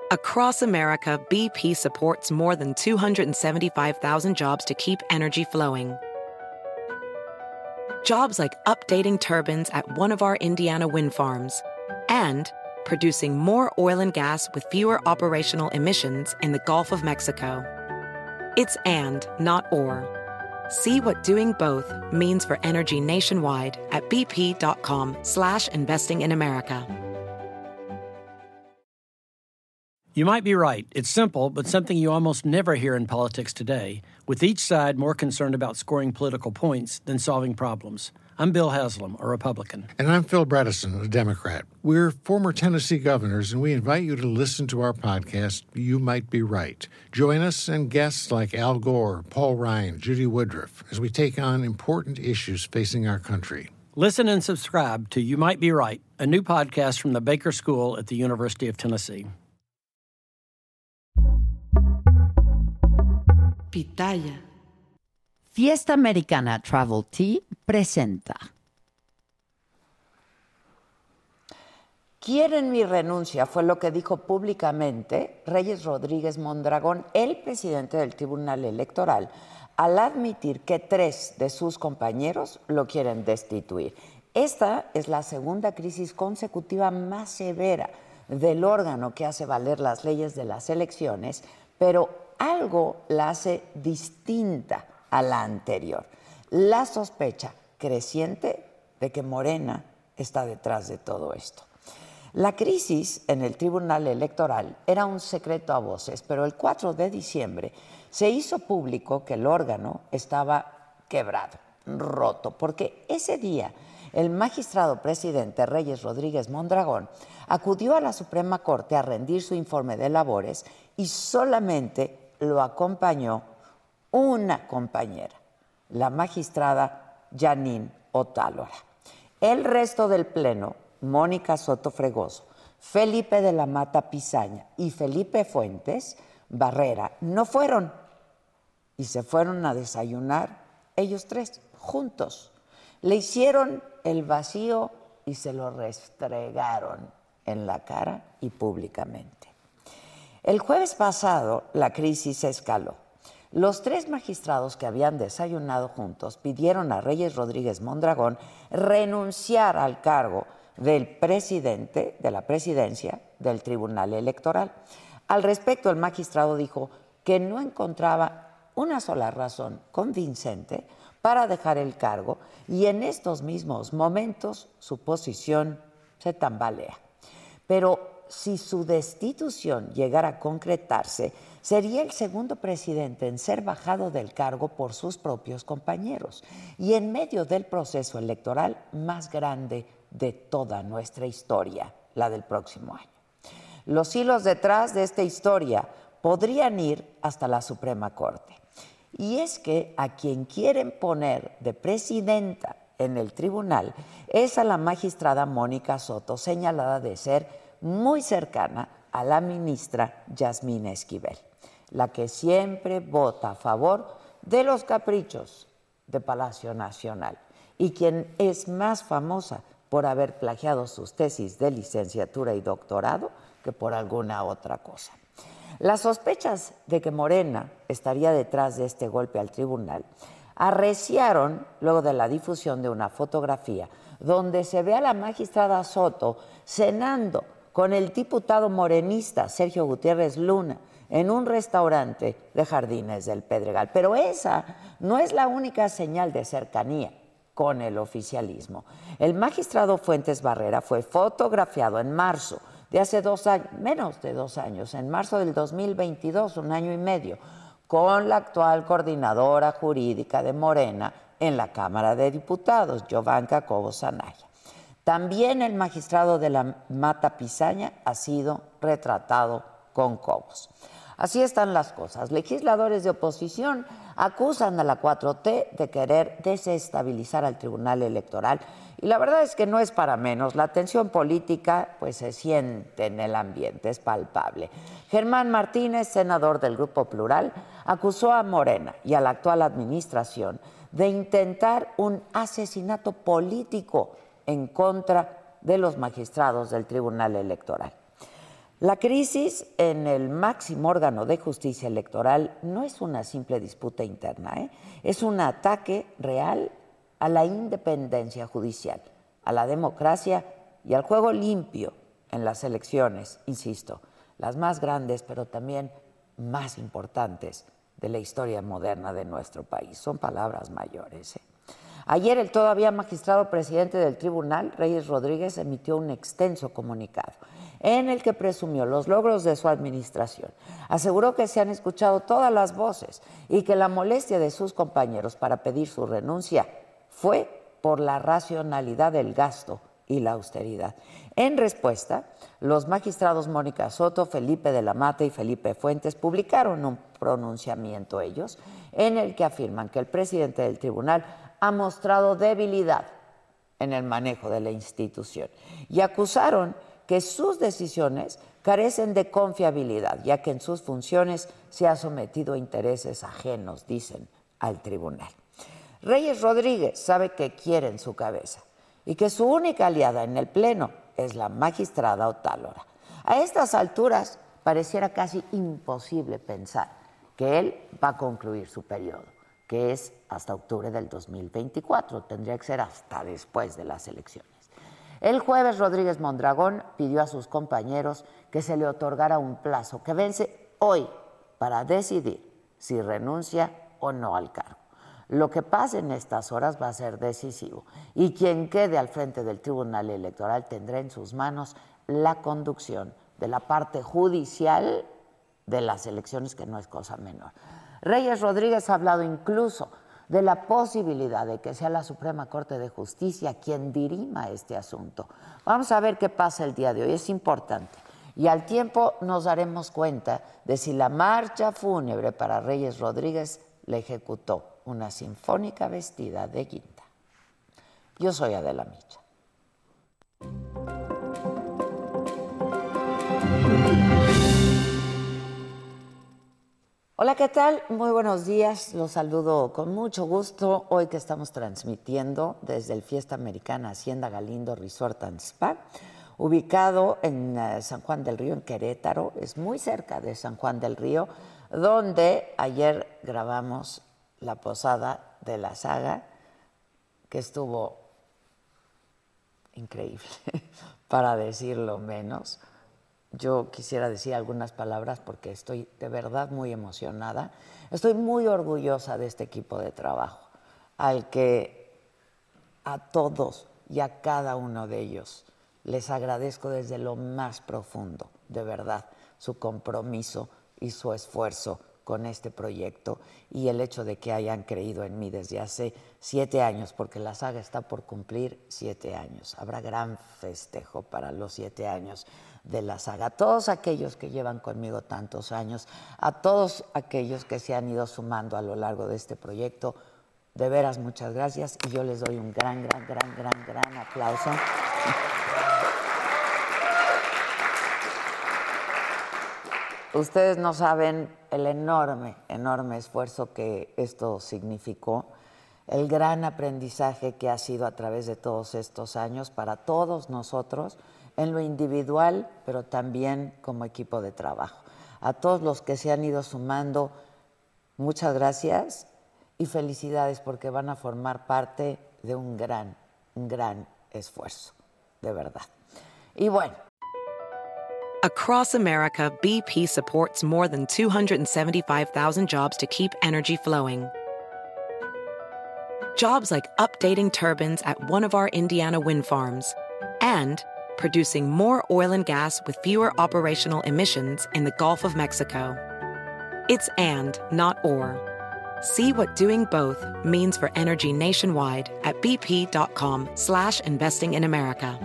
Across America, BP supports more than 275,000 jobs to keep energy flowing. Jobs like updating turbines at one of our Indiana wind farms and producing more oil and gas with fewer operational emissions in the Gulf of Mexico. It's and, not or. See what doing both means for energy nationwide at bp.com/investing in America. You might be right. It's simple, but something you almost never hear in politics today, with each side more concerned about scoring political points than solving problems. I'm Bill Haslam, a Republican. And I'm Phil Bredesen, a Democrat. We're former Tennessee governors, and we invite you to listen to our podcast, You Might Be Right. Join us and guests like Al Gore, Paul Ryan, Judy Woodruff, as we take on important issues facing our country. Listen and subscribe to You Might Be Right, a new podcast from the Baker School at the University of Tennessee. Pitaya. Fiesta Americana Travel Tea presenta. Quieren mi renuncia, fue lo que dijo públicamente Reyes Rodríguez Mondragón, el presidente del Tribunal Electoral, al admitir que 3 de sus compañeros lo quieren destituir. Esta es la segunda crisis consecutiva más severa del órgano que hace valer las leyes de las elecciones, pero algo la hace distinta a la anterior. La sospecha creciente de que Morena está detrás de todo esto. La crisis en el Tribunal Electoral era un secreto a voces, pero el 4 de diciembre se hizo público que el órgano estaba quebrado, roto, porque ese día el magistrado presidente Reyes Rodríguez Mondragón acudió a la Suprema Corte a rendir su informe de labores y solamente lo acompañó una compañera, la magistrada Janine Otálora. El resto del Pleno, Mónica Soto Fregoso, Felipe de la Mata Pizaña y Felipe Fuentes Barrera, no fueron y se fueron a desayunar ellos 3 juntos. Le hicieron el vacío y se lo restregaron en la cara y públicamente. El jueves pasado, la crisis escaló. Los 3 magistrados que habían desayunado juntos pidieron a Reyes Rodríguez Mondragón renunciar al cargo del presidente de la presidencia del Tribunal Electoral. Al respecto, el magistrado dijo que no encontraba una sola razón convincente para dejar el cargo y en estos mismos momentos su posición se tambalea. Pero si su destitución llegara a concretarse, sería el segundo presidente en ser bajado del cargo por sus propios compañeros y en medio del proceso electoral más grande de toda nuestra historia, la del próximo año. Los hilos detrás de esta historia podrían ir hasta la Suprema Corte. Y es que a quien quieren poner de presidenta en el tribunal es a la magistrada Mónica Soto, señalada de ser muy cercana a la ministra Yasmín Esquivel, la que siempre vota a favor de los caprichos de Palacio Nacional y quien es más famosa por haber plagiado sus tesis de licenciatura y doctorado que por alguna otra cosa. Las sospechas de que Morena estaría detrás de este golpe al tribunal arreciaron luego de la difusión de una fotografía donde se ve a la magistrada Soto cenando con el diputado morenista Sergio Gutiérrez Luna en un restaurante de Jardines del Pedregal. Pero esa no es la única señal de cercanía con el oficialismo. El magistrado Fuentes Barrera fue fotografiado en marzo de hace 2 años, menos de 2 años, en marzo del 2022, 1 año y medio, con la actual coordinadora jurídica de Morena en la Cámara de Diputados, Jovanka Cobos Anaya. También el magistrado de la Mata Pizaña ha sido retratado con Cobos. Así están las cosas. Legisladores de oposición acusan a la 4T de querer desestabilizar al Tribunal Electoral y la verdad es que no es para menos. La tensión política pues se siente en el ambiente, es palpable. Germán Martínez, senador del Grupo Plural, acusó a Morena y a la actual administración de intentar un asesinato político en contra de los magistrados del Tribunal Electoral. La crisis en el máximo órgano de justicia electoral no es una simple disputa interna, es un ataque real a la independencia judicial, a la democracia y al juego limpio en las elecciones, insisto, las más grandes, pero también más importantes de la historia moderna de nuestro país. Son palabras mayores. Ayer el todavía magistrado presidente del tribunal, Reyes Rodríguez, emitió un extenso comunicado en el que presumió los logros de su administración. Aseguró que se han escuchado todas las voces y que la molestia de sus compañeros para pedir su renuncia fue por la racionalidad del gasto y la austeridad. En respuesta, los magistrados Mónica Soto, Felipe de la Mata y Felipe Fuentes publicaron un pronunciamiento ellos en el que afirman que el presidente del tribunal ha mostrado debilidad en el manejo de la institución y acusaron que sus decisiones carecen de confiabilidad, ya que en sus funciones se ha sometido a intereses ajenos, dicen, al tribunal. Reyes Rodríguez sabe que quiere en su cabeza y que su única aliada en el Pleno es la magistrada Otálora. A estas alturas pareciera casi imposible pensar que él va a concluir su periodo, que es hasta octubre del 2024, tendría que ser hasta después de las elecciones. El jueves, Rodríguez Mondragón pidió a sus compañeros que se le otorgara un plazo que vence hoy para decidir si renuncia o no al cargo. Lo que pase en estas horas va a ser decisivo y quien quede al frente del Tribunal Electoral tendrá en sus manos la conducción de la parte judicial de las elecciones, que no es cosa menor. Reyes Rodríguez ha hablado incluso de la posibilidad de que sea la Suprema Corte de Justicia quien dirima este asunto. Vamos a ver qué pasa el día de hoy, es importante. Y al tiempo nos daremos cuenta de si la marcha fúnebre para Reyes Rodríguez le ejecutó una sinfónica vestida de guinda. Yo soy Adela Micha. Hola, ¿qué tal? Muy buenos días. Los saludo con mucho gusto hoy que estamos transmitiendo desde el Fiesta Americana Hacienda Galindo Resort and Spa, ubicado en San Juan del Río, en Querétaro. Es muy cerca de San Juan del Río, donde ayer grabamos la posada de la saga, que estuvo increíble, para decirlo menos. Yo quisiera decir algunas palabras porque estoy de verdad muy emocionada. Estoy muy orgullosa de este equipo de trabajo, al que a todos y a cada uno de ellos les agradezco desde lo más profundo, de verdad, su compromiso y su esfuerzo con este proyecto y el hecho de que hayan creído en mí desde hace 7 años, porque la saga está por cumplir 7 años. Habrá gran festejo para los 7 años de la saga. A todos aquellos que llevan conmigo tantos años, a todos aquellos que se han ido sumando a lo largo de este proyecto, de veras muchas gracias y yo les doy un gran aplauso. Ustedes no saben el enorme esfuerzo que esto significó, el gran aprendizaje que ha sido a través de todos estos años para todos nosotros, en lo individual, pero también como equipo de trabajo. A todos los que se han ido sumando, muchas gracias y felicidades porque van a formar parte de un gran esfuerzo, de verdad. Y bueno. Across America, BP supports more than 275,000 jobs to keep energy flowing. Jobs like updating turbines at one of our Indiana wind farms and producing more oil and gas with fewer operational emissions in the Gulf of Mexico. It's and, not or. See what doing both means for energy nationwide at bp.com/investing in America.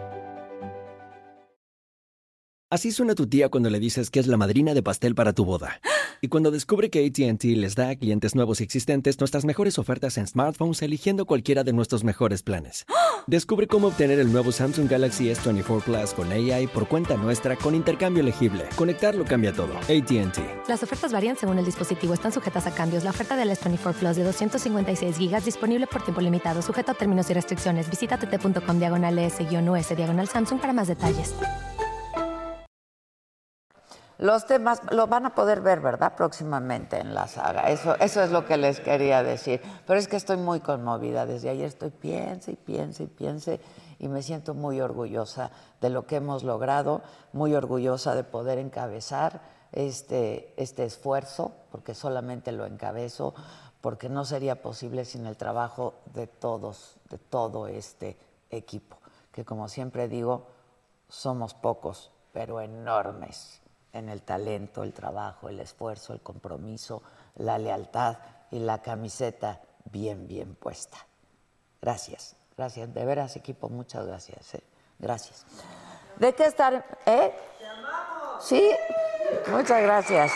Así suena tu tía cuando le dices que es la madrina de pastel para tu boda. Y cuando descubre que AT&T les da a clientes nuevos y existentes nuestras mejores ofertas en smartphones eligiendo cualquiera de nuestros mejores planes. Descubre cómo obtener el nuevo Samsung Galaxy S24 Plus con AI por cuenta nuestra con intercambio elegible. Conectarlo cambia todo. AT&T. Las ofertas varían según el dispositivo. Están sujetas a cambios. La oferta del S24 Plus de 256 GB disponible por tiempo limitado. Sujeto a términos y restricciones. Visita tt.com/s-us/Samsung para más detalles. Los temas lo van a poder ver, ¿verdad? Próximamente en la saga. Eso es lo que les quería decir. Pero es que estoy muy conmovida. Desde ayer estoy piense y me siento muy orgullosa de lo que hemos logrado, muy orgullosa de poder encabezar este esfuerzo, porque solamente lo encabezo, porque no sería posible sin el trabajo de todos, de todo este equipo, que como siempre digo, somos pocos, pero enormes en el talento, el trabajo, el esfuerzo, el compromiso, la lealtad y la camiseta bien puesta. Gracias, de veras, equipo, muchas gracias. Gracias. ¿De qué estar? ¿Te amamos? Sí, muchas gracias.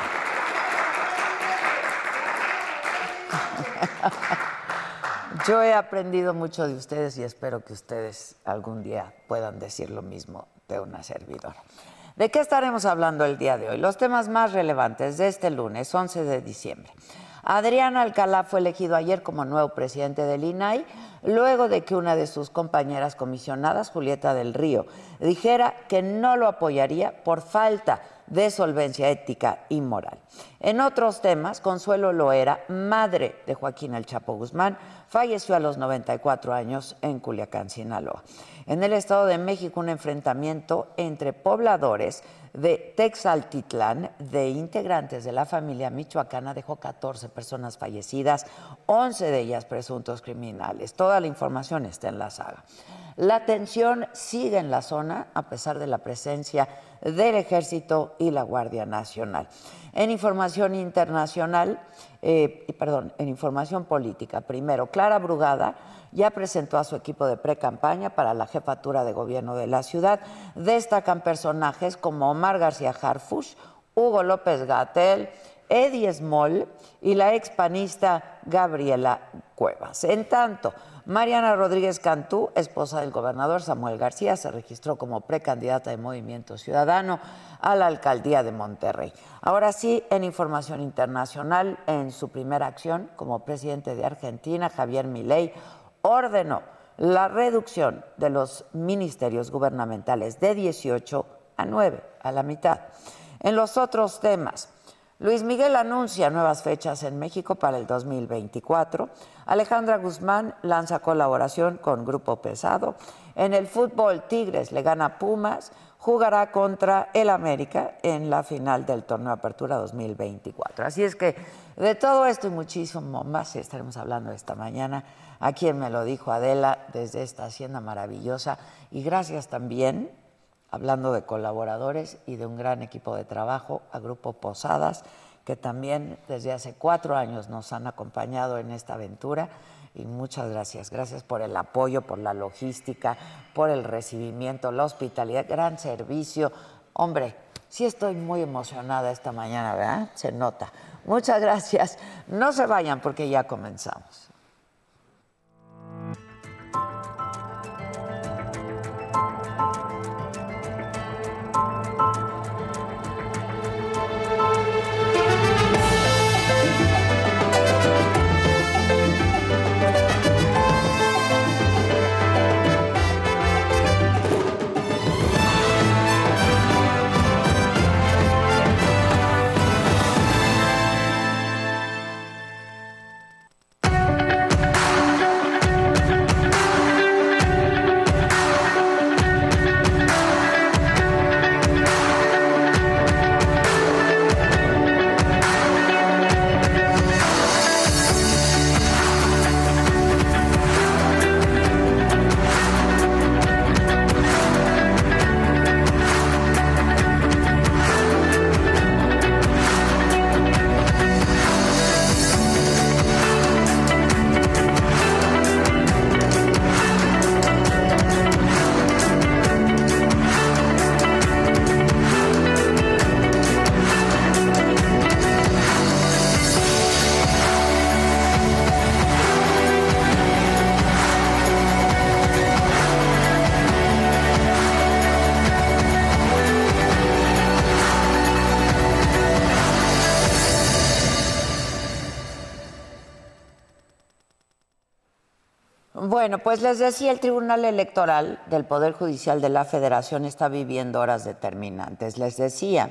Yo he aprendido mucho de ustedes y espero que ustedes algún día puedan decir lo mismo de una servidora. ¿De qué estaremos hablando el día de hoy? Los temas más relevantes de este lunes, 11 de diciembre. Adrián Alcalá fue elegido ayer como nuevo presidente del INAI, luego de que una de sus compañeras comisionadas, Julieta del Río, dijera que no lo apoyaría por falta de solvencia ética y moral. En otros temas, Consuelo Loera, madre de Joaquín El Chapo Guzmán, falleció a los 94 años en Culiacán, Sinaloa. En el Estado de México, un enfrentamiento entre pobladores de Texaltitlán, de integrantes de la familia michoacana, dejó 14 personas fallecidas, 11 de ellas presuntos criminales. Toda la información está en la saga. La tensión sigue en la zona a pesar de la presencia del Ejército y la Guardia Nacional. En información internacional, en información política, primero, Clara Brugada ya presentó a su equipo de pre-campaña para la jefatura de gobierno de la ciudad. Destacan personajes como Omar García Harfuch, Hugo López-Gatell, Eddie Small y la expanista Gabriela Cuevas. En tanto, Mariana Rodríguez Cantú, esposa del gobernador Samuel García, se registró como precandidata de Movimiento Ciudadano a la alcaldía de Monterrey. Ahora sí, en información internacional, en su primera acción como presidente de Argentina, Javier Milei ordenó la reducción de los ministerios gubernamentales de 18 a 9, a la mitad. En los otros temas, Luis Miguel anuncia nuevas fechas en México para el 2024. Alejandra Guzmán lanza colaboración con Grupo Pesado. En el fútbol, Tigres le gana a Pumas. Jugará contra el América en la final del Torneo Apertura 2024. Así es que de todo esto y muchísimo más estaremos hablando esta mañana. A quien me lo dijo Adela desde esta hacienda maravillosa. Y gracias también, hablando de colaboradores y de un gran equipo de trabajo, a Grupo Posadas, que también desde hace 4 años nos han acompañado en esta aventura. Y muchas gracias. Gracias por el apoyo, por la logística, por el recibimiento, la hospitalidad, gran servicio. Hombre, sí estoy muy emocionada esta mañana, ¿verdad? Se nota. Muchas gracias. No se vayan porque ya comenzamos. Bueno, pues les decía, el Tribunal Electoral del Poder Judicial de la Federación está viviendo horas determinantes. Les decía,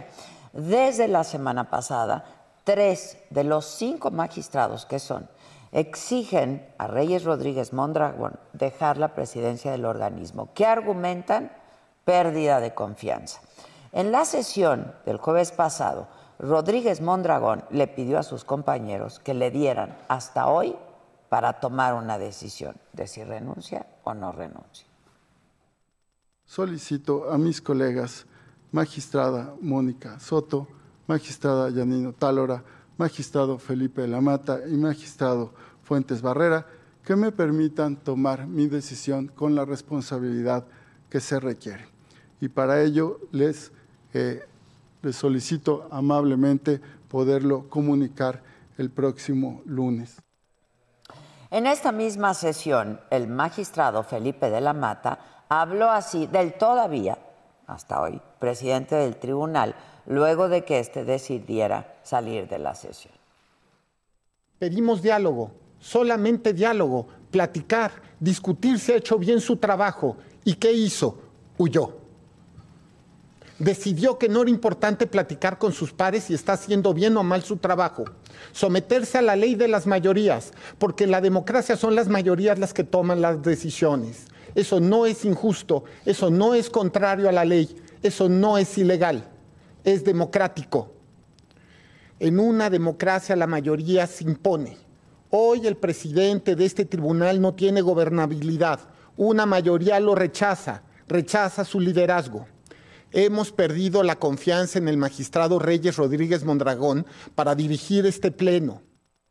Desde la semana pasada, 3 de los 5 magistrados que son exigen a Reyes Rodríguez Mondragón dejar la presidencia del organismo. ¿Qué argumentan? Pérdida de confianza. En la sesión del jueves pasado, Rodríguez Mondragón le pidió a sus compañeros que le dieran hasta hoy para tomar una decisión de si renuncia o no renuncia. Solicito a mis colegas, magistrada Mónica Soto, magistrada Yanino Tálora, magistrado Felipe de la Mata y magistrado Fuentes Barrera, que me permitan tomar mi decisión con la responsabilidad que se requiere. Y para ello les solicito amablemente poderlo comunicar el próximo lunes. En esta misma sesión, el magistrado Felipe de la Mata habló así del todavía, hasta hoy, presidente del tribunal, luego de que éste decidiera salir de la sesión. Pedimos diálogo, solamente diálogo, platicar, discutir si ha hecho bien su trabajo. ¿Y qué hizo? Huyó. Decidió que no era importante platicar con sus pares si está haciendo bien o mal su trabajo. Someterse a la ley de las mayorías, porque en la democracia son las mayorías las que toman las decisiones. Eso no es injusto, eso no es contrario a la ley, eso no es ilegal, es democrático. En una democracia la mayoría se impone. Hoy el presidente de este tribunal no tiene gobernabilidad. Una mayoría lo rechaza su liderazgo. Hemos perdido la confianza en el magistrado Reyes Rodríguez Mondragón para dirigir este pleno.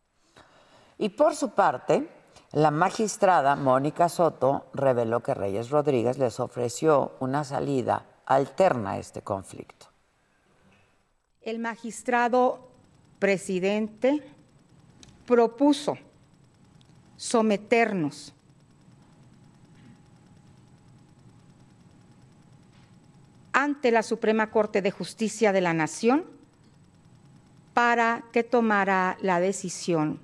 Y por su parte, la magistrada Mónica Soto reveló que Reyes Rodríguez les ofreció una salida alterna a este conflicto. El magistrado presidente propuso someternos ante la Suprema Corte de Justicia de la Nación para que tomara la decisión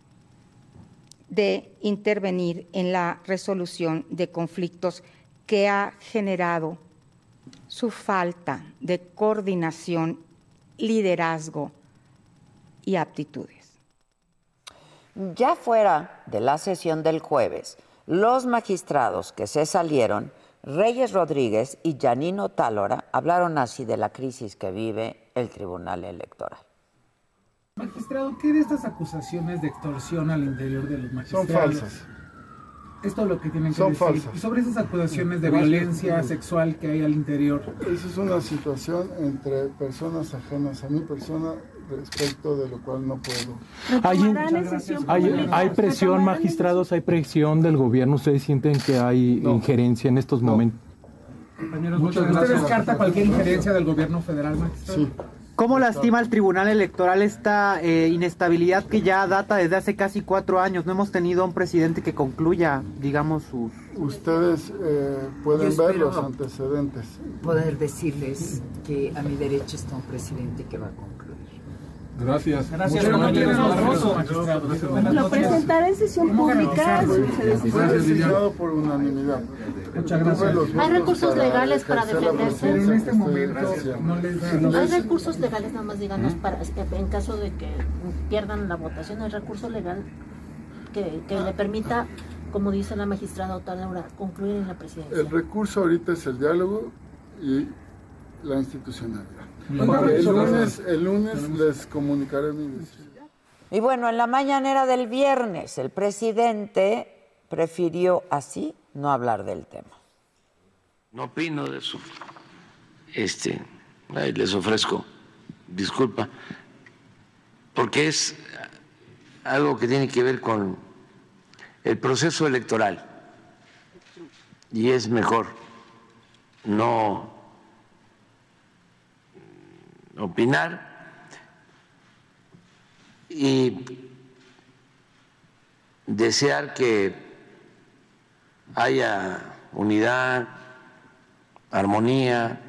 de intervenir en la resolución de conflictos que ha generado su falta de coordinación, liderazgo y aptitudes. Ya fuera de la sesión del jueves, los magistrados que se salieron, Reyes Rodríguez y Yanino Tálora, hablaron así de la crisis que vive el Tribunal Electoral. Magistrado, ¿qué de estas acusaciones de extorsión al interior de los magistrados? Son falsas. Esto es lo que tienen que Son decir. falsas. Y sobre esas acusaciones de violencia sexual que hay al interior. Esa es una situación entre personas ajenas a mi persona, respecto de lo cual no puedo. Hay presión, magistrados, hay presión del gobierno. ¿Ustedes sienten que hay injerencia en estos momentos? Compañeros, muchas gracias. ¿Usted descarta cualquier injerencia del gobierno federal, magistrado? Sí. ¿Cómo lastima al Tribunal Electoral esta inestabilidad que ya data desde hace casi 4 años? No hemos tenido un presidente que concluya, digamos, sus... Ustedes pueden ver los antecedentes. Poder decirles que a mi derecha está un presidente que va a concluir. Gracias. Lo presentará en sesión pública. Fue decidido por unanimidad. Muchas gracias. ¿Hay recursos legales para defenderse? Pero en este momento no les da... ¿Hay recursos legales, nada más díganos, para en caso de que pierdan la votación? ¿Hay recurso legal que le permita, como dice la magistrada Tálora, concluir en la presidencia? El recurso ahorita es el diálogo y la institucionalidad. El lunes les comunicaré mi decisión. Y bueno, en la mañanera del viernes, el presidente prefirió así no hablar del tema. No opino de eso. Ahí les ofrezco disculpa, porque es algo que tiene que ver con el proceso electoral y es mejor no opinar y desear que haya unidad, armonía,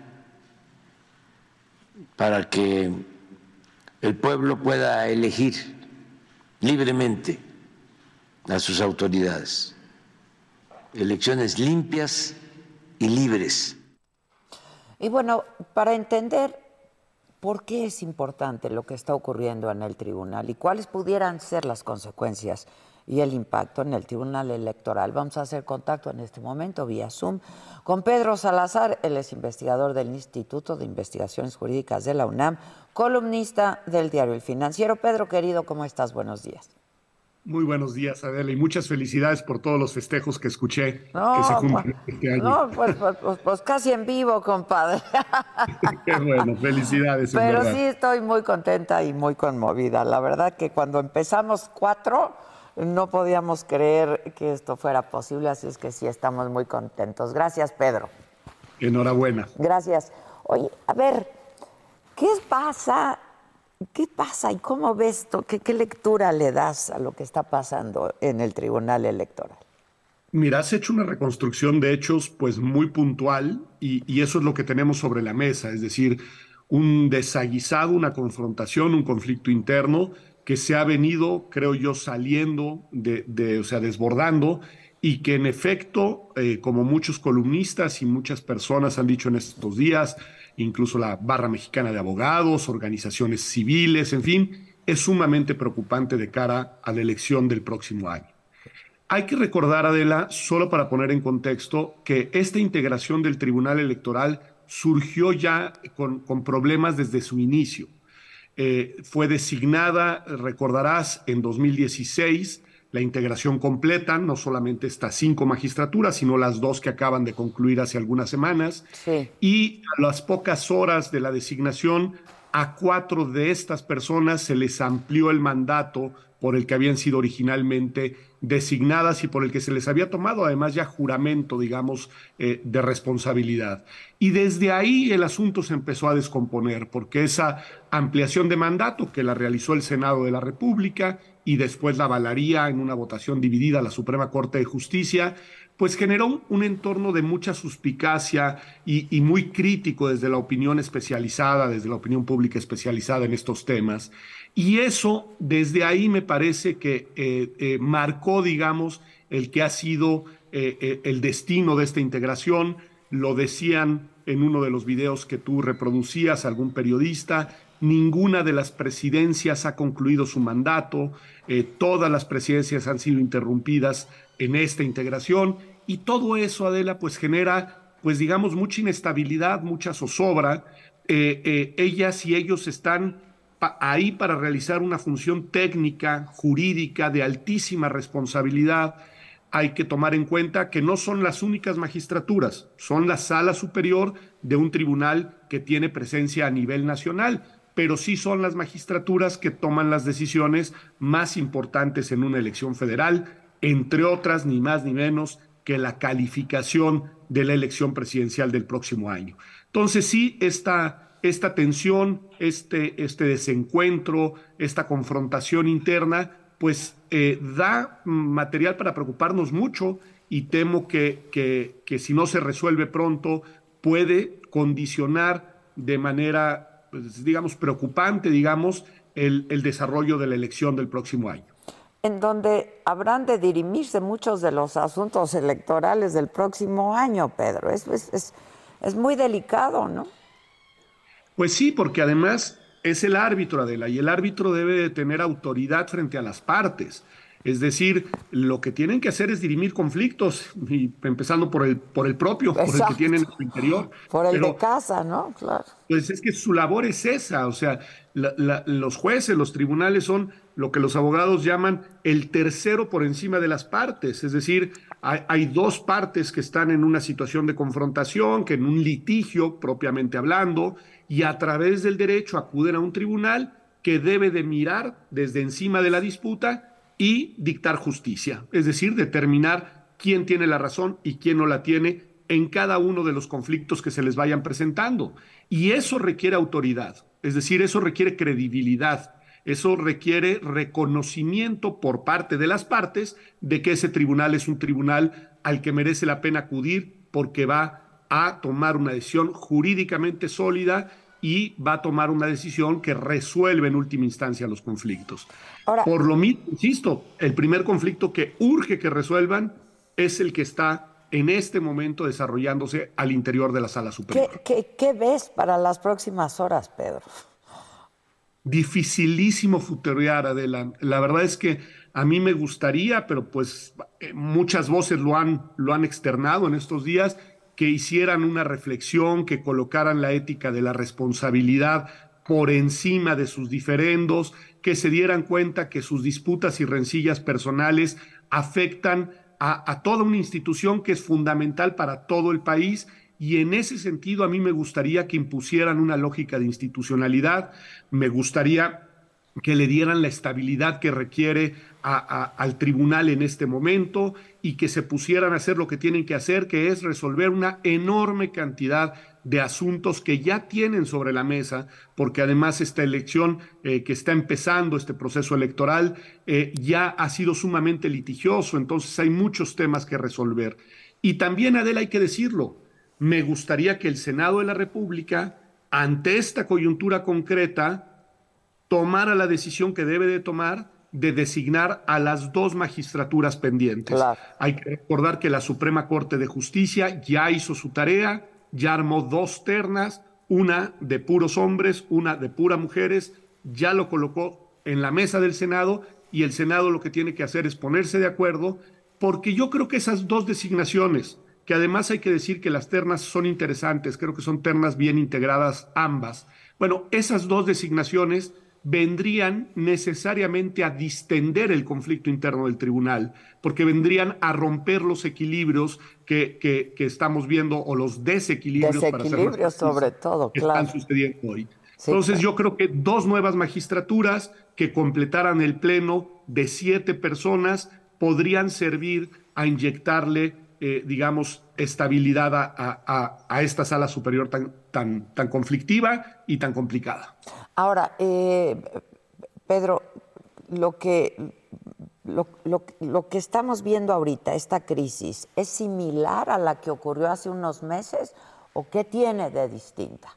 para que el pueblo pueda elegir libremente a sus autoridades. Elecciones limpias y libres. Y bueno, para entender ¿Por qué es importante lo que está ocurriendo en el tribunal y cuáles pudieran ser las consecuencias y el impacto en el Tribunal Electoral? Vamos a hacer contacto en este momento vía Zoom con Pedro Salazar. Él es investigador del Instituto de Investigaciones Jurídicas de la UNAM, columnista del diario El Financiero. Pedro, querido, ¿cómo estás? Buenos días. Muy buenos días, Adela, y muchas felicidades por todos los festejos que escuché que se juntan este año. No, pues casi en vivo, compadre. Qué bueno, felicidades. Pero sí estoy muy contenta y muy conmovida. La verdad que cuando empezamos 4 no podíamos creer que esto fuera posible, así es que sí estamos muy contentos. Gracias, Pedro. Enhorabuena. Gracias. Oye, a ver, ¿qué pasa y cómo ves esto? ¿Qué lectura le das a lo que está pasando en el Tribunal Electoral? Mira, has hecho una reconstrucción de hechos pues muy puntual y eso es lo que tenemos sobre la mesa, es decir, un desaguisado, una confrontación, un conflicto interno que se ha venido, creo yo, saliendo, desbordando, y que en efecto, como muchos columnistas y muchas personas han dicho en estos días, incluso la Barra Mexicana de Abogados, organizaciones civiles, en fin, es sumamente preocupante de cara a la elección del próximo año. Hay que recordar, Adela, solo para poner en contexto, que esta integración del Tribunal Electoral surgió ya con problemas desde su inicio. Fue designada, recordarás, en 2016, la integración completa, no solamente estas 5 magistraturas, sino las 2 que acaban de concluir hace algunas semanas. Sí. Y a las pocas horas de la designación, a 4 de estas personas se les amplió el mandato por el que habían sido originalmente designadas y por el que se les había tomado además ya juramento, digamos, de responsabilidad. Y desde ahí el asunto se empezó a descomponer, porque esa ampliación de mandato que la realizó el Senado de la República y después la avalaría en una votación dividida la Suprema Corte de Justicia, pues generó un entorno de mucha suspicacia y muy crítico desde la opinión especializada, desde la opinión pública especializada en estos temas. Y eso, desde ahí me parece que marcó, digamos, el que ha sido el destino de esta integración. Lo decían en uno de los videos que tú reproducías, algún periodista, ninguna de las presidencias ha concluido su mandato, todas las presidencias han sido interrumpidas en esta integración, y todo eso, Adela, pues genera, pues digamos, mucha inestabilidad, mucha zozobra. Ellas y ellos están ahí para realizar una función técnica, jurídica, de altísima responsabilidad. Hay que tomar en cuenta que no son las únicas magistraturas, son la sala superior de un tribunal que tiene presencia a nivel nacional, pero sí son las magistraturas que toman las decisiones más importantes en una elección federal, entre otras, ni más ni menos que la calificación de la elección presidencial del próximo año. Entonces sí, esta tensión, este desencuentro, esta confrontación interna, pues da material para preocuparnos mucho, y temo que si no se resuelve pronto puede condicionar de manera, pues, digamos, preocupante, digamos, el desarrollo de la elección del próximo año. En donde habrán de dirimirse muchos de los asuntos electorales del próximo año, Pedro. Es muy delicado, ¿no? Pues sí, porque además es el árbitro, Adela, y el árbitro debe de tener autoridad frente a las partes. Es decir, lo que tienen que hacer es dirimir conflictos, y empezando por el propio, Exacto. Por el que tienen en su interior. Por el de casa, ¿no? Claro. Pues es que su labor es esa, o sea, los jueces, los tribunales son lo que los abogados llaman el tercero por encima de las partes. Es decir, hay 2 partes que están en una situación de confrontación, que en un litigio propiamente hablando, y a través del derecho acuden a un tribunal que debe de mirar desde encima de la disputa y dictar justicia, es decir, determinar quién tiene la razón y quién no la tiene en cada uno de los conflictos que se les vayan presentando. Y eso requiere autoridad, es decir, eso requiere credibilidad, eso requiere reconocimiento por parte de las partes de que ese tribunal es un tribunal al que merece la pena acudir porque va a tomar una decisión jurídicamente sólida y va a tomar una decisión que resuelve en última instancia los conflictos. Ahora, por lo mismo, insisto, el primer conflicto que urge que resuelvan es el que está en este momento desarrollándose al interior de la Sala Superior. ¿Qué ves para las próximas horas, Pedro? Dificilísimo futurear, Adela. La verdad es que a mí me gustaría, pero pues muchas voces lo han externado en estos días, que hicieran una reflexión, que colocaran la ética de la responsabilidad por encima de sus diferendos, que se dieran cuenta que sus disputas y rencillas personales afectan a toda una institución que es fundamental para todo el país, y en ese sentido a mí me gustaría que impusieran una lógica de institucionalidad, me gustaría que le dieran la estabilidad que requiere al tribunal en este momento y que se pusieran a hacer lo que tienen que hacer, que es resolver una enorme cantidad de asuntos que ya tienen sobre la mesa, porque además esta elección que está empezando, este proceso electoral, ya ha sido sumamente litigioso, entonces hay muchos temas que resolver. Y también, Adela, hay que decirlo, me gustaría que el Senado de la República, ante esta coyuntura concreta, tomara la decisión que debe de tomar de designar a las 2 magistraturas pendientes. Claro. Hay que recordar que la Suprema Corte de Justicia ya hizo su tarea, ya armó 2 ternas, una de puros hombres, una de puras mujeres, ya lo colocó en la mesa del Senado, y el Senado lo que tiene que hacer es ponerse de acuerdo, porque yo creo que esas 2 designaciones, que además hay que decir que las ternas son interesantes, creo que son ternas bien integradas ambas, bueno, esas 2 designaciones vendrían necesariamente a distender el conflicto interno del tribunal, porque vendrían a romper los equilibrios que estamos viendo, o los desequilibrios sobre todo, que claro, están sucediendo hoy. Sí, entonces claro. Yo creo que 2 nuevas magistraturas que completaran el pleno de 7 personas podrían servir a inyectarle digamos, estabilidad a esta sala superior tan conflictiva y tan complicada. Ahora, Pedro, lo que estamos viendo ahorita, esta crisis, ¿es similar a la que ocurrió hace unos meses o qué tiene de distinta?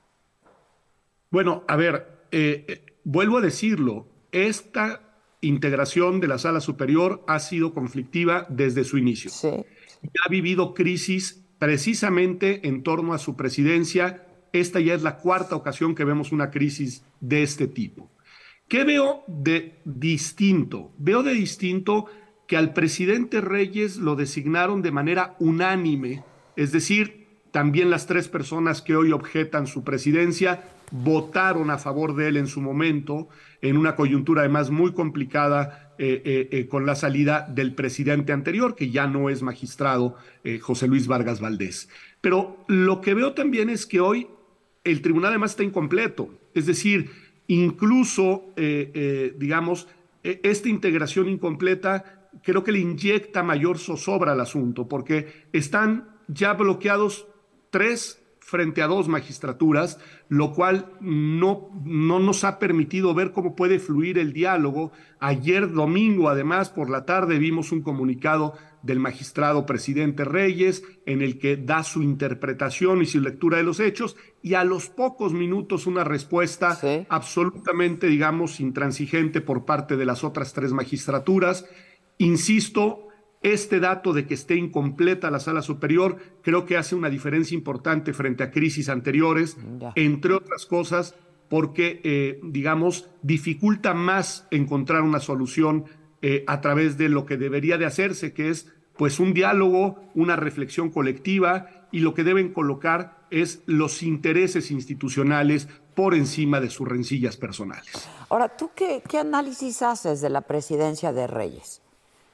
Bueno, a ver, vuelvo a decirlo, esta integración de la sala superior ha sido conflictiva desde su inicio. Sí. Ha vivido crisis precisamente en torno a su presidencia. Esta ya es la 4ª ocasión que vemos una crisis de este tipo. ¿Qué veo de distinto? Veo de distinto que al presidente Reyes lo designaron de manera unánime, es decir, también las 3 personas que hoy objetan su presidencia votaron a favor de él en su momento, en una coyuntura además muy complicada con la salida del presidente anterior, que ya no es magistrado, José Luis Vargas Valdés. Pero lo que veo también es que hoy el tribunal además está incompleto, es decir, incluso, digamos, esta integración incompleta creo que le inyecta mayor zozobra al asunto, porque están ya bloqueados 3 frente a 2 magistraturas, lo cual no nos ha permitido ver cómo puede fluir el diálogo. Ayer domingo, además, por la tarde, vimos un comunicado del magistrado presidente Reyes en el que da su interpretación y su lectura de los hechos, y a los pocos minutos una respuesta absolutamente, digamos, intransigente por parte de las otras 3 magistraturas. Insisto, este dato de que esté incompleta la sala superior creo que hace una diferencia importante frente a crisis anteriores, entre otras cosas porque, digamos, dificulta más encontrar una solución a través de lo que debería de hacerse, que es pues un diálogo, una reflexión colectiva, y lo que deben colocar es los intereses institucionales por encima de sus rencillas personales. Ahora, ¿tú qué análisis haces de la presidencia de Reyes?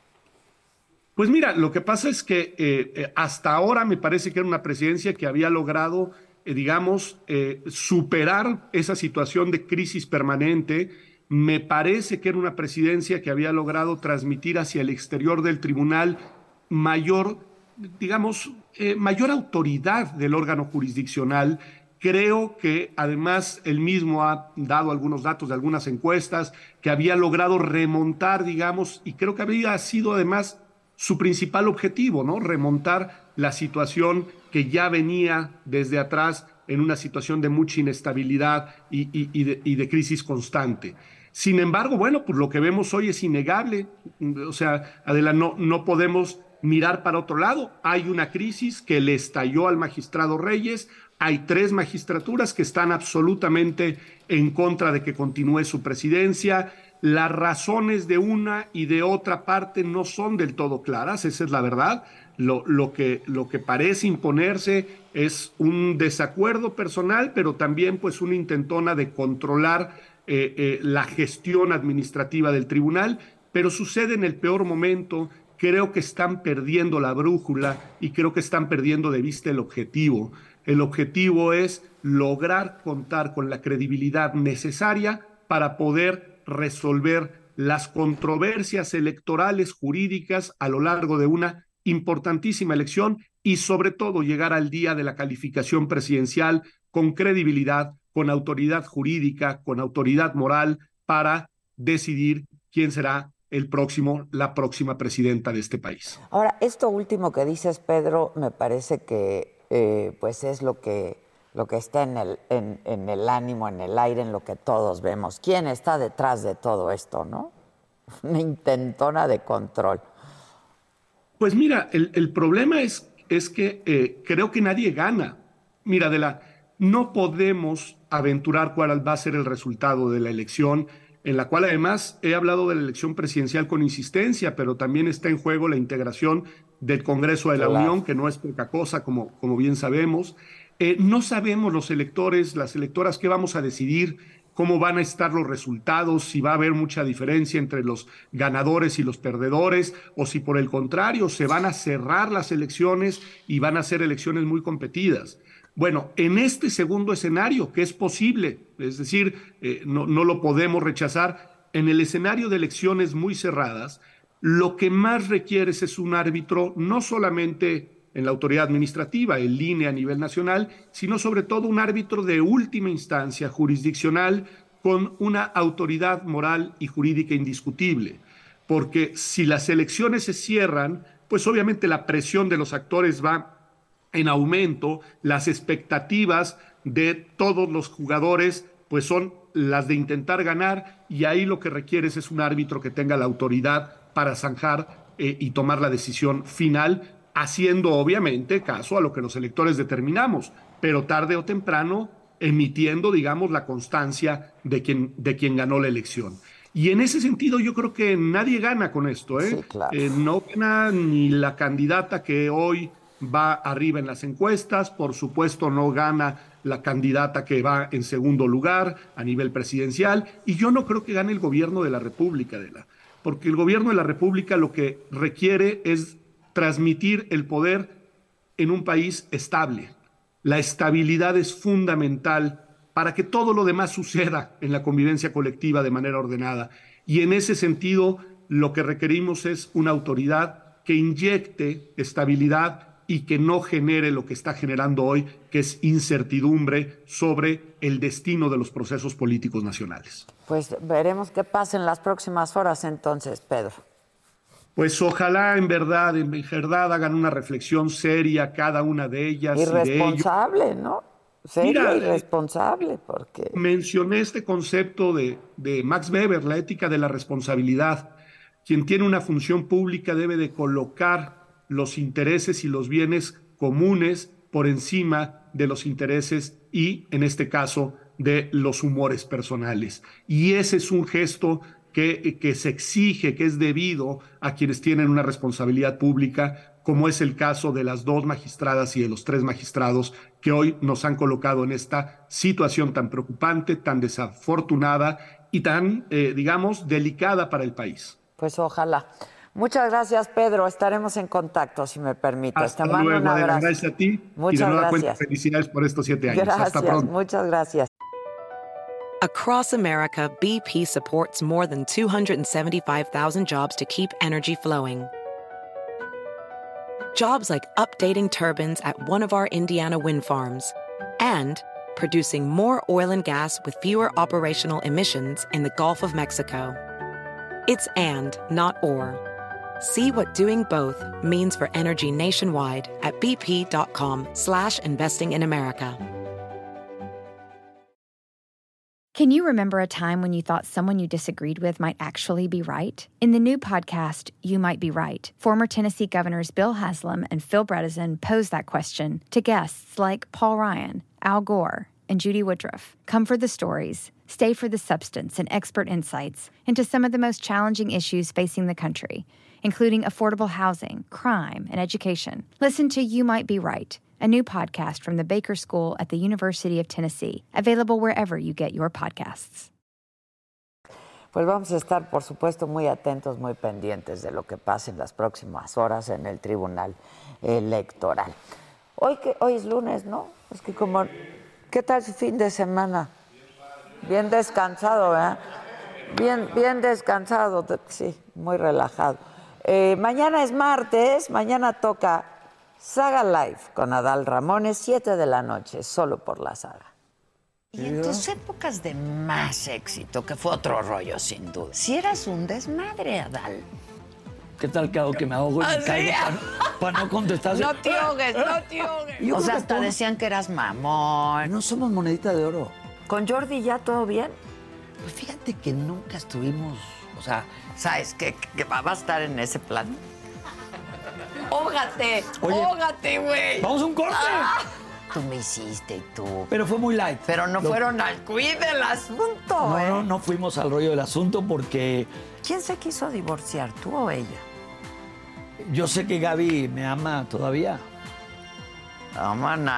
Pues mira, lo que pasa es que hasta ahora me parece que era una presidencia que había logrado, digamos, superar esa situación de crisis permanente. Me parece que era una presidencia que había logrado transmitir hacia el exterior del tribunal mayor, digamos, mayor autoridad del órgano jurisdiccional. Creo que además él mismo ha dado algunos datos de algunas encuestas que había logrado remontar, digamos, y creo que había sido además su principal objetivo, ¿no? Remontar la situación que ya venía desde atrás en una situación de mucha inestabilidad y de crisis constante. Sin embargo, bueno, pues lo que vemos hoy es innegable. O sea, Adela, no podemos mirar para otro lado. Hay una crisis que le estalló al magistrado Reyes, Hay 3 magistraturas que están absolutamente en contra de que continúe su presidencia. Las razones de una y de otra parte no son del todo claras, esa es la verdad. Lo que parece imponerse es un desacuerdo personal, pero también pues una intentona de controlar la gestión administrativa del tribunal, pero sucede en el peor momento. Creo que están perdiendo la brújula y creo que están perdiendo de vista el objetivo. El objetivo es lograr contar con la credibilidad necesaria para poder resolver las controversias electorales jurídicas a lo largo de una importantísima elección y sobre todo llegar al día de la calificación presidencial con credibilidad, con autoridad jurídica, con autoridad moral para decidir quién será la próxima presidenta de este país. Ahora, esto último que dices, Pedro, me parece que pues es lo que está en el ánimo, en el aire, en lo que todos vemos. ¿Quién está detrás de todo esto, no? Una intentona de control. Pues mira, el problema es que creo que nadie gana. Mira, Adela, no podemos aventurar cuál va a ser el resultado de la elección, en la cual además he hablado de la elección presidencial con insistencia, pero también está en juego la integración del Congreso de la Unión, que no es poca cosa, como bien sabemos. No sabemos los electores, las electoras, qué vamos a decidir, cómo van a estar los resultados, si va a haber mucha diferencia entre los ganadores y los perdedores, o si por el contrario se van a cerrar las elecciones y van a ser elecciones muy competidas. Bueno, en este segundo escenario, que es posible, es decir, no lo podemos rechazar, en el escenario de elecciones muy cerradas, lo que más requieres es un árbitro, no solamente en la autoridad administrativa, el INE a nivel nacional, sino sobre todo un árbitro de última instancia jurisdiccional con una autoridad moral y jurídica indiscutible. Porque si las elecciones se cierran, pues obviamente la presión de los actores va en aumento, las expectativas de todos los jugadores pues son las de intentar ganar, y ahí lo que requieres es un árbitro que tenga la autoridad para zanjar y tomar la decisión final, haciendo obviamente caso a lo que los electores determinamos, pero tarde o temprano emitiendo, digamos, la constancia de quien ganó la elección. Y en ese sentido yo creo que nadie gana con esto, ¿eh? Sí, claro. No gana ni la candidata que hoy va arriba en las encuestas, por supuesto no gana la candidata que va en segundo lugar a nivel presidencial, y yo no creo que gane el gobierno de la República, porque el gobierno de la República lo que requiere es transmitir el poder en un país estable. La estabilidad es fundamental para que todo lo demás suceda en la convivencia colectiva de manera ordenada. Y en ese sentido, lo que requerimos es una autoridad que inyecte estabilidad y que no genere lo que está generando hoy, que es incertidumbre sobre el destino de los procesos políticos nacionales. Pues veremos qué pasa en las próximas horas entonces, Pedro. Pues ojalá en verdad hagan una reflexión seria cada una de ellas. Irresponsable, ¿no? Seria y responsable, porque... Mencioné este concepto de Max Weber, la ética de la responsabilidad. Quien tiene una función pública debe de colocar los intereses y los bienes comunes por encima de los intereses y, en este caso, de los humores personales. Y ese es un gesto que se exige, que es debido a quienes tienen una responsabilidad pública, como es el caso de las 2 magistradas y de los 3 magistrados que hoy nos han colocado en esta situación tan preocupante, tan desafortunada y tan, digamos, delicada para el país. Pues ojalá. Muchas gracias, Pedro. Estaremos en contacto, si me permites. Hasta Te mando luego, un abrazo. Gracias a ti. Muchas y de nueva gracias. Cuenta, felicidades por estos 7 años. Gracias, hasta pronto. Muchas gracias. Across America, BP supports more than 275,000 jobs to keep energy flowing. Jobs like updating turbines at one of our Indiana wind farms and producing more oil and gas with fewer operational emissions in the Gulf of Mexico. It's and, not or. See what doing both means for energy nationwide at bp.com/investing in America. Can you remember a time when you thought someone you disagreed with might actually be right? In the new podcast, You Might Be Right, former Tennessee Governors Bill Haslam and Phil Bredesen pose that question to guests like Paul Ryan, Al Gore, and Judy Woodruff. Come for the stories, stay for the substance and expert insights into some of the most challenging issues facing the country, including affordable housing, crime, and education. Listen to You Might Be Right, a new podcast from the Baker School at the University of Tennessee, available wherever you get your podcasts. Pues vamos a estar, por supuesto, muy atentos, muy pendientes de lo que pase en las próximas horas en el Tribunal Electoral. Hoy es lunes, ¿no? Es que como... ¿Qué tal su fin de semana? Bien descansado, ¿verdad? Bien descansado, sí, muy relajado. Mañana es martes, mañana toca Saga Live con Adal Ramones, 7 de la noche, solo por la Saga. Y en tus épocas de más éxito, que fue otro rollo sin duda, si eras un desmadre, Adal. ¿Qué tal que hago que me ahogo y me caigo para no contestar? No te ahogues, no te ahogues. O sea, hasta decían que eras mamón. No somos monedita de oro. ¿Con Jordi ya todo bien? Pues fíjate que nunca estuvimos, o sea... ¿Sabes que va a estar en ese plan? ¡Ógate! Oye, ¡ógate, güey! ¡Vamos a un corte! Tú me hiciste y tú. Pero fue muy light. Pero no fueron al quid del asunto, No fuimos al rollo del asunto porque... ¿Quién se quiso divorciar, tú o ella? Yo sé que Gaby me ama todavía. No.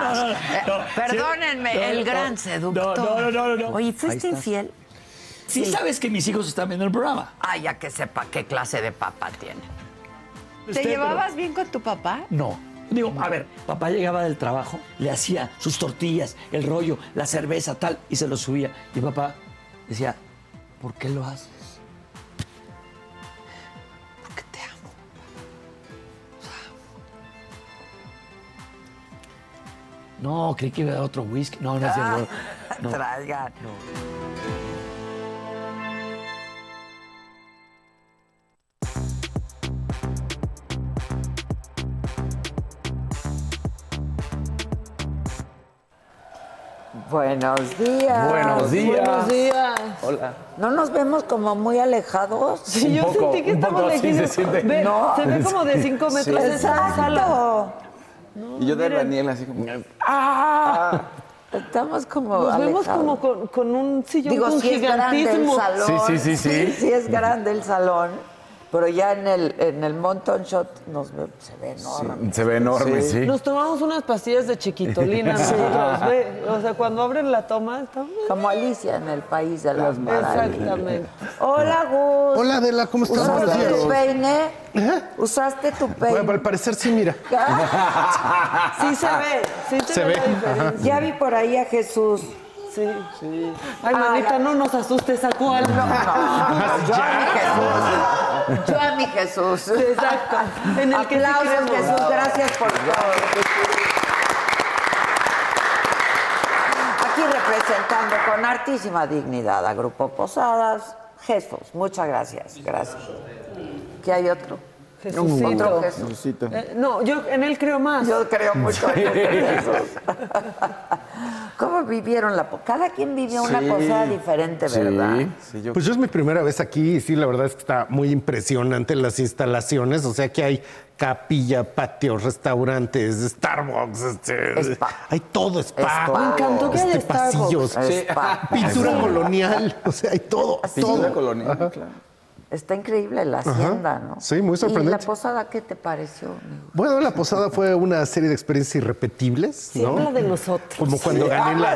Perdónenme, el gran seductor. No. Oye, ¿fuiste infiel? Sí, sabes que mis hijos están viendo el programa. Ah, ya que sepa qué clase de papá tiene. ¿Te llevabas bien con tu papá? No. Digo, a ver, papá llegaba del trabajo, le hacía sus tortillas, el rollo, la cerveza, tal, y se lo subía. Y papá decía, ¿por qué lo haces? Porque te amo. No, creí que iba a dar otro whisky. No es cierto. No. Traigan. No. Buenos días. Buenos días. Buenos días. Hola. ¿No nos vemos como muy alejados? Sí, yo sentí que estamos lejitos. Se ve como de 5 metros de esa sala. No, y yo de Daniel así como... Estamos como nos alejados. vemos como con un sillón. Digo, con sí gigantismo. Es grande el salón. Sí. Sí es grande el salón. Pero ya en el Monton Shot se ve enorme. Se ve enorme, sí. Nos tomamos unas pastillas de chiquitolina nosotros. O sea, cuando abren la toma... Como Alicia en el País de las Maravillas. Exactamente. Hola, Gus. Hola, Adela, ¿cómo estás? ¿Usaste tu peine? ¿Usaste tu peine? Bueno, al parecer sí, mira. Sí se ve. Sí se ve la diferencia. Ya vi por ahí a Jesús. Sí. Ay, manita, no nos asustes, ¿sacó algo? No. Yo a mi Jesús. Exacto. En el aplausos, que Jesús. Gracias por todo. Aquí representando con hartísima dignidad a Grupo Posadas, Jesús. Muchas gracias. Gracias. ¿Qué hay otro? Jesucito. Jesucito. No, yo en él creo más. Yo creo mucho en Jesús. ¿Cómo vivieron cada quien vivió una posada diferente, verdad? Sí, pues yo es mi primera vez aquí y sí, la verdad es que está muy impresionante las instalaciones. O sea que hay capilla, patios, restaurantes, Starbucks, hay todo, spa. Me encantó que haya pasillos, pintura colonial, o sea, hay todo. Pintura colonial, claro. Está increíble la hacienda, ¿no? Sí, muy sorprendente. ¿Y la posada qué te pareció, amigo? Bueno, la posada fue una serie de experiencias irrepetibles, ¿no? Sí, habla de nosotros. Como cuando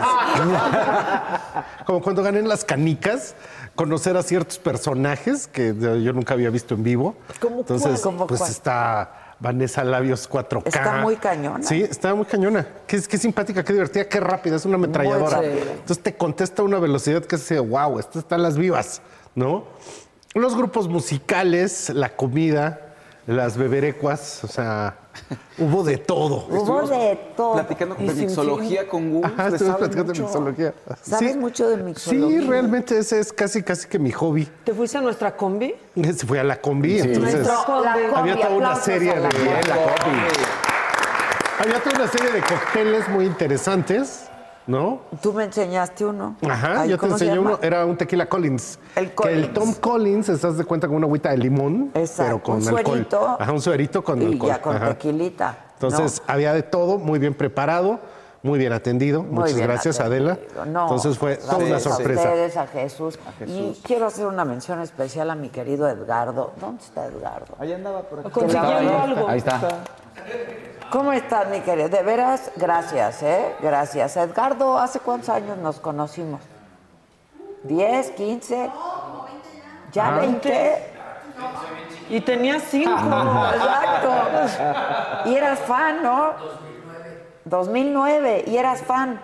gané en las canicas, conocer a ciertos personajes que yo nunca había visto en vivo. Entonces, pues está Vanessa Labios 4K. Está muy cañona. Sí, está muy cañona. Qué simpática, qué divertida, qué rápida. Es una ametralladora. Entonces te contesta a una velocidad que se dice, wow, esta está a las vivas, ¿no? Los grupos musicales, la comida, las beberecuas, o sea, hubo de todo. Hubo de todo. Platicando de mixología con Gus. Ajá, estuvimos platicando de mixología. ¿Sabes mucho de mixología? Sí, realmente ese es casi que mi hobby. ¿Te fuiste a nuestra combi? Se fue a la combi, entonces había toda una serie de... Había toda una serie de cócteles muy interesantes, ¿no? Tú me enseñaste uno. Ajá, Ay, yo te ¿cómo se enseñé llama? uno, era un tequila Collins. El Que el Collins. Tom Collins, estás de cuenta con una agüita de limón, Exacto, pero con un alcohol. suerito. Ajá, un suerito con Y alcohol. ya con Ajá. tequilita. Entonces, había de todo, muy bien preparado, muy bien atendido. Muchas bien gracias, atendido. Adela. No, Entonces fue toda una gracias sorpresa. A ustedes, a Jesús. Y quiero hacer una mención especial a mi querido Edgardo. ¿Dónde está Edgardo? Ahí andaba por aquí. Consiguiendo algo. Ahí está. ¿Cómo estás, mi querido? De veras, gracias, ¿eh? Gracias. Edgardo, ¿hace cuántos años nos conocimos? ¿10, 15? ¿Ya 20? Y tenías 5. Exacto. Y eras fan, ¿no? 2009. Y eras fan.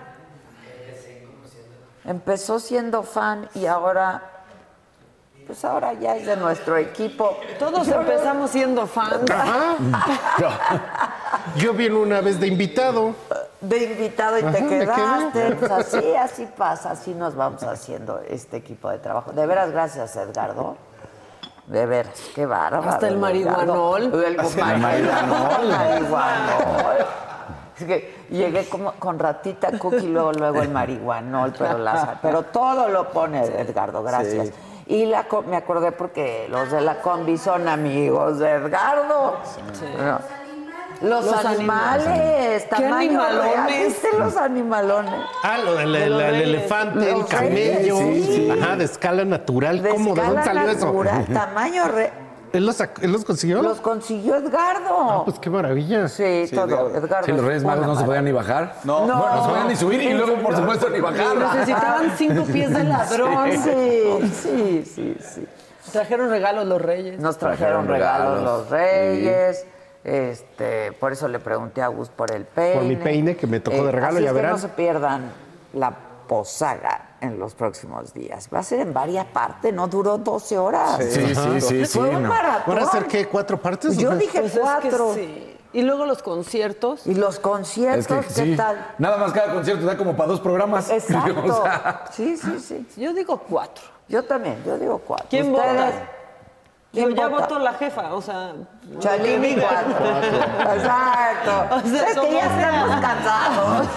Empezó siendo fan y ahora... Pues ahora ya es de nuestro equipo. Todos empezamos siendo fans. Ajá. Yo vine una vez de invitado. De invitado y Ajá, te me quedé. quedaste. Pues así pasa, así nos vamos haciendo este equipo de trabajo. De veras, gracias, Edgardo. De veras, qué bárbaro. Hasta el marihuanol. El marihuanol. Es que llegué como con ratita cookie, luego el marihuanol, pero todo lo pone Edgardo, gracias. Sí. Y me acordé porque los de la combi son amigos de Edgardo. Sí. No. Los animales, ¿Qué tamaño animalones? real. ¿Viste los animalones? Lo del el elefante, el Los camello. reyes, sí. Ajá, de escala natural. De ¿Cómo? ¿De dónde escala salió eso? natural, tamaño real. ¿Él los consiguió? Los consiguió Edgardo. Pues qué maravilla. Sí, todo. Edgardo. Sí, los Reyes Magos no se podían ni bajar. No. Bueno, no se podían ni subir y luego, por supuesto, ni bajar. Necesitaban 5 pies de ladrón. Sí. Trajeron regalos los reyes. Nos trajeron regalos los reyes. Por eso le pregunté a Gus por el peine. Por mi peine que me tocó de regalo, así ya es que verán. no se pierdan la posada en los próximos días. Va a ser en varias partes, no duró 12 horas. Sí. Fue un maratón. ¿Van a ser qué? ¿4 partes? Yo ¿O qué? dije Pues es que 4. sí. Y luego los conciertos. Y los conciertos, ¿qué tal? Nada más cada concierto da como para 2 programas. Exacto. O sea, Sí. Yo digo 4. Yo también, yo digo 4. ¿Quién vota? ¿Quién ya vota? votó la jefa, o sea... Chalini 4. Exacto. O sea, Es que como ya sea. estamos cansados.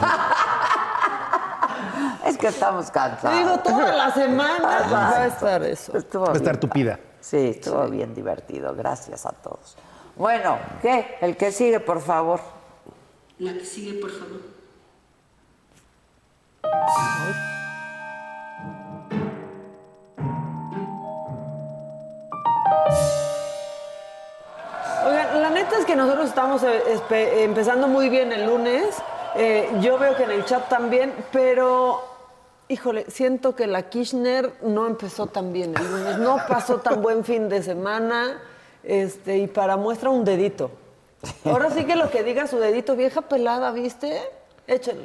Es que estamos cansados. Te digo, toda la semana va a estar eso. Va a estar tupida. Sí, estuvo bien divertido. Gracias a todos. Bueno, ¿qué? El que sigue, por favor. La que sigue, por favor. Oigan, la neta es que nosotros estamos empezando muy bien el lunes. Yo veo que en el chat también, pero, híjole, siento que la Kirchner no empezó tan bien el lunes. No pasó tan buen fin de semana. Y para muestra un dedito. Ahora sí que lo que diga su dedito, vieja pelada, ¿viste? Échenlo.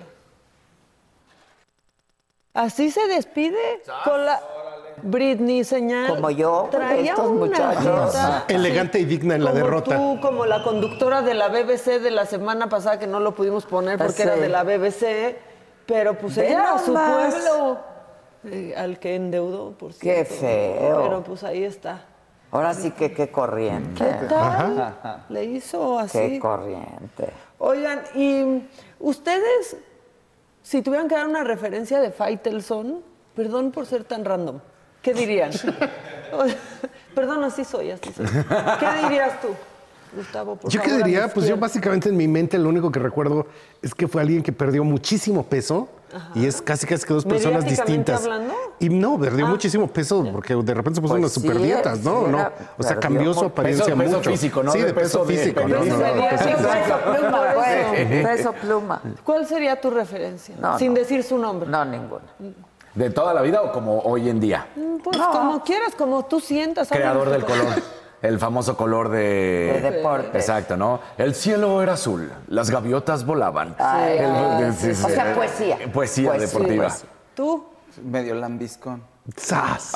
Así se despide con la Britney señal. Como yo, traía estos una muchachos. jeta. Elegante y digna en la Como derrota. Tú, como la conductora de la BBC de la semana pasada, que no lo pudimos poner porque Sí. era de la BBC, pero pues Ve ella a su nomás. pueblo, al que endeudó, por Qué cierto. feo. Pero pues ahí está. Ahora sí que qué corriente. ¿Qué tal? Le hizo así. Qué corriente. Oigan, y ustedes, si tuvieran que dar una referencia de Faitelson, perdón por ser tan random, ¿qué dirían? Perdón, así soy. ¿Qué dirías tú, Gustavo? Por ¿Yo qué favor, a mi diría? Pues yo izquierda. básicamente en mi mente lo único que recuerdo es que fue alguien que perdió muchísimo peso. Y es casi que 2 personas ¿Mediáticamente distintas. hablando? Y no, perdió muchísimo peso porque de repente se puso Pues unas sí, super dietas, ¿no? sí, No, era- o sea, perdió cambió su mucho apariencia peso mucho. físico, ¿no? Sí, De de peso peso de- físico. de no, peso no, no, mediático. peso físico. Peso pluma, güey. Peso pluma. ¿Cuál sería tu referencia? No, Sin no. decir su nombre. No, ninguna. ¿de toda la vida o como hoy en día? Pues como quieras, como tú sientas. Creador del háblanos. color. El famoso color De deporte. Exacto, ¿no? El cielo era azul, las gaviotas volaban. Ay, Sí, o sea, poesía. Poesía deportiva. Poesía. ¿Tú? Medio lambiscón. ¡Sas!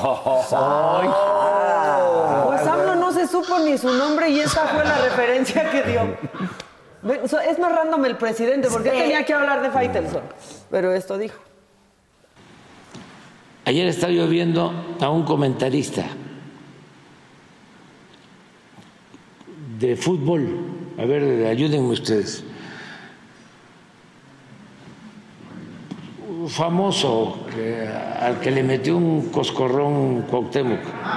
Pues AMLO no se supo ni su nombre y esa fue la referencia que dio. Es más random el presidente, porque Sí. tenía que hablar de Faitelson. Pero esto dijo. Ayer estaba yo viendo a un comentarista de fútbol. A ver, ayúdenme ustedes. famoso al que le metió un coscorrón Cuauhtémoc.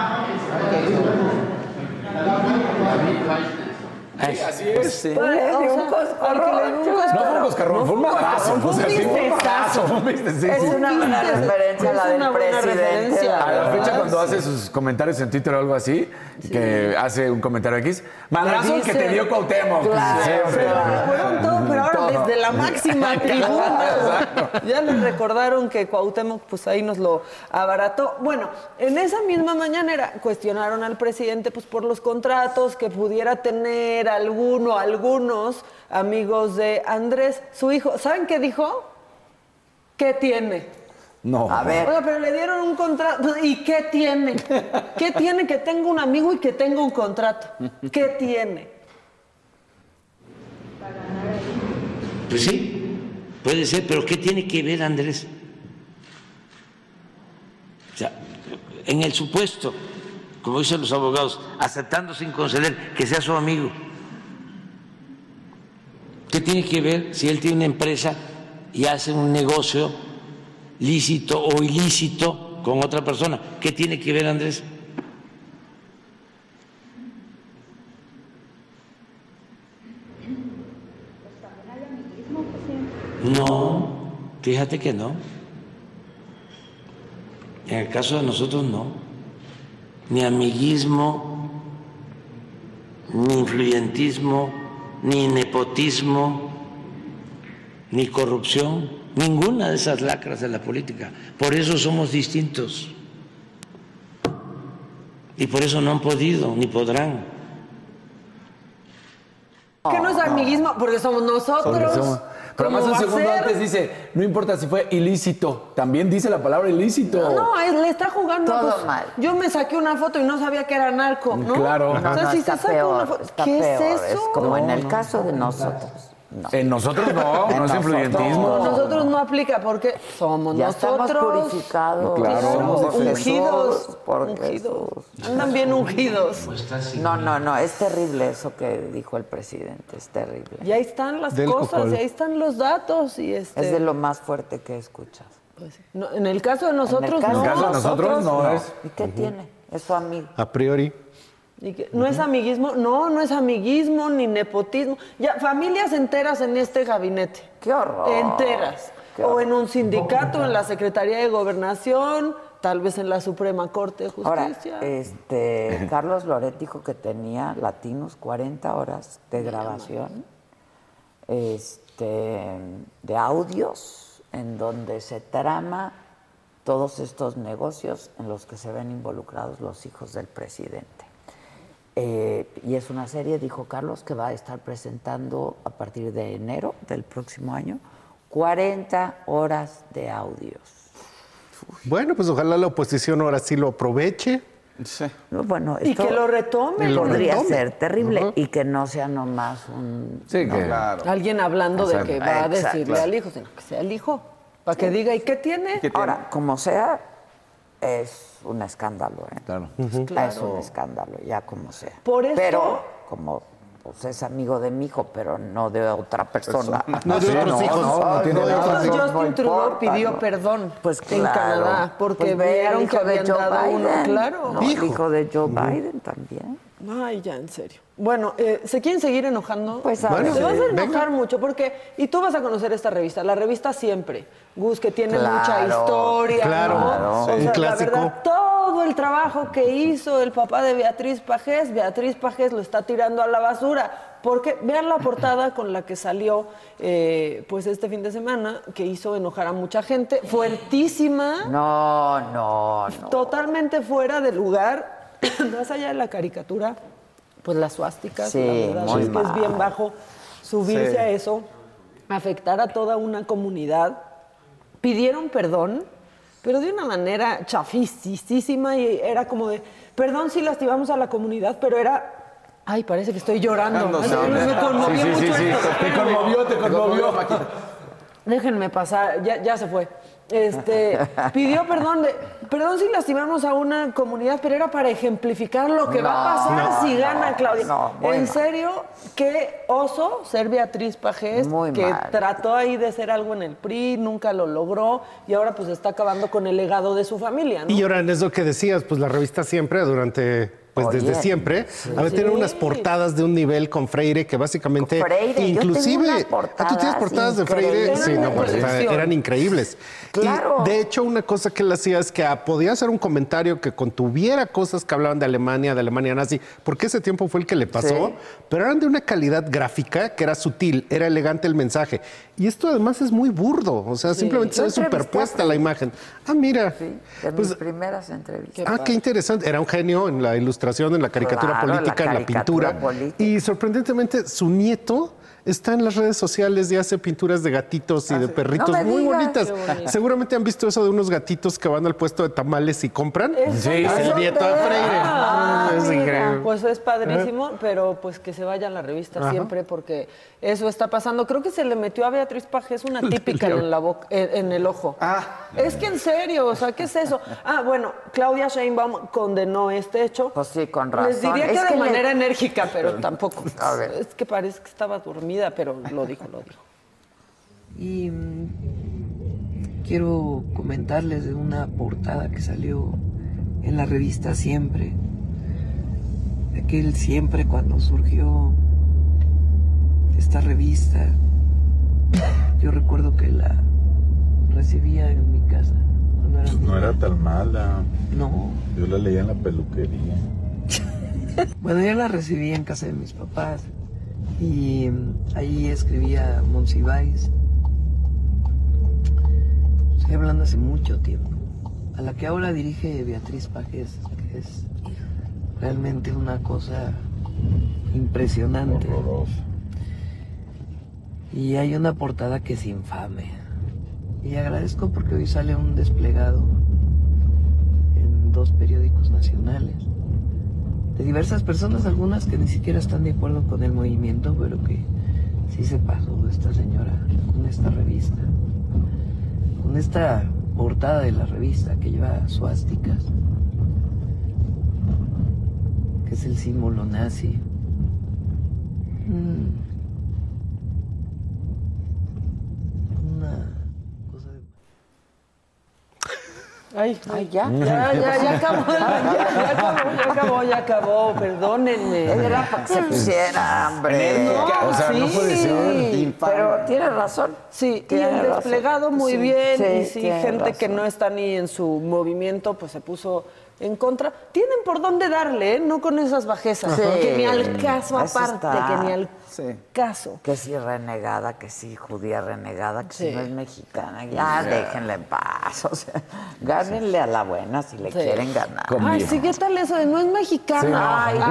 Así es. Sí. un coscorrón. No fue un coscorrón, fue un madrazo. Fue un Es una buena referencia a la del presidente. A la fecha, cuando hace sus comentarios en Twitter o algo así, que hace un comentario X, madrazo que te dio Cuauhtémoc. Claro, Siempre. fueron todo, pero ahora Todo. desde la máxima tribuna. Ya les recordaron que Cuauhtémoc, pues ahí nos lo abarató. Bueno, en esa misma mañanera cuestionaron al presidente pues por los contratos que pudiera tener algunos amigos de Andrés, su hijo. ¿Saben qué dijo? ¿Qué tiene? No. A ver. Oiga, pero le dieron un contrato. ¿Y qué tiene? ¿Qué tiene que tenga un amigo y que tenga un contrato? ¿Qué tiene? Pues sí, puede ser, pero ¿qué tiene que ver Andrés? O sea, en el supuesto, como dicen los abogados, aceptando sin conceder que sea su amigo. ¿Qué tiene que ver si él tiene una empresa y hace un negocio lícito o ilícito con otra persona? ¿Qué tiene que ver Andrés? No, fíjate que no. En el caso de nosotros no. Ni amiguismo, ni influyentismo, ni nepotismo, ni corrupción, ninguna de esas lacras de la política. Por eso somos distintos. Y por eso no han podido, ni podrán. ¿Qué no es amiguismo? Porque somos nosotros. Pero además un segundo antes dice, no importa si fue ilícito. También dice la palabra ilícito. No, le está jugando. Todo pues, mal. Yo me saqué una foto y no sabía que era narco, ¿no? Claro. O sea, si está se saca peor, una foto, está ¿qué peor. es eso? como en el caso de nosotros. No. En nosotros no, no es influyentismo. No, nosotros no aplica porque somos Ya nosotros. estamos purificados. Claro. Somos de ungidos. Jesús, por Ungidos. Jesús. Andan bien ungidos. No, es terrible eso que dijo el presidente, es terrible. Y ahí están las Del cosas, cocol. y ahí están los datos. Y Es de lo más fuerte que escuchas. pues, no, en el caso de nosotros, En el no. caso de nosotros, no es. ¿Y qué tiene? Es su amigo. A priori. Y que no es amiguismo, no es amiguismo ni nepotismo. Ya, familias enteras en este gabinete. ¡Qué horror! Enteras. Qué O horror. en un sindicato, en la Secretaría de Gobernación, tal vez en la Suprema Corte de Ahora, Justicia. Carlos Loret dijo que tenía Latinos 40 horas de grabación de audios en donde se trama todos estos negocios en los que se ven involucrados los hijos del presidente. Y es una serie, dijo Carlos, que va a estar presentando a partir de enero del próximo año 40 horas de audios. Bueno, pues ojalá la oposición ahora sí lo aproveche. Sí. Bueno, Y esto que lo retome. Y lo podría retome. ser terrible Ajá. y que no sea nomás un... Sí, que Claro. Alguien hablando de que va a Exacto. decirle al hijo, sino que sea el hijo. Para que diga, ¿y qué tiene? ¿Qué tiene? Ahora, como sea, es un escándalo, ¿eh? Claro. Es un escándalo, ya como sea. Por eso- Pero, como pues, es amigo de mi hijo, pero no de otra persona. No de otros hijos. no tiene No de nada. otros hijos. Justin Trudeau importa, pidió ¿no? perdón Pues en claro. Canadá porque Pues ve el vieron hijo que de habían Joe dado uno. Biden. Claro. No, el hijo de Joe Biden también. Ay, ya, en serio. Bueno, ¿se quieren seguir enojando? Pues a Bueno, Te vas a venga. enojar mucho porque... Y tú vas a conocer esta revista, la revista Siempre. Gus, que tiene Claro, mucha historia, claro, ¿no? sí. O Un sea, clásico. la verdad, todo el trabajo que hizo el papá de Beatriz Pajés lo está tirando a la basura. Porque vean la portada con la que salió pues este fin de semana, que hizo enojar a mucha gente, fuertísima. No. Totalmente fuera de lugar, más allá de la caricatura, pues las suásticas, Sí, la verdad muy es que es mal. bien bajo subirse Sí. a eso, afectar a toda una comunidad. Pidieron perdón, pero de una manera chafisísima y era como de, perdón si lastimamos a la comunidad, pero era... Ay, parece que estoy llorando. Ay, me conmovió Sí, mucho esto. Te conmovió. Déjenme pasar, ya se fue. pidió perdón si lastimamos a una comunidad, pero era para ejemplificar lo que va a pasar si gana Claudia. En serio, qué oso ser Beatriz Pajés, que trató ahí de hacer algo en el PRI, nunca lo logró y ahora pues está acabando con el legado de su familia, ¿no? Y ahora es lo que decías, pues la revista Siempre desde siempre, había tenido unas portadas de un nivel con Freire que básicamente, inclusive, tú tienes portadas de Freire, sí, no, pues, eran increíbles. Claro. Y de hecho, una cosa que él hacía es que podía hacer un comentario que contuviera cosas que hablaban de Alemania nazi, porque ese tiempo fue el que le pasó, pero eran de una calidad gráfica que era sutil, era elegante el mensaje. Y esto además es muy burdo, o sea, simplemente se ve superpuesta la imagen. Ah, mira. Sí, de mis primeras entrevistas. Qué interesante. Era un genio en la ilustración, en la caricatura política, en la pintura. Y sorprendentemente, su nieto está en las redes sociales y hace pinturas de gatitos y de perritos muy bonitas. Seguramente han visto eso de unos gatitos que van al puesto de tamales y compran. Sí, el nieto de Freire. Es increíble. Pues es padrísimo, pero pues que se vaya a la revista Siempre, porque eso está pasando. Creo que se le metió a Beatriz Pajés una típica en la boca, en el ojo. Es que en serio, o sea, ¿qué es eso? Bueno, Claudia Sheinbaum condenó este hecho. Pues sí, con razón. Les diría que de manera enérgica, pero tampoco. A ver. Es que parece que estaba dormida, pero lo dijo. Y quiero comentarles de una portada que salió en la revista Siempre. Aquel Siempre cuando surgió esta revista. Yo recuerdo que la recibía en mi casa. No era tan mala. No. Yo la leía en la peluquería. Bueno, yo la recibí en casa de mis papás. Y ahí escribía Monsiváis. Estoy hablando hace mucho tiempo. A la que ahora dirige Beatriz Pajés, que es realmente una cosa impresionante. Horrorosa. Y hay una portada que es infame. Y agradezco porque hoy sale un desplegado en 2 periódicos nacionales de diversas personas, algunas que ni siquiera están de acuerdo con el movimiento, pero que sí se pasó esta señora con esta revista, con esta portada de la revista que lleva suásticas, que es el símbolo nazi. Una cosa de... Ya acabó, perdónenme. Era para que se pusiera, hombre. No puede ser. Pero tiene razón. Sí, y el desplegado muy bien, y gente que no está ni en su movimiento, pues se puso en contra. Tienen por dónde darle, no con esas bajezas. Que ni al caso aparte, que ni al caso. Que sí renegada, que sí judía renegada, que si no es mexicana. Ya déjenla en paz. O sea, gánenle a la buena si le quieren ganar. Ay, sí, ¿qué tal eso de no es mexicana? Sí.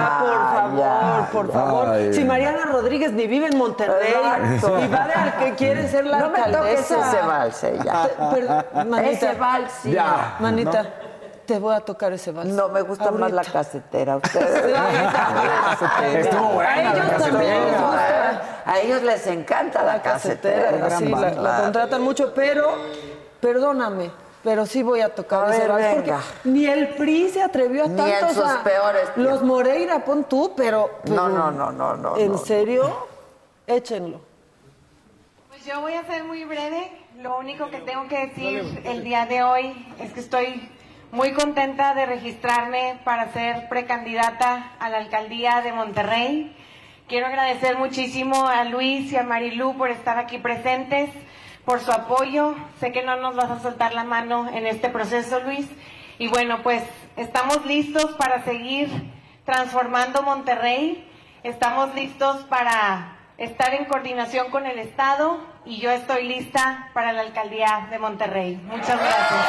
Por favor. Ay. Si Mariana Rodríguez ni vive en Monterrey, y va de al que quiere ser la alcaldesa. No me toques ese vals, ya. Manita, ese vals, sí. Ya. Manita. ¿No? Te voy a tocar ese vals. No, me gusta más la casetera. Ustedes. Estuvo buena. A ellos también les gusta. A ellos les encanta la casetera. Sí, la contratan mucho, pero perdóname, pero sí voy a tocar ese vals. Porque ni el PRI se atrevió a tanto. Ni en sus peores tiempos. Los Moreira, pon tú, pero no. ¿En serio? Échenlo. Pues yo voy a ser muy breve. Lo único que tengo que decir el día de hoy es que estoy muy contenta de registrarme para ser precandidata a la alcaldía de Monterrey. Quiero agradecer muchísimo a Luis y a Marilú por estar aquí presentes, por su apoyo. Sé que no nos vas a soltar la mano en este proceso, Luis. Y bueno, pues estamos listos para seguir transformando Monterrey. Estamos listos para estar en coordinación con el Estado y yo estoy lista para la alcaldía de Monterrey. Muchas gracias.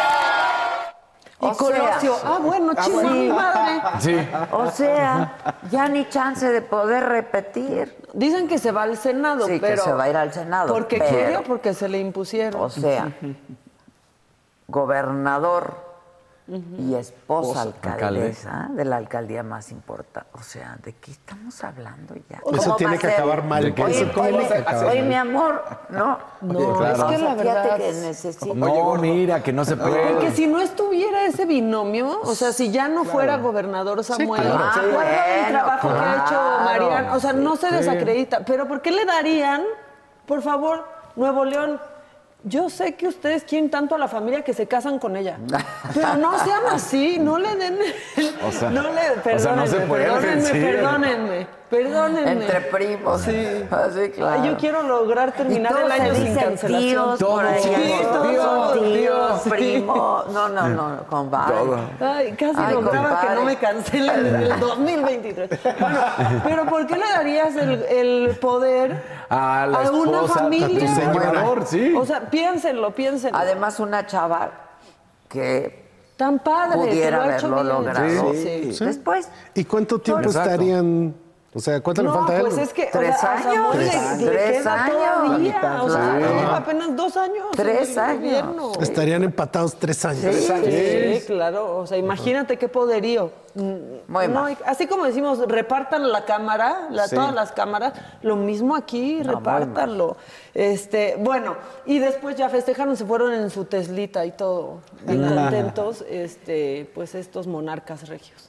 Y Colosio. Mi madre. Sí. O sea, ya ni chance de poder repetir. Dicen que se va al Senado, sí, pero... que se va a ir al Senado. ¿Porque quiere o porque se le impusieron? O sea, gobernador y esposa alcaldesa de la alcaldía más importante. O sea, ¿de qué estamos hablando ya? Eso tiene que acabar mal. Oye, mi amor, no. No, claro. Es que la verdad... Fíjate que necesito... No, mira, que no se puede. Porque si no estuviera ese binomio, o sea, si ya no fuera gobernador Samuel, el trabajo que ha hecho Mariano, o sea, no se desacredita. Pero ¿por qué le darían, por favor, Nuevo León? Yo sé que ustedes quieren tanto a la familia que se casan con ella. Pero no sean así, no le den... no se puede. Perdónenme. Entre primos. Sí. Así, claro. Ay, yo quiero lograr terminar el año sin cancelación. Tíos, primo. No, compadre. Ay, casi lograba que no me cancelen en el 2023. Bueno, pero ¿por qué le darías el poder a la esposa, una familia? A tu señor, sí. O sea, piénsenlo. Además, una chava que tan padre pudiera haberlo logrado. Sí. Después. ¿Y cuánto tiempo estarían? O sea, ¿cuánto le falta a él? Pues es que, 3 años. ¿Tres años? Todavía. O sea, lleva apenas 2 años. 3 años. Estarían empatados 3 años. Sí, claro. O sea, imagínate qué poderío. Así como decimos, repartan la cámara, todas las cámaras, lo mismo aquí, repártanlo. Bueno, y después ya festejaron, se fueron en su Teslita y todo, bien contentos, pues estos monarcas regios.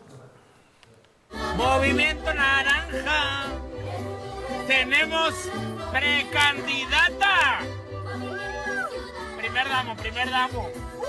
Movimiento Naranja. Tenemos precandidata. Primer damo. Primer damo.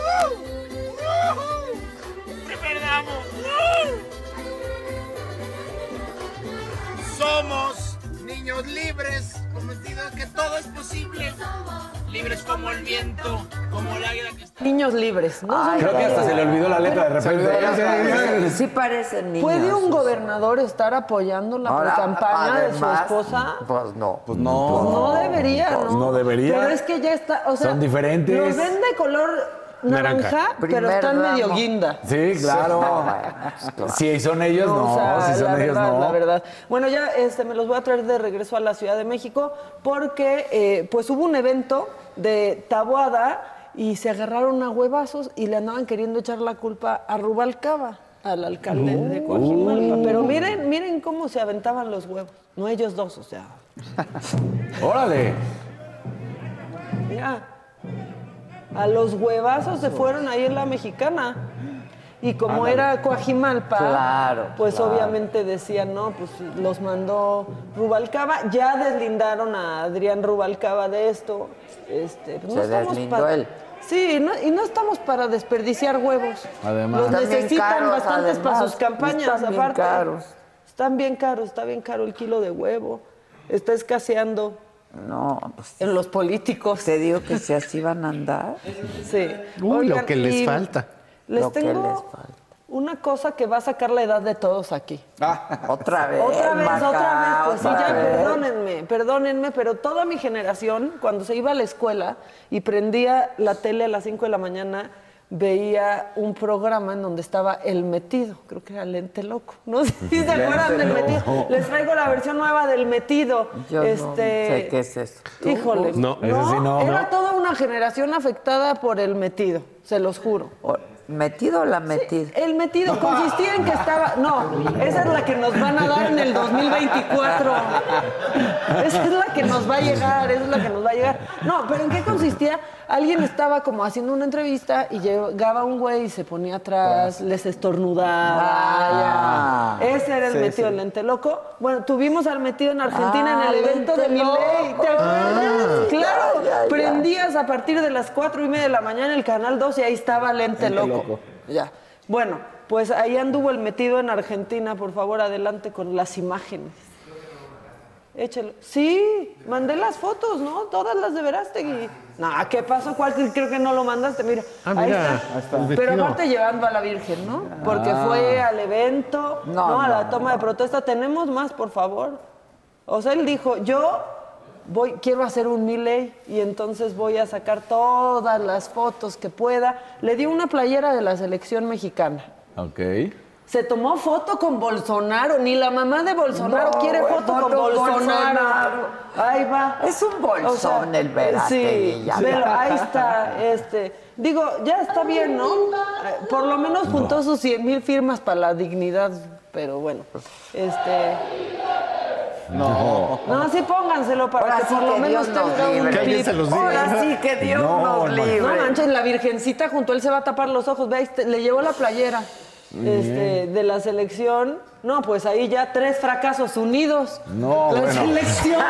Somos niños libres, convencidos que todo es posible. Libres como el viento, como el águila que está... Niños libres, ¿no? Creo que hasta se le olvidó la letra de repente. Sí parecen niños. ¿Puede un gobernador estar apoyando la precampaña de su esposa? Pues no. No debería, ¿no? No debería. Pero es que ya está, o sea... Son diferentes. Los ven de color... naranja, pero están medio guinda. Sí, claro. Si son ellos, no. Si son ellos, no. La verdad. Bueno, ya me los voy a traer de regreso a la Ciudad de México porque pues hubo un evento de Taboada y se agarraron a huevazos y le andaban queriendo echar la culpa a Rubalcaba, al alcalde de Coajimalpa. Pero miren cómo se aventaban los huevos. No ellos dos, o sea. ¡Órale! Mira. A los huevazos se fueron ahí en la Mexicana. Y como era Coajimalpa, pues obviamente decían, no, pues los mandó Rubalcaba. Ya deslindaron a Adrián Rubalcaba de esto. Se deslindó él. Sí, y no estamos para desperdiciar huevos. Además. Los necesitan bastantes para sus campañas. Están bien caros. Están bien caros, está bien caro el kilo de huevo. Está escaseando. No, pues en los políticos. Te digo que si así van a andar. Sí. Oigan, lo que les falta. Les tengo una cosa que va a sacar la edad de todos aquí. Otra vez. Pues sí, ya perdónenme, pero toda mi generación, cuando se iba a la escuela y prendía la tele a las 5 de la mañana, veía un programa en donde estaba El Metido, creo que era Lente Loco. No sé si se acuerdan del Metido. Les traigo la versión nueva del Metido. Yo no sé qué es eso. Híjole. No, ese sí no. Era toda una generación afectada por El Metido, se los juro. ¿Metido o la metida? Sí, El Metido consistía en que estaba... No, esa es la que nos van a dar en el 2024. Esa es la que nos va a llegar, No, pero ¿en qué consistía? Alguien estaba como haciendo una entrevista y llegaba un güey y se ponía atrás, les estornudaba. Ese era el Metido, el Lente Loco. Bueno, tuvimos al Metido en Argentina en el evento de Milei. ¿Te acuerdas? Claro, prendías a partir de las 4:30 de la mañana en el Canal 2 y ahí estaba Lente Loco. Ya. Bueno, pues ahí anduvo el Metido en Argentina. Por favor, adelante con las imágenes. Échalo. Sí, mandé las fotos, ¿no? Todas las de Verástegui. No, ¿qué pasó? ¿Cuál? Creo que no lo mandaste, mira. Ahí está. Pero aparte llevando a la Virgen, ¿no? Porque fue al evento, a la toma de protesta. ¿Tenemos más, por favor? O sea, él dijo, quiero hacer un Milei y entonces voy a sacar todas las fotos que pueda. Le dio una playera de la selección mexicana. Ok. Se tomó foto con Bolsonaro. Ni la mamá de Bolsonaro quiere foto con Bolsonaro. Ahí va. Es un bolsón el Verástegui. Sí, pero ahí está. Digo, ya está bien, ¿no? Por lo menos juntó sus 100,000 firmas para la dignidad. Pero bueno, No, sí pónganselo para que por lo menos tenga un clip. Ahora sí que Dios nos libre. No manches, la virgencita junto a él se va a tapar los ojos. Ve, le llevó la playera de la selección. No, pues ahí ya 3 fracasos unidos. No, la selección.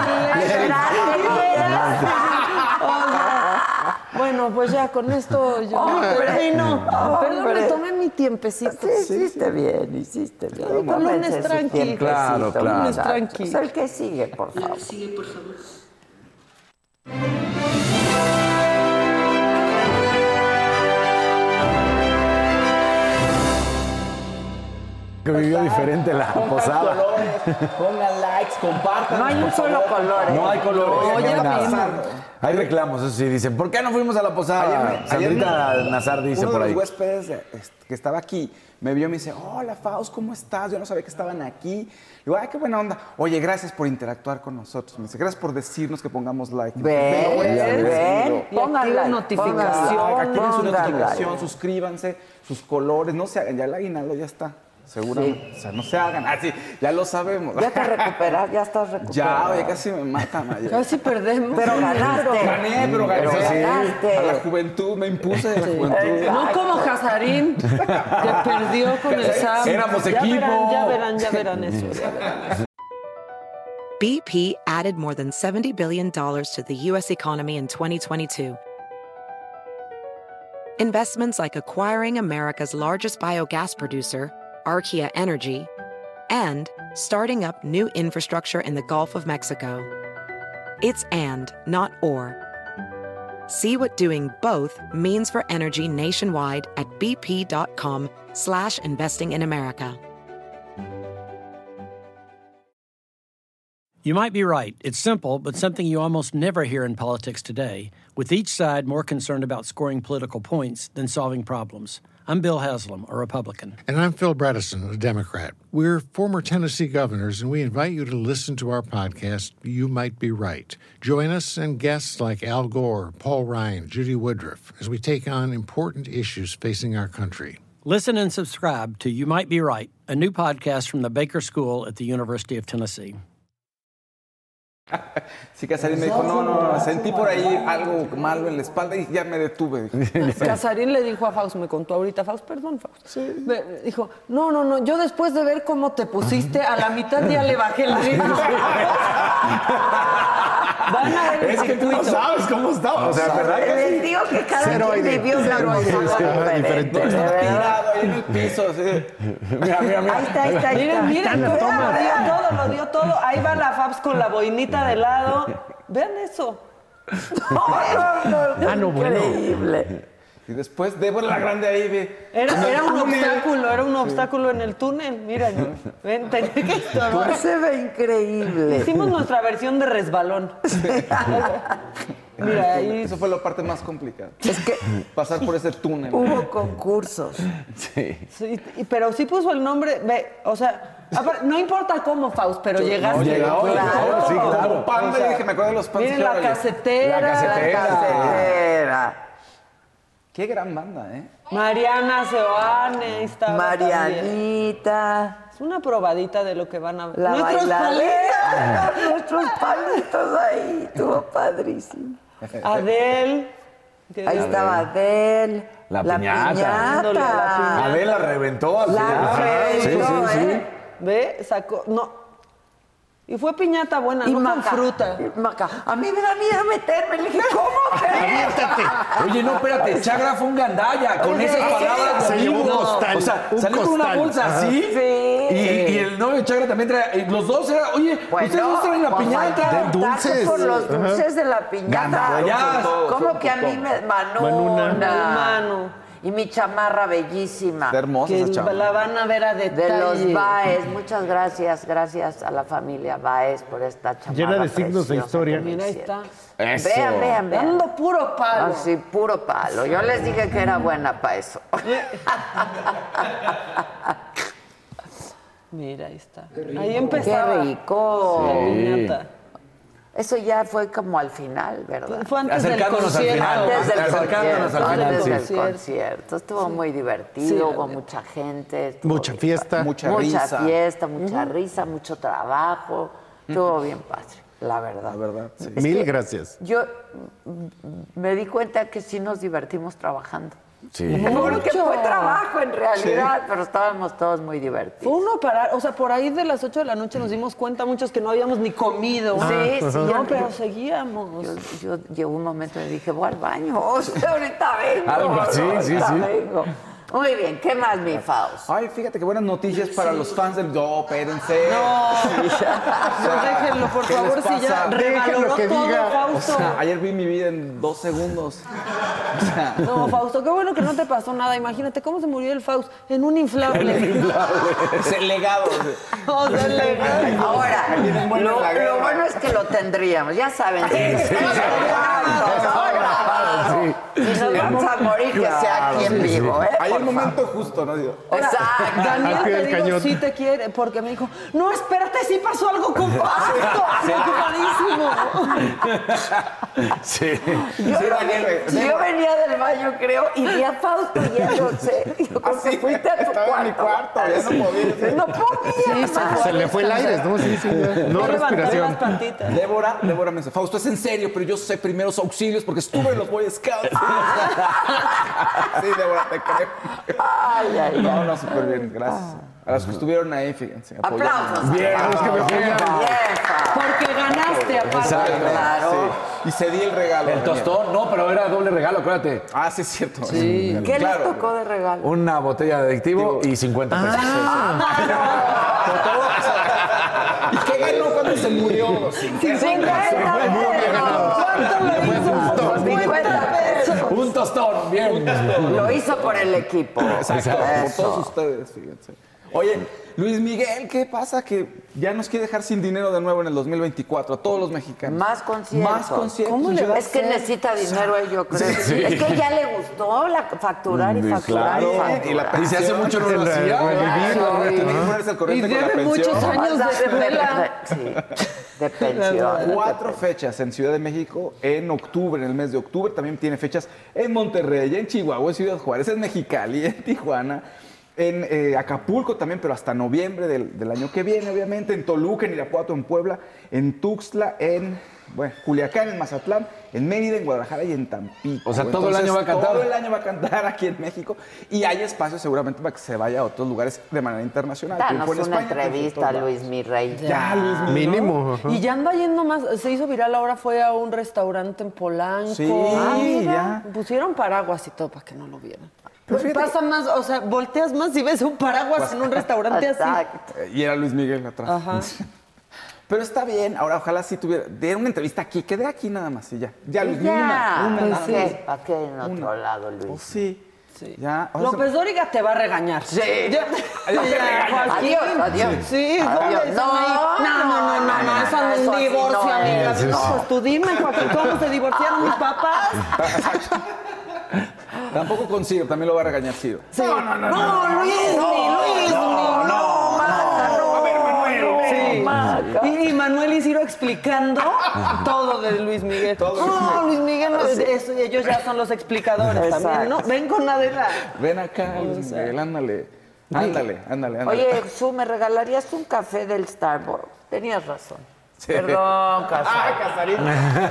Bueno, pues ya con esto yo termino. Perdón, me tomé mi tiempecito. Hiciste bien. Con lunes tranqui. Claro. Lunes tranqui. Pues el que sigue, por favor. Que vivió diferente la posada. Pongan likes, compartan. No hay un solo color. No hay colores. Oye, hay reclamos, eso sí, dicen, ¿por qué no fuimos a la posada? Sandrita Nazar dice por ahí. Uno de los huéspedes que estaba aquí me vio y me dice, hola Faust, ¿cómo estás? Yo no sabía que estaban aquí. Digo, ay, qué buena onda. Oye, gracias por interactuar con nosotros. Me dice, gracias por decirnos que pongamos like. Ven. Pongan la notificación. Activen su notificación, suscríbanse, sus colores, no se hagan, ya el aguinaldo ya está. Seguramente, o sea, no se hagan. Sí, ya lo sabemos. Ya te recuperas, ya estás recuperado. Ya, oye, casi me matan ayer. Casi perdemos. Pero ganaste. Gané. Ganaste. A la juventud, me impuse de la juventud. No como Casarín, que perdió con el Sam. Éramos equipo. Ya verán eso. BP added more than $70 billion to the U.S. economy in 2022. Investments like acquiring America's largest biogas producer, Archaea Energy, and starting up new infrastructure in the Gulf of Mexico. It's and, not or. See what doing both means for energy nationwide at bp.com/investing in America. You might be right. It's simple, but something you almost never hear in politics today, with each side more concerned about scoring political points than solving problems. I'm Bill Haslam, a Republican. And I'm Phil Bredesen, a Democrat. We're former Tennessee governors, and we invite you to listen to our podcast, You Might Be Right. Join us and guests like Al Gore, Paul Ryan, Judy Woodruff, as we take on important issues facing our country. Listen and subscribe to You Might Be Right, a new podcast from the Baker School at the University of Tennessee. Sí, Casarín me dijo, no, sentí por ahí algo malo en la espalda y ya me detuve. Casarín le dijo a Faust, me contó ahorita, Faust, perdón, Faust. Sí. Dijo, no, yo después de ver cómo te pusiste, a la mitad ya le bajé el ritmo. Van a ver es que tú no sabes cómo estamos. O sea, ¿verdad que les digo que cada quien vivió una cosa diferente. Tirado ahí en el piso, sí. Mira. Ahí está. Miren, lo dio todo. Ahí va la Fabs con la boinita de lado. Vean eso. No, increíble. Y después Débora la Grande ahí ve. Era un obstáculo en el túnel. Mira, ven, tenía que estorbar. Se ve increíble. Hicimos nuestra versión de resbalón. Mira, ahí. Eso fue la parte más complicada. Es que pasar por ese túnel. Hubo concursos. Sí, pero sí puso el nombre. O sea, no importa cómo, Faust, pero llegaste. Claro, sí, claro. Panda, dije, me acuerdo de los pandas. Miren la casetera. Qué gran banda, ¿eh? Mariana Seoane estaba Marianita. También. Es una probadita de lo que van a ver. Nuestros palitos ahí. Estuvo padrísimo. Adele. Ahí estaba Adele. La piñata. Adele la reventó al final. Sí. ¿Ve? Sacó. No. Y fue piñata buena, y no maca, con fruta. Maca. A mí me da miedo meterme. Le dije, ¿cómo crees? Oye, no, espérate. Chagra fue un gandalla con esas palabras. Se llevó un costal. O sea, salió con una bolsa así. Sí. Y el novio de Chagra también trae. Los dos eran, oye, ustedes no traen la piñata. Dulces. Por los dulces de la piñata. Gandallas. ¿Cómo que a mí me... Manuna. Manu. Y mi chamarra bellísima. Está hermosa Que esa chamarra. la van a ver a detalle. De los Baez. Muchas gracias. Gracias a la familia Baez por esta chamarra. Llena de signos de preciosa historia. que me Mira, ahí hicieron. está. Eso. Vean. Dando puro palo. Ah, sí, puro palo. Yo les dije que era buena para eso. Mira, ahí está. Ahí empezaba. Qué rico. Piñata. Eso ya fue como al final, ¿verdad? Fue antes del Acercándonos al concierto. final. Antes del Acercándonos al final, Antes sí. del concierto. Estuvo muy divertido, Sí, hubo mucha gente. estuvo Mucha bien fiesta. padre. Mucha Mucha risa. fiesta, mucha risa, mucho trabajo. Estuvo bien padre, la verdad. La verdad, sí. Mil gracias. Yo me di cuenta que sí nos divertimos trabajando. Sí. Porque fue trabajo en realidad, pero estábamos todos muy divertidos. Fue uno parar, o sea, por ahí de las 8 de la noche nos dimos cuenta muchos que no habíamos ni comido. Sí, sí. No, pero seguíamos. Yo llegó un momento y dije, voy al baño, o sea, ahorita vengo. Algo, sí, ahorita sí. vengo. Muy bien, ¿qué más, mi Faust? Ay, fíjate qué buenas noticias para los fans del... No, espérense. No, déjenlo, por ¿Qué les favor, si ya pasa? revaloró que todo, diga. Fausto. O sea, ayer vi mi vida en 2 segundos. O sea, No, Fausto, qué bueno que no te pasó nada. Imagínate cómo se murió el Fausto en un inflable. es el legado. O sea, el legado. Ahora, Vienen buenos en la guerra. lo bueno es que lo tendríamos, ya saben. Si nos vamos a morir, que sea aquí en vivo, ¿eh? Hay Por un momento justo, ¿no? Digo, Exacto. Daniel Al pie te del digo, cañón. sí te quiere, porque me dijo, no, espérate, sí pasó algo con Fausto. Preocupadísimo. Sí. Yo venía del baño, creo, y vi a Fausto yéndose. Yo creo que fuiste a tu estaba cuarto. en mi cuarto, ya no podía. No podía. Se le fue el aire, ¿no? Sí, sí. No Yo levanté las respiración. patitas. Débora me dice, Fausto, es en serio, pero yo sé primeros auxilios porque estuve en los Boy Scouts. Sí, Débora, te creo. No, súper bien, gracias. A los que estuvieron ahí, fíjense. Aplausos. Bien, a los que me apoyan. Porque ganaste, aparte. Claro. Sí. Y cedí el regalo. El tostón, no, pero era doble regalo, acuérdate. Ah, sí, es cierto. Sí. ¿Qué Claro. les tocó de regalo? Una botella de adictivo y 50 pesos. ¿Y qué ganó cuando se murió? 50 pesos. Un tostón, bien. Lo hizo por el equipo. Exacto, por Eso. todos ustedes, fíjense. Oye, Luis Miguel, ¿qué pasa? Que ya nos quiere dejar sin dinero de nuevo en el 2024 a todos los mexicanos. Más conciertos. Más conciertos. ¿Cómo le va a Es que hacer? necesita dinero él, yo creo. Sí. Es que ya le gustó facturar y facturar Claro, y facturar. y la Y si hace mucho no lo hacía. Tiene que ponerse al Y corriente con la debe pensión. muchos años de escuela. Sí, de pensión. 4 fechas en Ciudad de México en octubre, en el mes de octubre. También tiene fechas en Monterrey, en Chihuahua, en Ciudad Juárez, en Mexicali, en Tijuana, en Acapulco también, pero hasta noviembre del año que viene, obviamente. En Toluca, en Irapuato, en Puebla, en Tuxtla, en Culiacán, en Mazatlán, en Mérida, en Guadalajara y en Tampico. O sea, todo el año va a cantar. Todo el año va a cantar aquí en México. Y hay espacio seguramente para que se vaya a otros lugares de manera internacional. Danos Triunfó en una España, triunfó en entrevista, todos lados. Luis mi rey. Ya, Luis Miguel. Mínimo. ajá. Y ya anda yendo más, se hizo viral ahora, fue a un restaurante en Polanco. Sí, mira, ya. pusieron paraguas y todo para que no lo vieran. Pero fíjate Pasa más, o sea, volteas más si ves un paraguas en un restaurante así. Exacto. Y era Luis Miguel atrás. Ajá. Pero está bien, ahora ojalá sí tuviera, de una entrevista aquí, que dé aquí nada más y ya. Ya, Luis Miguel, Ya, una ¿para nada qué? más. ¿Para qué en otro lado, Luis? Oh, sí. Sí. Ya. ahora López Dóriga te va a regañar. Sí. Ya, Joaquín. Adiós. Sí, ¿dónde Adiós. están ahí? No, eso no es un divorcio, no amiga. es. No, pues tú dime, Joaquín, ¿cómo se divorciaron mis papás? Tampoco con Ciro, también lo va a regañar Ciro. Sí. No, Luis, A ver, Manuel. Sí. Y Manuel y Ciro explicando todo de Luis Miguel. No, Luis Miguel, no, ellos ya son los explicadores también, ¿no? Ven con Adela. Ven acá, Luis Miguel, ándale. Ándale. Oye, Su, ¿me regalarías un café del Starbucks? Tenías razón. Sí. Perdón, Casarín. Ay, Casarín.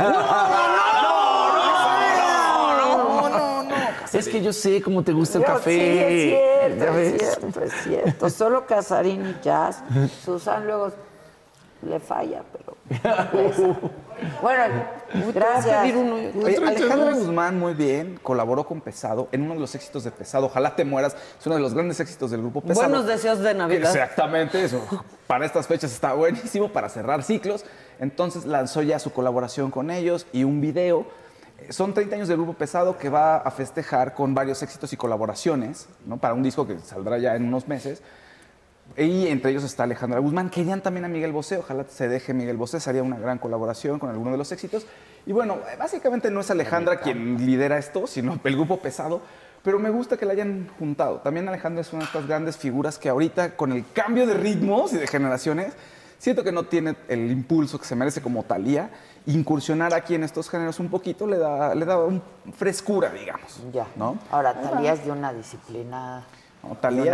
No. Es que yo sé cómo te gusta el Yo, café. Sí, es ¿Ya ves? es cierto. Solo Casarín y Jazz. Susan luego le falla, pero... Bueno, gracias. Oye, Alejandra Guzmán, muy bien, colaboró con Pesado en uno de los éxitos de Pesado. Ojalá te mueras. Es uno de los grandes éxitos del grupo Pesado. Buenos deseos de Navidad. Exactamente eso. Para estas fechas está buenísimo, para cerrar ciclos. Entonces lanzó ya su colaboración con ellos y un video Son 30 años del Grupo Pesado que va a festejar con varios éxitos y colaboraciones, ¿no? Para un disco que saldrá ya en unos meses. Y entre ellos está Alejandra Guzmán. Querían también a Miguel Bosé, ojalá se deje Miguel Bosé, sería una gran colaboración con alguno de los éxitos. Y bueno, básicamente no es Alejandra quien lidera esto, sino el Grupo Pesado, pero me gusta que la hayan juntado. También Alejandra es una de estas grandes figuras que ahorita, con el cambio de ritmos y de generaciones, siento que no tiene el impulso que se merece como Thalía. Incursionar aquí en estos géneros un poquito le da una frescura, digamos. Ya. ¿No? Ahora, Thalía es de una disciplina... No, Thalía.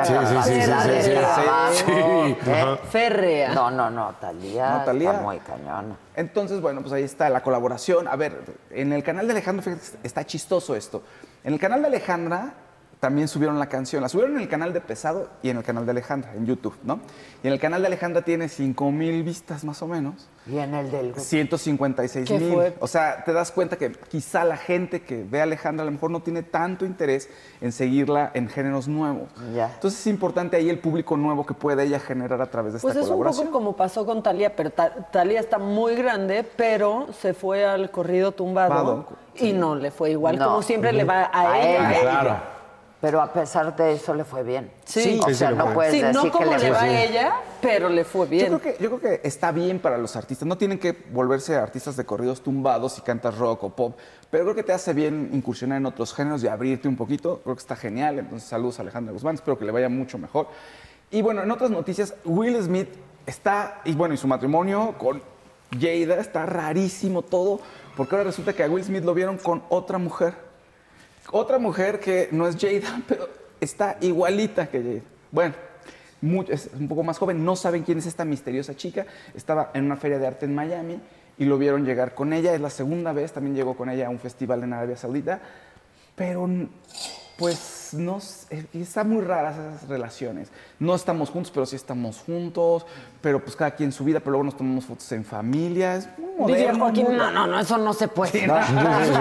Férrea. No, Thalía está muy cañona. Entonces, bueno, pues ahí está la colaboración. A ver, en el canal de Alejandra, fíjate, está chistoso esto. En el canal de Alejandra también subieron la canción. La subieron en el canal de Pesado y en el canal de Alejandra, en YouTube, ¿no? Y en el canal de Alejandra tiene 5,000 vistas más o menos. ¿Y en el del grupo? 156,000. O sea, te das cuenta que quizá la gente que ve a Alejandra a lo mejor no tiene tanto interés en seguirla en géneros nuevos. Ya. Entonces es importante ahí el público nuevo que puede ella generar a través de esta colaboración. Pues es un poco como pasó con Thalía, pero Thalía está muy grande, pero se fue al corrido tumbado y no le fue igual, como siempre le va a ella. Claro. Pero a pesar de eso le fue bien. Sí. O sea, no puedes decir no como que le va a ella, pero le fue bien. Yo creo que está bien para los artistas. No tienen que volverse artistas de corridos tumbados si cantas rock o pop, pero creo que te hace bien incursionar en otros géneros y abrirte un poquito. Creo que está genial. Entonces, saludos a Alejandra Guzmán. Espero que le vaya mucho mejor. Y bueno, en otras noticias, Will Smith está, y su matrimonio con Jada está rarísimo todo, porque ahora resulta que a Will Smith lo vieron con otra mujer. Otra mujer que no es Jada, pero está igualita que Jada. Bueno, es un poco más joven, no saben quién es esta misteriosa chica. Estaba en una feria de arte en Miami y lo vieron llegar con ella. Es la segunda vez, también llegó con ella a un festival en Arabia Saudita. Pero, pues, no, está muy raras esas relaciones. No estamos juntos, pero sí estamos juntos. Pero, pues, cada quien su vida, pero luego nos tomamos fotos en familia. Es muy moderno. Diría Joaquín, no, eso no se puede. Sí, no. Eso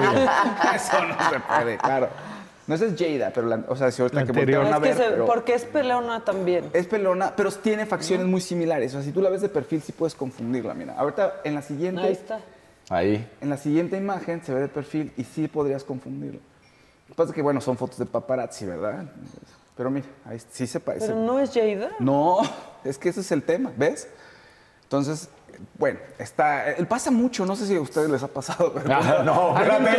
no se puede, claro. No, esa es Jada, pero o sea, si ahorita que voltearon a ver... Porque es pelona también. Es pelona, pero tiene facciones muy similares. O sea, si tú la ves de perfil, sí puedes confundirla. Mira, ahorita en la siguiente... Ahí está. Ahí. En la siguiente imagen se ve de perfil y sí podrías confundirlo. Lo que pasa es que, bueno, son fotos de paparazzi, ¿verdad? Pero mira, ahí sí se parece. ¿Pero no es Jada? No, es que ese es el tema, ¿ves? Entonces... Bueno, pasa mucho, no sé si a ustedes les ha pasado. Pero no,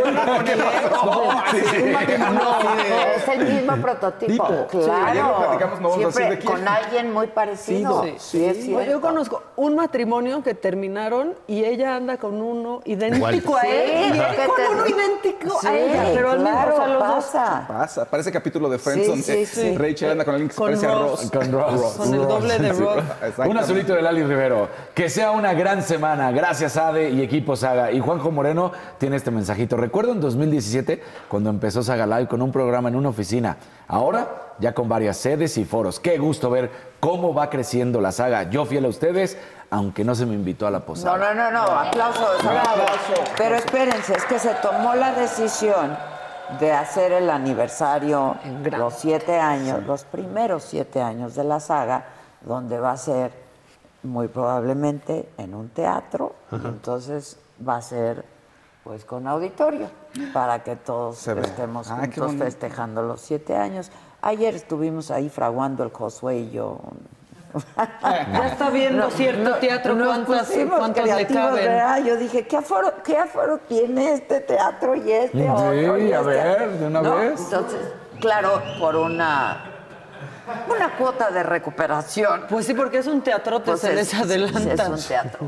es el mismo prototipo. Claro. Sí, ayer lo platicamos, no vamos a decir de quién. Con alguien muy parecido. Sí, es cierto. Yo conozco un matrimonio que terminaron y ella anda con uno idéntico a él. Y él con uno idéntico a ella. Pero al mismo, o sea, los pasa. Pasa. Parece capítulo de Friends donde Rachel anda con alguien que se parece a Ross. Con Ross. Con el doble de Ross. Un azulito de Lali Rivero. Que sea una gran semana. Gracias, Ade y equipo Saga. Y Juanjo Moreno tiene este mensajito. Recuerdo en 2017 cuando empezó Saga Live con un programa en una oficina. Ahora ya con varias sedes y foros. Qué gusto ver cómo va creciendo la saga. Yo fiel a ustedes, aunque no se me invitó a la posada. No. Aplausos. Bravo. Pero espérense, es que se tomó la decisión de hacer el aniversario, los 7 años, los primeros 7 años de la saga, donde va a ser muy probablemente en un teatro, y entonces va a ser pues con auditorio, para que todos estemos juntos festejando los 7 años. Ayer estuvimos ahí fraguando el Josué y yo. Ya está viendo cierto teatro, ¿cuántos le caben? ¿Verdad? Yo dije, ¿qué aforo tiene este teatro y este otro? Sí, a ver, de una vez. Entonces, claro, por una cuota de recuperación. Pues sí, porque es un teatrote, pues se les adelanta. Es un teatro.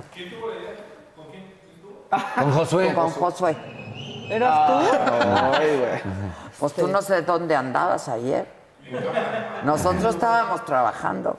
Con Josué. Con Josué. ¿Eras tú? Pues tú no sé dónde andabas ayer. Nosotros estábamos trabajando.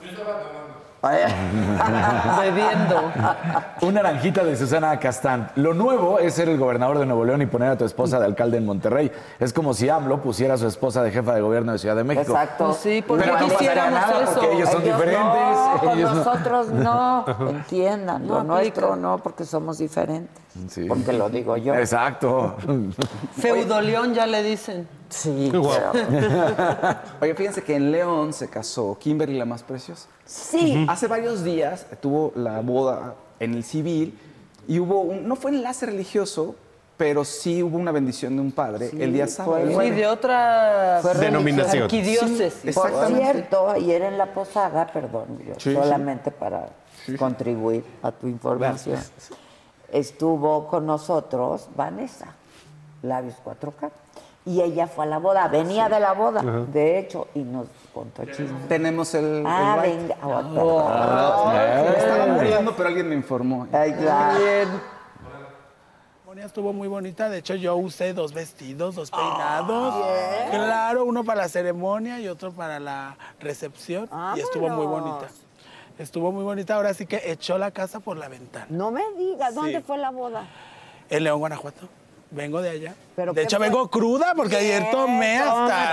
Bebiendo. Una naranjita de Susana Castán. Lo nuevo es ser el gobernador de Nuevo León y poner a tu esposa de alcalde en Monterrey. Es como si AMLO pusiera a su esposa de jefa de gobierno de Ciudad de México. Exacto. Pues sí, porque pero no pasaría nada eso. porque ellos son diferentes. No, con ellos nosotros no. Entiendan, lo nuestro no, porque somos diferentes. Sí. Porque lo digo yo. Exacto. Feudoleón ya le dicen. Sí, Oye, fíjense que en León se casó Kimberly la más preciosa. Sí. Hace varios días tuvo la boda en el civil y hubo no fue enlace religioso, pero sí hubo una bendición de un padre el día sábado. Sí, de otra denominación. Arquidiócesis. Por cierto, ayer en la posada, perdón, solamente para contribuir a tu información, estuvo con nosotros Vanessa, Labios 4K. Y ella fue a la boda, venía de la boda, de hecho, y nos contó chismes. Tenemos el venga. Me estaba muriendo, pero alguien me informó. Ay, claro. Estuvo muy bonita, de hecho yo usé 2 vestidos, 2 peinados, claro, uno para la ceremonia y otro para la recepción, y estuvo muy bonita. Estuvo muy bonita, ahora sí que echó la casa por la ventana. No me digas, ¿dónde fue la boda? En León, Guanajuato. Vengo de allá. ¿Pero de hecho, vengo cruda porque ayer tomé hasta...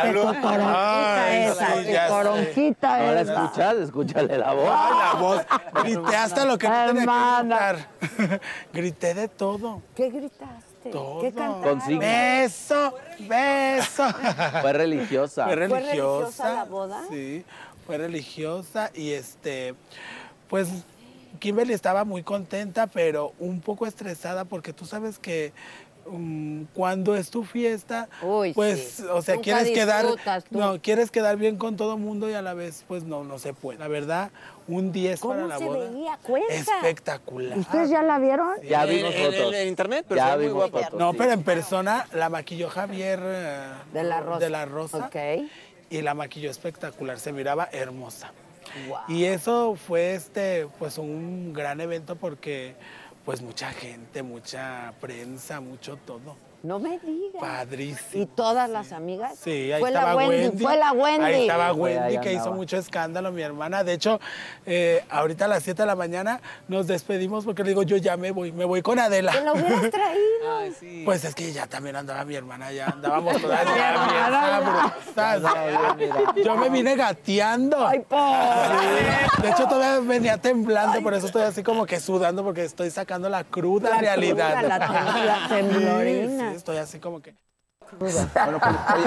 Coronquita Ahora escúchale la voz. Ay, la voz. Grité hasta lo que no tenía que gritar. Grité de todo. ¿Qué gritaste? Todo. ¿Qué cantaste? Consigna. Beso, beso. Fue religiosa. Fue religiosa. ¿Fue religiosa la boda? Sí, fue religiosa y pues Kimberly estaba muy contenta, pero un poco estresada porque tú sabes que cuando es tu fiesta, pues, o sea, Nunca quieres quedar bien con todo mundo y a la vez, pues no se puede. La verdad, un 10 para la boda. ¿Cómo se veía? Cuenta. Espectacular. ¿Ustedes ya la vieron? Ya vimos fotos. En internet, pero ya muy vimos guapa. fotos. No, pero en persona la maquilló Javier de la Rosa. Okay. Y la maquilló espectacular, se miraba hermosa. Wow. Y eso fue pues un gran evento porque pues mucha gente, mucha prensa, mucho todo. No me digas. Padrísimo. ¿Y todas las amigas? Sí, ahí fue estaba la Wendy. Fue la Wendy. Ahí estaba Wendy, que hizo mucho escándalo, mi hermana. De hecho, ahorita a las 7 de la mañana nos despedimos porque le digo, yo ya me voy con Adela. ¿Te lo hubieras traído? Ay, sí. Pues es que ya también andaba mi hermana, ya andábamos todas bien sabrosas. Yo me vine gateando. Ay, pobre. De hecho, todavía venía temblando, por eso estoy así como que sudando porque estoy sacando la cruda realidad. La temblorina. Sí, estoy así como que... Bueno, pues, oye.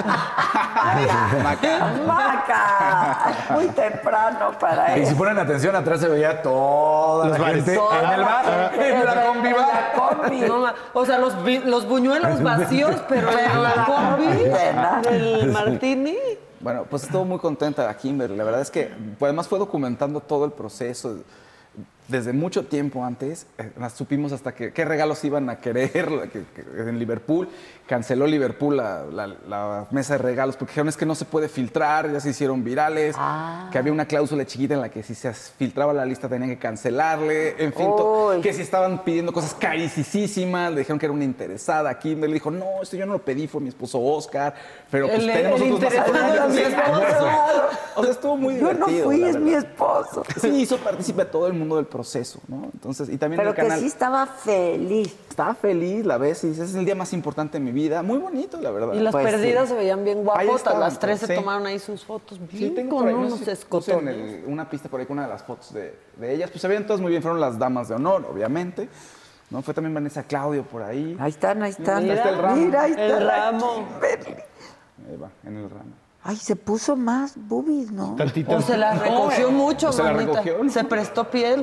Maca. Muy temprano para Y eso. si ponen atención, atrás se veía toda la gente en el bar, en la combi bar. No, o sea, los buñuelos vacíos, pero en la combi del Martini. Bueno, pues estuvo muy contenta la Kimberly. La verdad es que pues, además fue documentando todo el proceso. Desde mucho tiempo antes, supimos hasta qué regalos iban a querer en Liverpool. Canceló Liverpool la mesa de regalos porque dijeron es que no se puede filtrar, ya se hicieron virales, que había una cláusula chiquita en la que si se filtraba la lista tenían que cancelarle, en fin, que si estaban pidiendo cosas carísimas, le dijeron que era una interesada. Kimberly dijo, no, esto yo no lo pedí, fue mi esposo Oscar, pero pues tenemos otros más. O sea, estuvo muy divertido. Yo no fui, es mi esposo. Sí, hizo partícipe a todo el mundo del proceso, ¿no? Entonces, y también pero el canal. Que sí estaba feliz. Estaba feliz, la ves, y dice, es el día más importante de mi vida. Muy bonito, la verdad. Y las perdidas se veían bien guapotas. Las 3 se sí. tomaron ahí sus fotos bien tengo con por ahí unos escotones. una pista por ahí con una de las fotos de ellas. Pues se veían todas muy bien, fueron las damas de honor, obviamente. ¿No? Fue también Vanessa Claudio por ahí. Ahí están. Mira, está el ramo. Mira, ahí está el ramo. Ahí va, en el ramo. Ay, se puso más boobies, ¿no? Tantito. O se la recogió mucho, se la mamita. recogió, ¿no? Se prestó piel.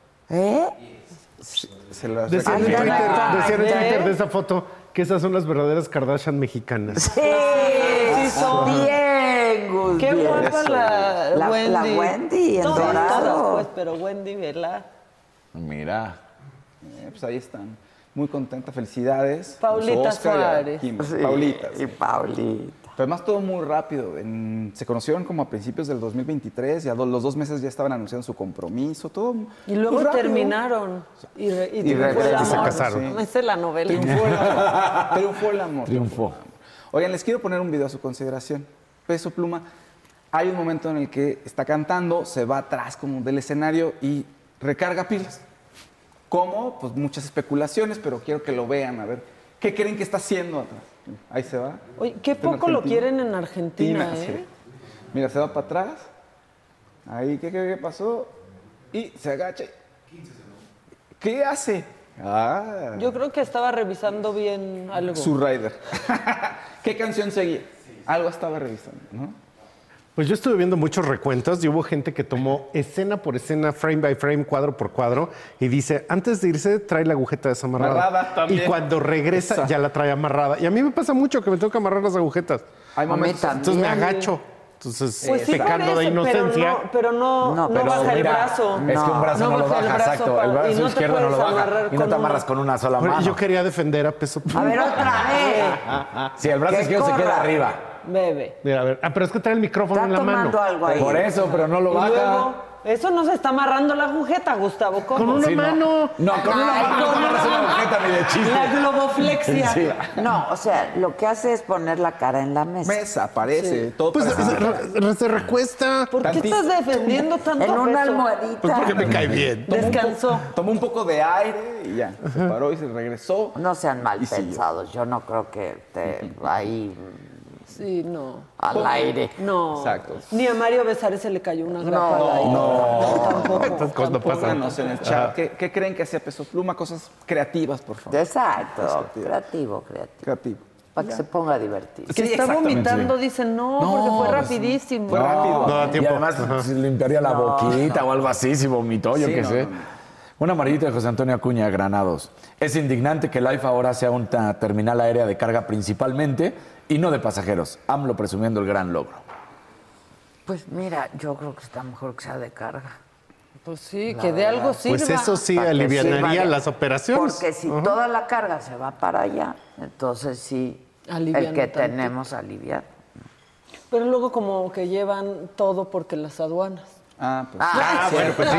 Se las Decían en Twitter de esa foto que esas son las verdaderas Kardashian mexicanas. Sí, son bien, Gus. Qué guapa la Wendy. La Wendy, en dorado. Todas, pues, pero Wendy, vela. Mira. Pues ahí están. Muy contenta, felicidades. Paulita Suárez. Sí, Paulita. Y Paulita. Pero además todo muy rápido. Se conocieron como a principios del 2023, ya los 2 meses ya estaban anunciando su compromiso, todo. Y luego muy rápido. Terminaron. Y triunfó el amor. Se casaron. Sí. Esa es la novela. Triunfó el amor. Triunfó. Oigan, les quiero poner un video a su consideración. Peso Pluma, hay un momento en el que está cantando, se va atrás como del escenario y recarga pilas. ¿Cómo? Pues muchas especulaciones, pero quiero que lo vean, a ver. ¿Qué creen que está haciendo atrás? Ahí se va. Oye, qué poco lo quieren en Argentina, ¿eh? Sí. Mira, se va para atrás. Ahí, ¿qué pasó? Y se agacha. ¿Qué hace? Yo creo que estaba revisando bien algo. Su rider. ¿Qué canción seguía? Algo estaba revisando, ¿no? Pues yo estuve viendo muchos recuentos y hubo gente que tomó escena por escena, frame by frame, cuadro por cuadro y dice, antes de irse trae la agujeta desamarrada. Amarrada también. Y cuando regresa Esa. ya la trae amarrada. Y a mí me pasa mucho que me tengo que amarrar las agujetas. Hay momentos- Entonces me agacho. Entonces, Pues sí, pecando por de eso, inocencia. pero no pero baja el mira, brazo. Es que un brazo no lo baja el baja, brazo exacto. para- El y brazo no te izquierdo no lo puedes baja. amarrar Y no con te amarras con una sola Bueno, mano. yo quería defender a peso A ver, otra vez. Sí, el brazo Que izquierdo se queda corra. arriba. Bebe. Mira, a ver. Pero es que trae el micrófono Está en la mano. tomando algo ahí. Por eso, pero no lo Y baja. luego, eso no se está amarrando la agujeta, Gustavo. ¿Cómo? Con una Sí, no. mano. No, con una Ay, mano no con amarras una una mano. agujeta ni de chiste. La globoflexia. Sí. No, o sea, lo que hace es poner la cara en la mesa. Mesa, parece. Sí. Todo Pues parece. se recuesta. ¿Por qué Tantito. estás defendiendo tanto En una peso? almohadita. Pues porque me cae bien. Descansó. Tomó un poco de aire y ya. Se paró y se regresó. No sean mal Y siguió. pensados. Yo no creo que te ahí Sí, no. al aire. No. Exacto. Ni a Mario Besares se le cayó una grapa al aire. Estas Tampoco. cosas no pasan. Pónganos en el chat. ¿Qué creen que hacía Peso Pluma? Cosas creativas, por favor. Exacto. Creativo. Creativo. Para que se ponga a divertir. Si está exactamente, vomitando, dicen no, porque fue rapidísimo. Fue rápido. No da Y tiempo. además Ajá. se limpiaría la boquita o algo así si vomitó, yo Sí, qué no, sé. no. Un amarillito de José Antonio Acuña, Granados. Es indignante que el AIFA ahora sea una terminal aérea de carga principalmente y no de pasajeros. AMLO presumiendo el gran logro. Pues mira, yo creo que está mejor que sea de carga. Pues sí, que de algo sirva. Pues eso sí Para que alivianaría sirva de- las operaciones. Porque si Ajá. toda la carga se va para allá, entonces sí, Aliviana el que tantito. tenemos aliviar. Pero luego como que llevan todo porque las aduanas. Ah, pues. Bueno, pues sí.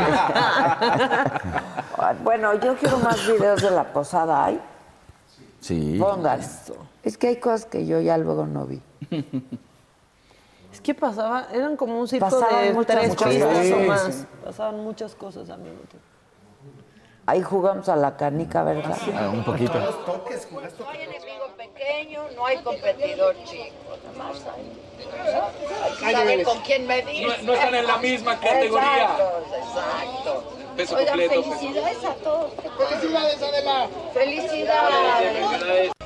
Bueno, yo quiero más videos de la posada. ¿Hay? Sí. Pongan. Es que hay cosas que yo ya luego no vi. Es que pasaba, eran como un circo Pasaban de muchas 3 cosas. pistas o Sí, más. sí. Pasaban muchas cosas al mismo tiempo. Ahí jugamos a la canica, ¿verdad? Un poquito. No hay enemigo pequeño, no hay competidor chico. Nada más hay que saber con quién medir. No están en la misma categoría. Exacto. Peso Oigan, completo, felicidades a todos. Felicidades, Adela. Felicidades.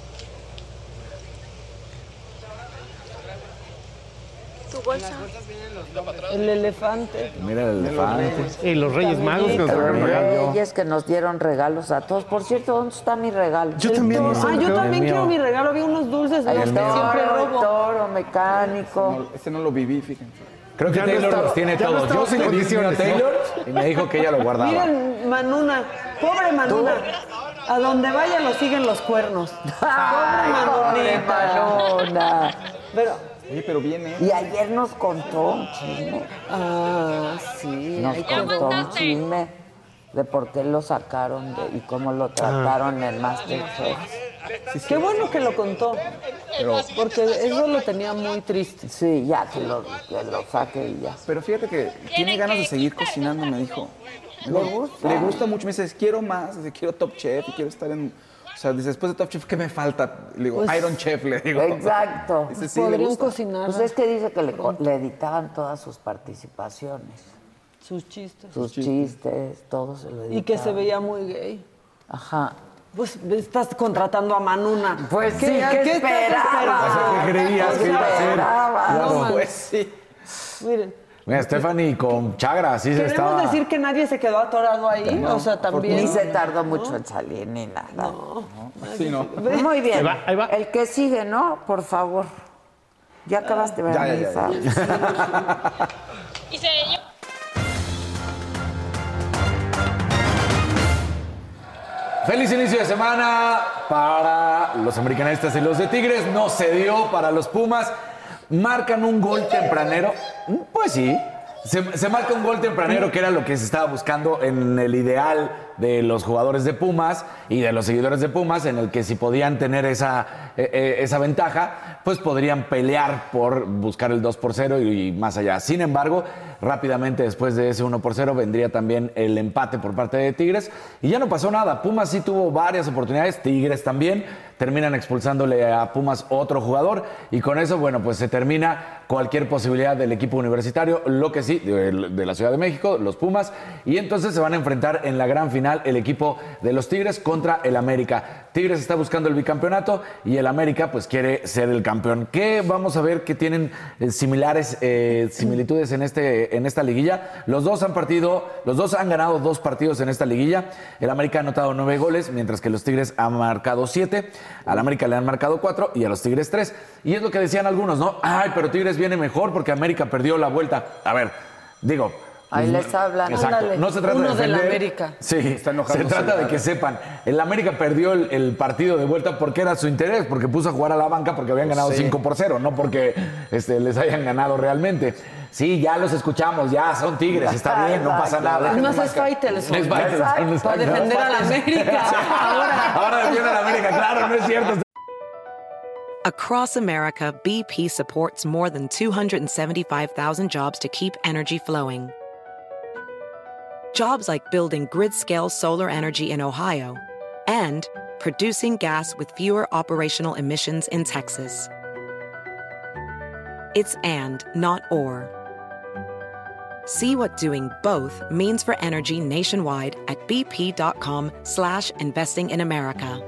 Tu bolsa. El elefante. Mira el elefante. Y los Reyes Magos que nos Los trajeron regalo. reyes que nos dieron regalos a todos. Por cierto, ¿dónde está mi regalo? Yo también. Ah, yo también mío. quiero mi regalo. Había unos dulces de El los que siempre toro, robo. toro mecánico. No, ese no lo viví, fíjense. Creo que Ya no Taylor estaba- los tiene ya no todos. Yo estamos en le di el mío a condiciones, Taylor y me dijo que ella lo guardaba. Miren, Manuna, pobre Manuna. A donde vaya lo siguen los cuernos. Pobre Manuna. Pero, Oye, pero viene. Y ayer nos contó un chisme. sí. Nos ahí contó quedó. un chisme de por qué lo sacaron y cómo lo trataron en Masterchef. Qué bueno que lo contó. Porque eso lo tenía muy triste. Sí, ya que lo saque y ya. Pero fíjate que tiene ganas de seguir cocinando, me dijo. ¿Le gusta? Le gusta mucho. Me dice, quiero más, dice, quiero Top Chef y quiero estar en... O sea, dice, después de Top Chef, ¿qué me falta? Le digo, Pues, Iron Chef, le digo. Exacto. Dice, sí, le Podrían gusta. cocinar. Pues es que dice que le editaban todas sus participaciones. Sus chistes. Sus chistes, todo se lo editaban. Y que se veía muy gay. Ajá. Pues estás contratando a Manuna. Pues sí, ¿qué esperabas? O sea, ¿qué creías que iba a ser? Claro. Pues sí. Miren, Mira, Stephanie con Chagra, así se queremos estaba. decir que nadie se quedó atorado ahí. O sea, también. Ni se tardó mucho en salir, ni nada. Sí, no. Muy bien. Ahí va. El que sigue, ¿no? Por favor. Ya acabaste, ¿verdad? Ya. Feliz inicio de semana para los americanistas y los de Tigres. No se dio para los Pumas. Marcan un gol tempranero. Pues sí. Se marca un gol tempranero que era lo que se estaba buscando en el ideal de los jugadores de Pumas y de los seguidores de Pumas, en el que si podían tener esa ventaja, pues podrían pelear por buscar el 2-0 y más allá. Sin embargo, rápidamente después de ese 1-0 vendría también el empate por parte de Tigres y ya no pasó nada. Pumas sí tuvo varias oportunidades, Tigres también. Terminan expulsándole a Pumas otro jugador y con eso, bueno, pues se termina cualquier posibilidad del equipo universitario, lo que sí, de la Ciudad de México, los Pumas, y entonces se van a enfrentar en la gran final final el equipo de los Tigres contra el América. Tigres está buscando el bicampeonato y el América pues quiere ser el campeón. ¿Qué vamos a ver que tienen similitudes en esta liguilla? Los dos han ganado 2 partidos en esta liguilla. El América ha anotado 9 goles, mientras que los Tigres han marcado 7. Al América le han marcado 4 y a los Tigres 3. Y es lo que decían algunos, ¿no? Ay, pero Tigres viene mejor porque América perdió la vuelta. A ver, digo... Ahí les hablan. Exacto. Ándale. No se trata Uno de defender. del América. Sí, se trata de que sepan. El América perdió el partido de vuelta porque era su interés, porque puso a jugar a la banca porque habían ganado 5-0, no porque les hayan ganado realmente. Sí, ya los escuchamos, ya son Tigres, está bien, no pasa nada. Es más, es Faitelson. Es Faitelson. Para defender a la América. Ahora defiende a la América, claro, no es cierto. Across America, BP supports more than 275,000 jobs to keep energy flowing. Jobs like building grid-scale solar energy in Ohio and producing gas with fewer operational emissions in Texas. It's and, not or. See what doing both means for energy nationwide at bp.com/investing in America.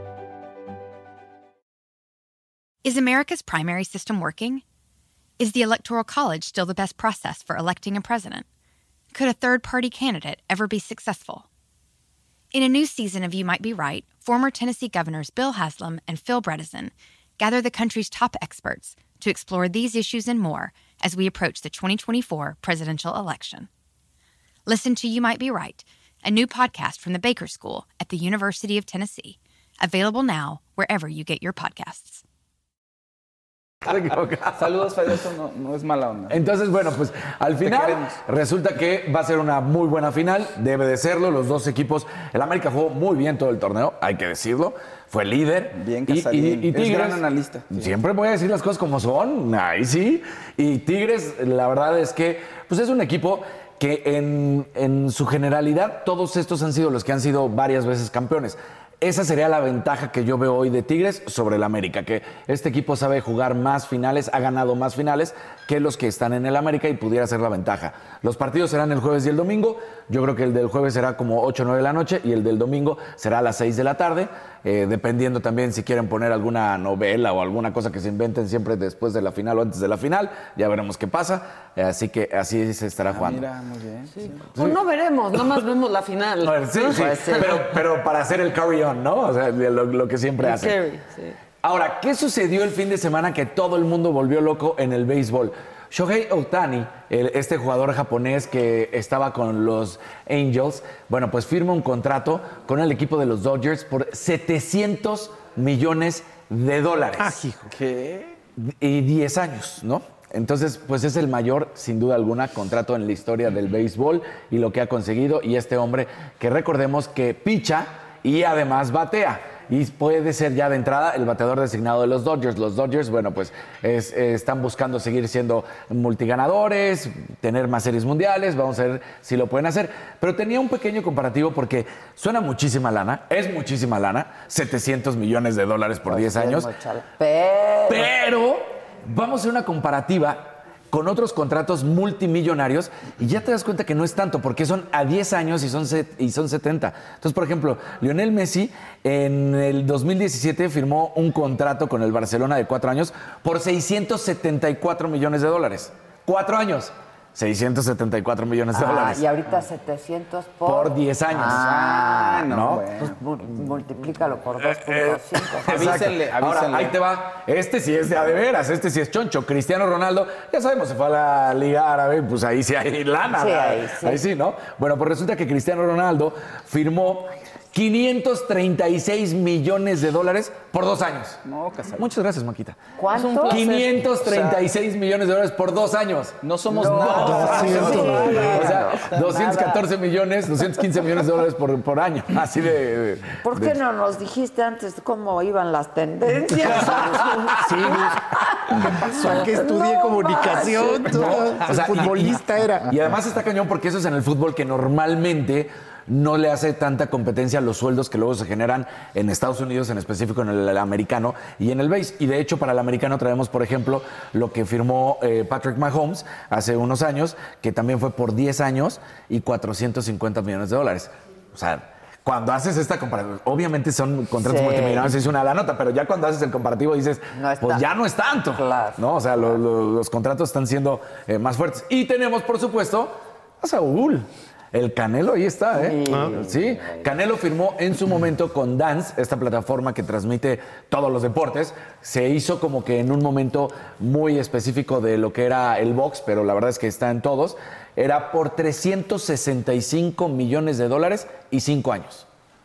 Is America's primary system working? Is the Electoral College still the best process for electing a president? Could a third-party candidate ever be successful? In a new season of You Might Be Right, former Tennessee governors Bill Haslam and Phil Bredesen gather the country's top experts to explore these issues and more as we approach the 2024 presidential election. Listen to You Might Be Right, a new podcast from the Baker School at the University of Tennessee, available now wherever you get your podcasts. Saludos, Faitelson, no es mala onda. Entonces, bueno, pues al final resulta que va a ser una muy buena final, debe de serlo, los dos equipos. El América jugó muy bien todo el torneo, hay que decirlo, fue líder. Bien, Casarín, y Tigres, es gran analista. Siempre voy a decir las cosas como son, ahí sí. Y Tigres, la verdad es que pues es un equipo que en su generalidad todos estos han sido los que han sido varias veces campeones. Esa sería la ventaja que yo veo hoy de Tigres sobre el América, que este equipo sabe jugar más finales, ha ganado más finales que los que están en el América y pudiera ser la ventaja. Los partidos serán el jueves y el domingo. Yo creo que el del jueves será como 8 o 9 de la noche y el del domingo será a las 6 de la tarde, dependiendo también si quieren poner alguna novela o alguna cosa que se inventen siempre después de la final o antes de la final. Ya veremos qué pasa. Así que así se estará jugando. Mira, muy bien. Sí. Pues no veremos, nomás vemos la final. A ver, sí. Pero para hacer el carry-on, ¿no? O sea, lo que siempre hacen. Sí. Ahora, ¿qué sucedió el fin de semana que todo el mundo volvió loco en el béisbol? Shohei Ohtani, este jugador japonés que estaba con los Angels, bueno, pues firma un contrato con el equipo de los Dodgers por $700 millones. Ah, hijo. ¿Qué? Y 10 años, ¿no? Entonces, pues es el mayor, sin duda alguna, contrato en la historia del béisbol y lo que ha conseguido. Y este hombre, que recordemos que picha y además batea. Y puede ser ya de entrada el bateador designado de los Dodgers. Los Dodgers, bueno, pues están buscando seguir siendo multiganadores, tener más series mundiales, vamos a ver si lo pueden hacer. Pero tenía un pequeño comparativo porque suena muchísima lana, es muchísima lana, $700 millones por 10 años. Pero vamos a hacer una comparativa con otros contratos multimillonarios y ya te das cuenta que no es tanto porque son a 10 años y son 70. Entonces, por ejemplo, Lionel Messi en el 2017 firmó un contrato con el Barcelona de 4 años por $674 millones. 4 años. $674 millones. Y ahorita 700 por 10 años. ¿no? Bueno. Pues multiplícalo por 2.5. Avísenle. Ahora, ahí te va. Este sí es de a de veras, este sí es choncho. Cristiano Ronaldo, ya sabemos, se fue a la Liga Árabe, pues ahí sí hay lana. Sí, ahí sí, ¿no? Bueno, pues resulta que Cristiano Ronaldo firmó $536 millones por 2 años. No, Casarín. Muchas gracias, Maquita. ¿Cuánto? 536 millones de dólares por 2 años. No somos nada. O sea, 214 millones, 215 millones de dólares por año. Así de... ¿Por qué no nos dijiste antes cómo iban las tendencias? Sí, ¿qué pasó? Que estudié comunicación. O sea, futbolista era. Y además está cañón porque eso es en el fútbol que normalmente no le hace tanta competencia a los sueldos que luego se generan en Estados Unidos, en específico en el americano y en el base. Y de hecho, para el americano traemos, por ejemplo, lo que firmó Patrick Mahomes hace unos años, que también fue por 10 años y $450 millones. O sea, Cuando haces esta comparación, obviamente son contratos multimillonarios, es una la nota, pero ya cuando haces el comparativo dices, pues ya no es tanto. Claro. ¿No? O sea, los contratos están siendo más fuertes. Y tenemos, por supuesto, a Saúl. El Canelo ahí está, ¿eh? Sí. Canelo firmó en su momento con Dance, esta plataforma que transmite todos los deportes. Se hizo como que en un momento muy específico de lo que era el box, pero la verdad es que está en todos. Era por $365 millones y 5 años.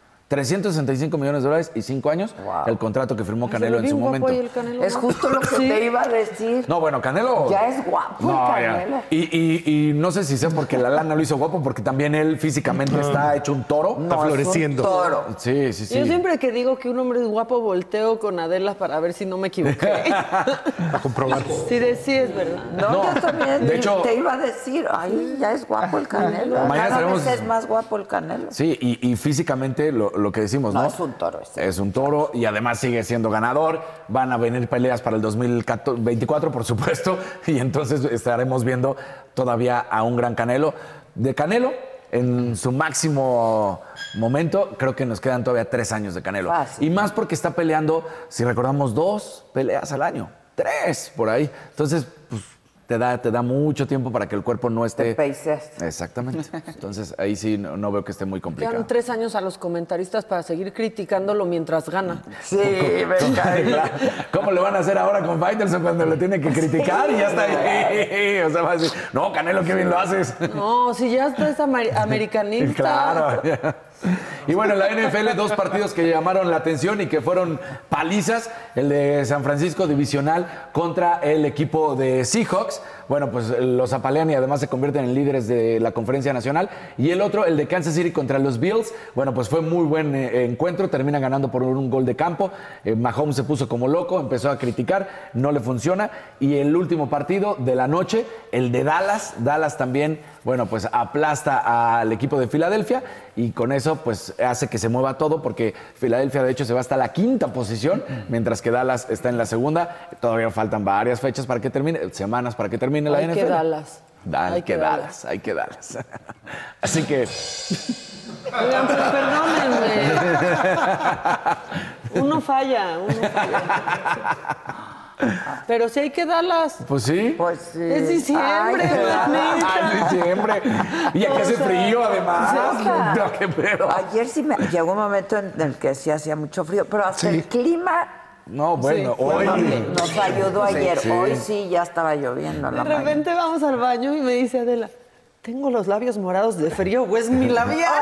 $365 millones y 5 años, el contrato que firmó Canelo en su momento. Es justo lo que te iba a decir. No, bueno, Canelo... Ya es guapo el Canelo. Y no sé si sea porque la lana lo hizo guapo, porque también él físicamente está hecho un toro. Está floreciendo. Es un toro. Sí. Yo siempre que digo que un hombre es guapo, volteo con Adela para ver si no me equivoqué. Para comprobar. Sí, es verdad. No, yo también de hecho, te iba a decir, ay, ya es guapo el Canelo. Cada vez es más guapo el Canelo. Sí, y físicamente lo que decimos, ¿no? Es un toro. Es un toro y además sigue siendo ganador. Van a venir peleas para el 2024, por supuesto, y entonces estaremos viendo todavía a un gran Canelo. De Canelo, en su máximo momento, creo que nos quedan todavía 3 años de Canelo. Fácil. Y más porque está peleando, si recordamos, 2 peleas al año. 3 por ahí. Entonces, pues, te da mucho tiempo para que el cuerpo no esté... Te paces. Exactamente. Entonces, ahí sí no veo que esté muy complicado. Quedan 3 años a los comentaristas para seguir criticándolo mientras gana. Sí, venga. ¿Cómo le van a hacer ahora con Faitelson cuando lo tiene que criticar y ya está ahí? O sea, va a decir, no, Canelo, qué bien lo haces. No, si ya estás americanista. Claro. Y bueno, en la NFL, 2 partidos que llamaron la atención y que fueron palizas. El de San Francisco divisional contra el equipo de Seahawks. Bueno, pues los apalean y además se convierten en líderes de la conferencia nacional. Y el otro, el de Kansas City contra los Bills. Bueno, pues fue muy buen encuentro. Terminan ganando por un gol de campo. Mahomes se puso como loco, empezó a criticar, no le funciona. Y el último partido de la noche, el de Dallas. Dallas también, bueno, pues aplasta al equipo de Filadelfia. Y con eso, pues hace que se mueva todo, porque Filadelfia, de hecho, se va hasta la 5ª posición, mientras que Dallas está en la 2ª. Todavía faltan varias fechas para que termine, semanas para que termine la NFL. Hay que Dallas. Hay que Dallas. Así que... Oigan, pues perdónenme. Uno falla. Pero si hay que darlas. Pues sí. Pues sí. Es diciembre, Es diciembre. Y aquí hace frío, además. No, qué pedo. Ayer sí llegó un momento en el que sí hacía mucho frío, pero hasta el clima... No, bueno, hoy... Nos ayudó ayer. Sí. Hoy sí ya estaba lloviendo. De repente vamos al baño y me dice Adela, tengo los labios morados de frío, o es mi labial.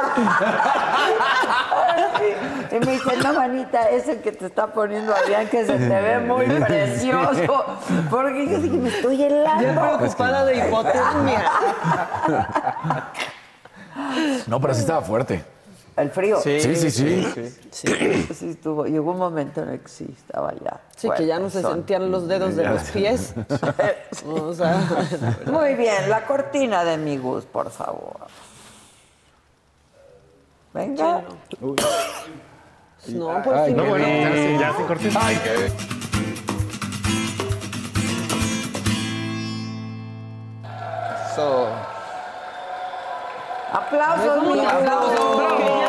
Y me dice, no, manita, es el que te está poniendo Adrián, que se te ve muy precioso. Porque yo dije, me estoy helando. Bien preocupada de hipotermia. No, pero sí estaba fuerte. ¿El frío? Sí. Sí estuvo. Llegó un momento en el que sí estaba ya. Sí, que ya no se sentían los dedos de los pies. O sea, muy bien, la cortina de mi Gus, por favor. Venga. No, pues sí. No, bueno, ya sin cortina. Ay, Eso. ¡Aplausos, mi ¡Aplausos!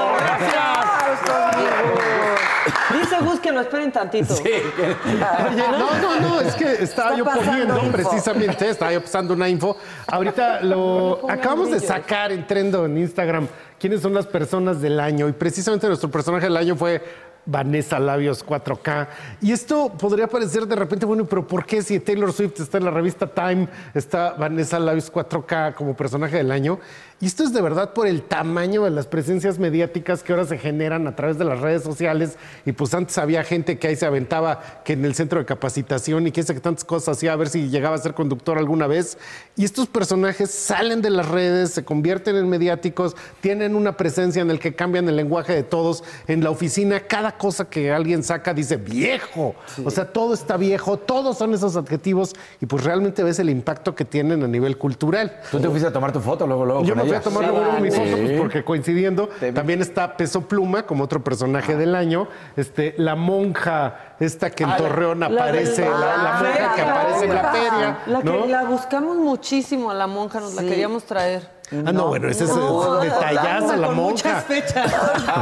Dice Gus que lo esperen tantito. Sí. Oye, no, es que estaba yo poniendo precisamente, estaba yo pasando una info. Ahorita acabamos de sacar en Trendo en Instagram quiénes son las personas del año, y precisamente nuestro personaje del año fue Vanessa Labios 4K. Y esto podría parecer de repente, bueno, pero ¿por qué si Taylor Swift está en la revista Time, está Vanessa Labios 4K como personaje del año? Y esto es de verdad por el tamaño de las presencias mediáticas que ahora se generan a través de las redes sociales. Y pues antes había gente que ahí se aventaba que en el centro de capacitación y que hace que tantas cosas hacía a ver si llegaba a ser conductor alguna vez. Y estos personajes salen de las redes, se convierten en mediáticos, tienen una presencia en el que cambian el lenguaje de todos. En la oficina, cada cosa que alguien saca dice viejo. Sí. O sea, todo está viejo, todos son esos adjetivos, y pues realmente ves el impacto que tienen a nivel cultural. ¿Tú te fuiste a tomar tu foto luego Yo me fui a tomar luego mi foto, Sí. pues porque coincidiendo, también está Peso Pluma como otro personaje del año, la monja esta que en Torreón aparece, la monja que aparece en la feria. La buscamos muchísimo a la monja, nos la queríamos traer. No, bueno, ese es detallazo, la monja. Muchas fechas.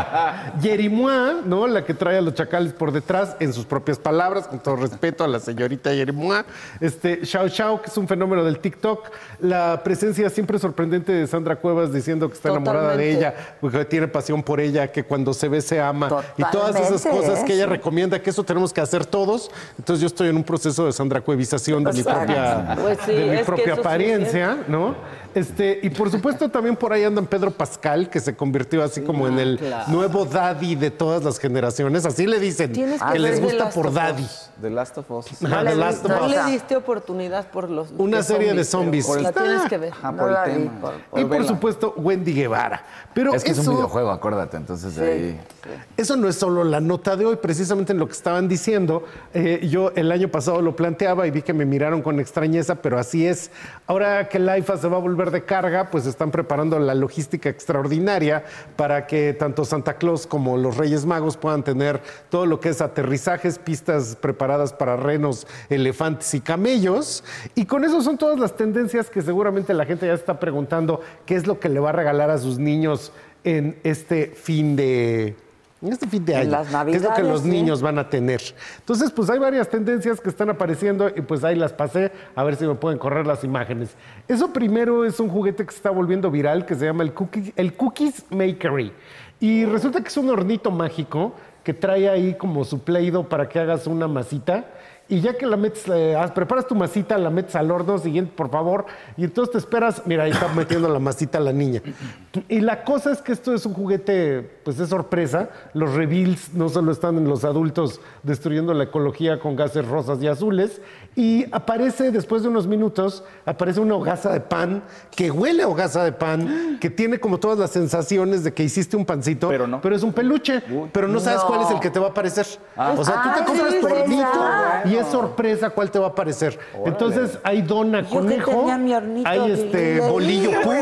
Yerimois, ¿no? La que trae a los chacales por detrás, en sus propias palabras, con todo respeto a la señorita Yerimois. Xiao Xiao, que es un fenómeno del TikTok. La presencia siempre sorprendente de Sandra Cuevas diciendo que está enamorada de ella, porque tiene pasión por ella, que cuando se ve se ama. Y todas esas cosas que ella recomienda, que eso tenemos que hacer todos. Entonces yo estoy en un proceso de Sandra Cuevización de mi propia apariencia, ¿no? Y por supuesto también por ahí andan Pedro Pascal, que se convirtió así como en el nuevo daddy de todas las generaciones. Así le dicen, que les gusta por daddy. The Last of Us. No le diste oportunidad por los una serie de zombies. La tienes que ver. Por el tema. Y por supuesto Wendy Guevara. Pero es que es un videojuego, acuérdate, entonces de ahí... Eso no es solo la nota de hoy, precisamente en lo que estaban diciendo. Yo el año pasado lo planteaba y vi que me miraron con extrañeza, pero así es. Ahora que el IFA se va a volver de carga, pues están preparando la logística extraordinaria para que tanto Santa Claus como los Reyes Magos puedan tener todo lo que es aterrizajes, pistas preparadas para renos, elefantes y camellos. Y con eso son todas las tendencias que seguramente la gente ya está preguntando qué es lo que le va a regalar a sus niños en este fin de año, ¿qué es lo que los niños van a tener? Entonces, pues hay varias tendencias que están apareciendo y pues ahí las pasé, a ver si me pueden correr las imágenes. Eso primero es un juguete que se está volviendo viral, que se llama el Cookies Makery. Y resulta que es un hornito mágico que trae ahí como su Play-Doh para que hagas una masita. Y ya que la metes, preparas tu masita, la metes al horno, siguiente, por favor, y entonces te esperas, mira, ahí está metiendo la masita la niña. Y la cosa es que esto es un juguete, pues es sorpresa. Los reveals no solo están en los adultos destruyendo la ecología con gases rosas y azules, y aparece, después de unos minutos, aparece una hogaza de pan, que huele a hogaza de pan, que tiene como todas las sensaciones de que hiciste un pancito, pero es un peluche, pero no sabes cuál es el que te va a aparecer. O sea, tú te compras tu hornito y es sorpresa cuál te va a aparecer. Entonces hay dona conejo, hay bolillo pug,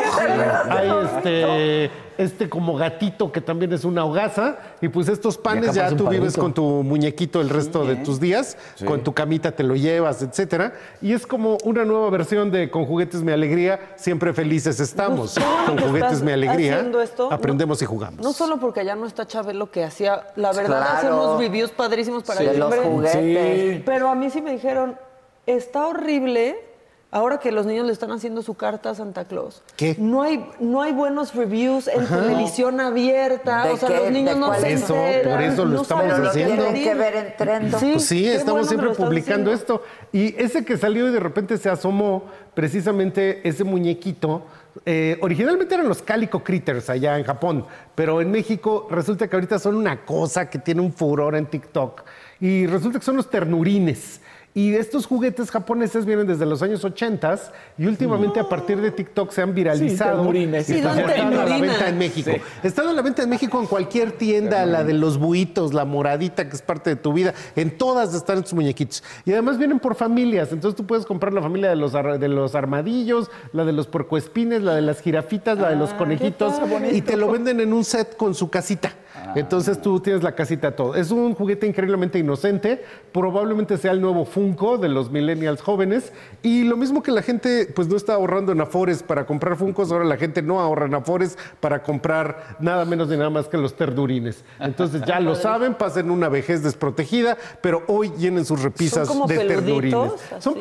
hay como gatito que también es una hogaza, y pues estos panes ya tú vives con tu muñequito el resto de tus días, con tu camita te lo llevas, etcétera, y es como una nueva versión de Con Juguetes Mi Alegría, siempre felices estamos. Con Juguetes Mi Alegría aprendemos y jugamos. No solo porque allá no está Chabelo, que hacía, la verdad, hacía unos reviews padrísimos para el los juguetes. Pero a mí sí me dijeron, está horrible. Ahora que los niños le están haciendo su carta a Santa Claus. ¿Qué? No hay buenos reviews en televisión abierta. O sea, los niños no se enteran. Por eso lo estamos haciendo. Tienen que ver en Trendo. Pues sí, estamos siempre publicando esto. Y ese que salió y de repente se asomó, precisamente ese muñequito, originalmente eran los Calico Critters allá en Japón, pero en México resulta que ahorita son una cosa que tiene un furor en TikTok. Y resulta que son los ternurines. Y estos juguetes japoneses vienen desde los años 80 y últimamente a partir de TikTok se han viralizado. Y están a la venta en México. Están a la venta en México en cualquier tienda, la de los buitos, la moradita que es parte de tu vida. En todas están estos muñequitos. Y además vienen por familias. Entonces tú puedes comprar la familia de los armadillos, la de los puercoespines, la de las jirafitas, la de los conejitos. Y te lo venden en un set con su casita. Entonces tú tienes la casita todo. Es un juguete increíblemente inocente. Probablemente sea el nuevo Funko de los millennials jóvenes. Y lo mismo que la gente pues no está ahorrando en Afores para comprar Funkos, ahora la gente no ahorra en Afores para comprar nada menos ni nada más que los terdurines. Entonces ya lo saben, pasen una vejez desprotegida, pero hoy llenen sus repisas de terdurines. Son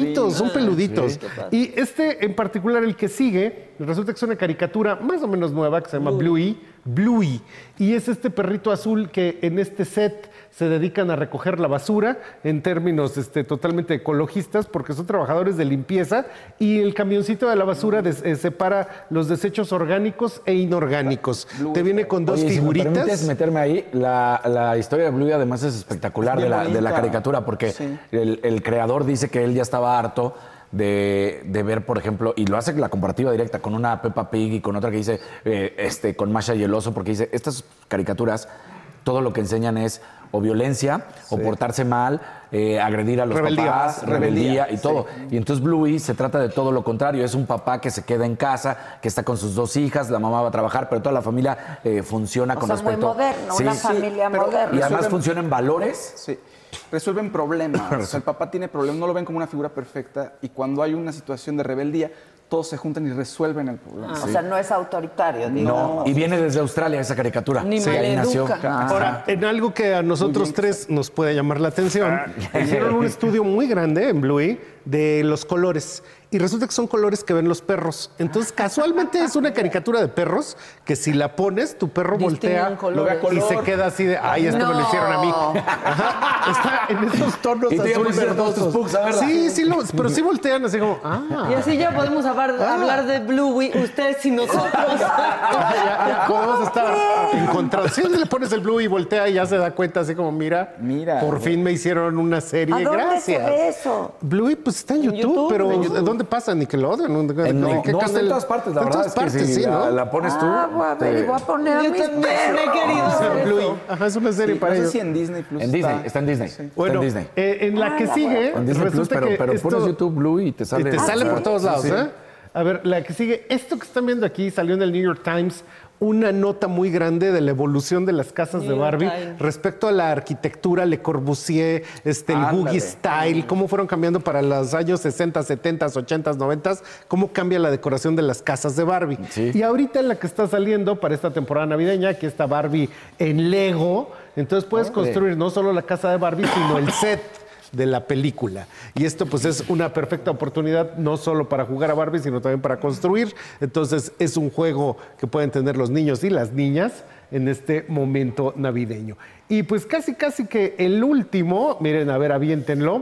peluditos. Y en particular, el que sigue, resulta que es una caricatura más o menos nueva que se llama Bluey. Y es este perrito azul que en este set se dedican a recoger la basura en términos totalmente ecologistas, porque son trabajadores de limpieza, y el camioncito de la basura separa los desechos orgánicos e inorgánicos. Te viene con dos figuritas. Si me permites meterme ahí, la historia de Bluey además es espectacular de la caricatura, porque el creador dice que él ya estaba harto de ver, por ejemplo, y lo hace la comparativa directa con una Peppa Pig y con otra que dice con Masha y el oso, porque dice, estas caricaturas todo lo que enseñan es o violencia, o portarse mal, agredir a los papás, rebeldía y todo. Y entonces Bluey se trata de todo lo contrario. Es un papá que se queda en casa, que está con sus 2 hijas, la mamá va a trabajar, pero toda la familia funciona con respecto... muy moderno, una familia moderna. Y además funciona en valores. Sí. Resuelven problemas. O sea, el papá tiene problemas, no lo ven como una figura perfecta y cuando hay una situación de rebeldía, todos se juntan y resuelven el problema. O sea, no es autoritario, digo. No, y viene desde Australia esa caricatura. Ni ahí nació. Ahora, en algo que a nosotros 3 nos puede llamar la atención, hicieron un estudio muy grande en Bluey de los colores. Y resulta que son colores que ven los perros. Entonces, casualmente es una caricatura de perros que si la pones, tu perro voltea y se queda así de, ay, esto me lo hicieron a mí. Ajá. Está en esos tonos azul verdosos. Sí, pero sí voltean así como, Y así ya podemos hablar de Bluey, ustedes y nosotros. Ya podemos estar encontrados. Si le pones el Bluey y voltea y ya se da cuenta así como, mira, por fin me hicieron una serie. ¿A dónde Gracias. se ve eso? Bluey, pues está en YouTube, pero ¿dónde pasa? Nickelodeon. No, está en todas partes, la verdad es que si la pones tú... a ver, y voy a poner a mis también he querido hacer Bluey. Ajá, es una serie para ellos. No sé si en Disney Plus está en Disney. Bueno, está en Disney. En la que sigue... En Disney Plus, pero pones YouTube Bluey y te sale... Y te sale por todos lados, ¿eh? A ver, la que sigue, esto que están viendo aquí salió en el New York Times, una nota muy grande de la evolución de las casas de Barbie respecto a la arquitectura, Le Corbusier, el Googie Style, cómo fueron cambiando para los años 60, 70, 80, 90, cómo cambia la decoración de las casas de Barbie. Sí. Y ahorita en la que está saliendo para esta temporada navideña, aquí está Barbie en Lego, entonces puedes construir no solo la casa de Barbie, sino el set de la película. Y esto pues es una perfecta oportunidad no solo para jugar a Barbie, sino también para construir. Entonces es un juego que pueden tener los niños y las niñas en este momento navideño. Y pues casi que el último, miren, a ver, aviéntenlo.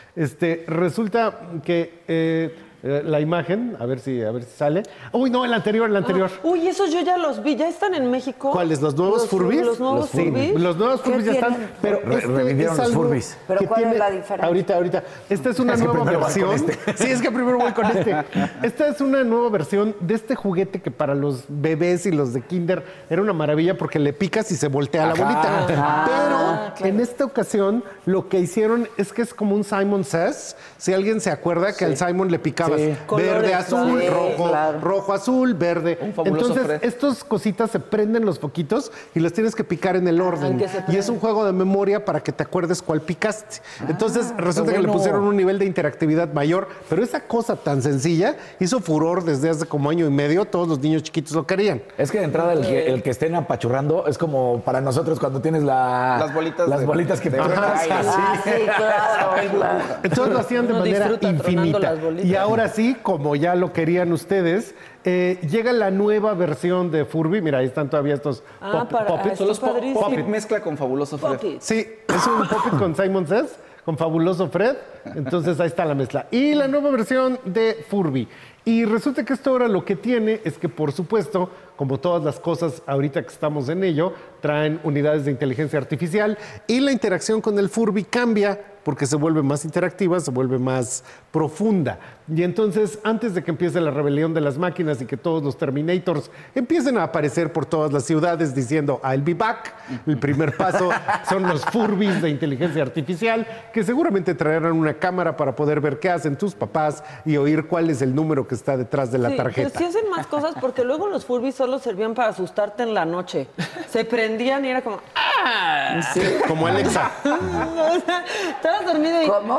Resulta que la imagen, a ver si sale. Uy, no, el anterior. Uy, esos yo ya los vi, ¿ya están en México? ¿Cuáles? ¿Los nuevos Furbies? Los nuevos Furbies. Sí, los nuevos Furbies ya están, pero revivieron los Furbies. ¿Pero cuál es la diferencia? Ahorita. Esta es una nueva versión. Sí, es que primero voy con este. Esta es una nueva versión de este juguete que para los bebés y los de kinder era una maravilla porque le picas y se voltea la bolita. Pero en esta ocasión lo que hicieron es que es como un Simon Says. Si alguien se acuerda que al Simon le picaba verde, azul, rojo, azul, verde. Entonces, estas cositas se prenden los foquitos y las tienes que picar en el orden. Y es un juego de memoria para que te acuerdes cuál picaste. Entonces, resulta que le pusieron un nivel de interactividad mayor, pero esa cosa tan sencilla hizo furor desde hace como año y medio. Todos los niños chiquitos lo querían. Es que de entrada el que estén apachurrando es como para nosotros cuando tienes las bolitas que te claro. Entonces lo hacían de manera infinita. Y ahora sí, como ya lo querían ustedes, llega la nueva versión de Furby. Mira, ahí están todavía estos Puppets. Son los Puppet mezcla con Fabuloso Fred. Sí, es un Puppet con Simon Says, con Fabuloso Fred. Entonces ahí está la mezcla. Y la nueva versión de Furby. Y resulta que esto ahora lo que tiene es que, por supuesto, como todas las cosas ahorita que estamos en ello, traen unidades de inteligencia artificial y la interacción con el Furby cambia porque se vuelve más interactiva, se vuelve más profunda. Y entonces, antes de que empiece la rebelión de las máquinas y que todos los Terminators empiecen a aparecer por todas las ciudades diciendo I'll be back, el primer paso son los Furbies de inteligencia artificial que seguramente traerán una cámara para poder ver qué hacen tus papás y oír cuál es el número que está detrás de la tarjeta. Pero sí hacen más cosas porque luego los Furbies solo servían para asustarte en la noche. Se prendían y era como ¡ah! Sí, como Alexa. Estabas dormido y ¿cómo?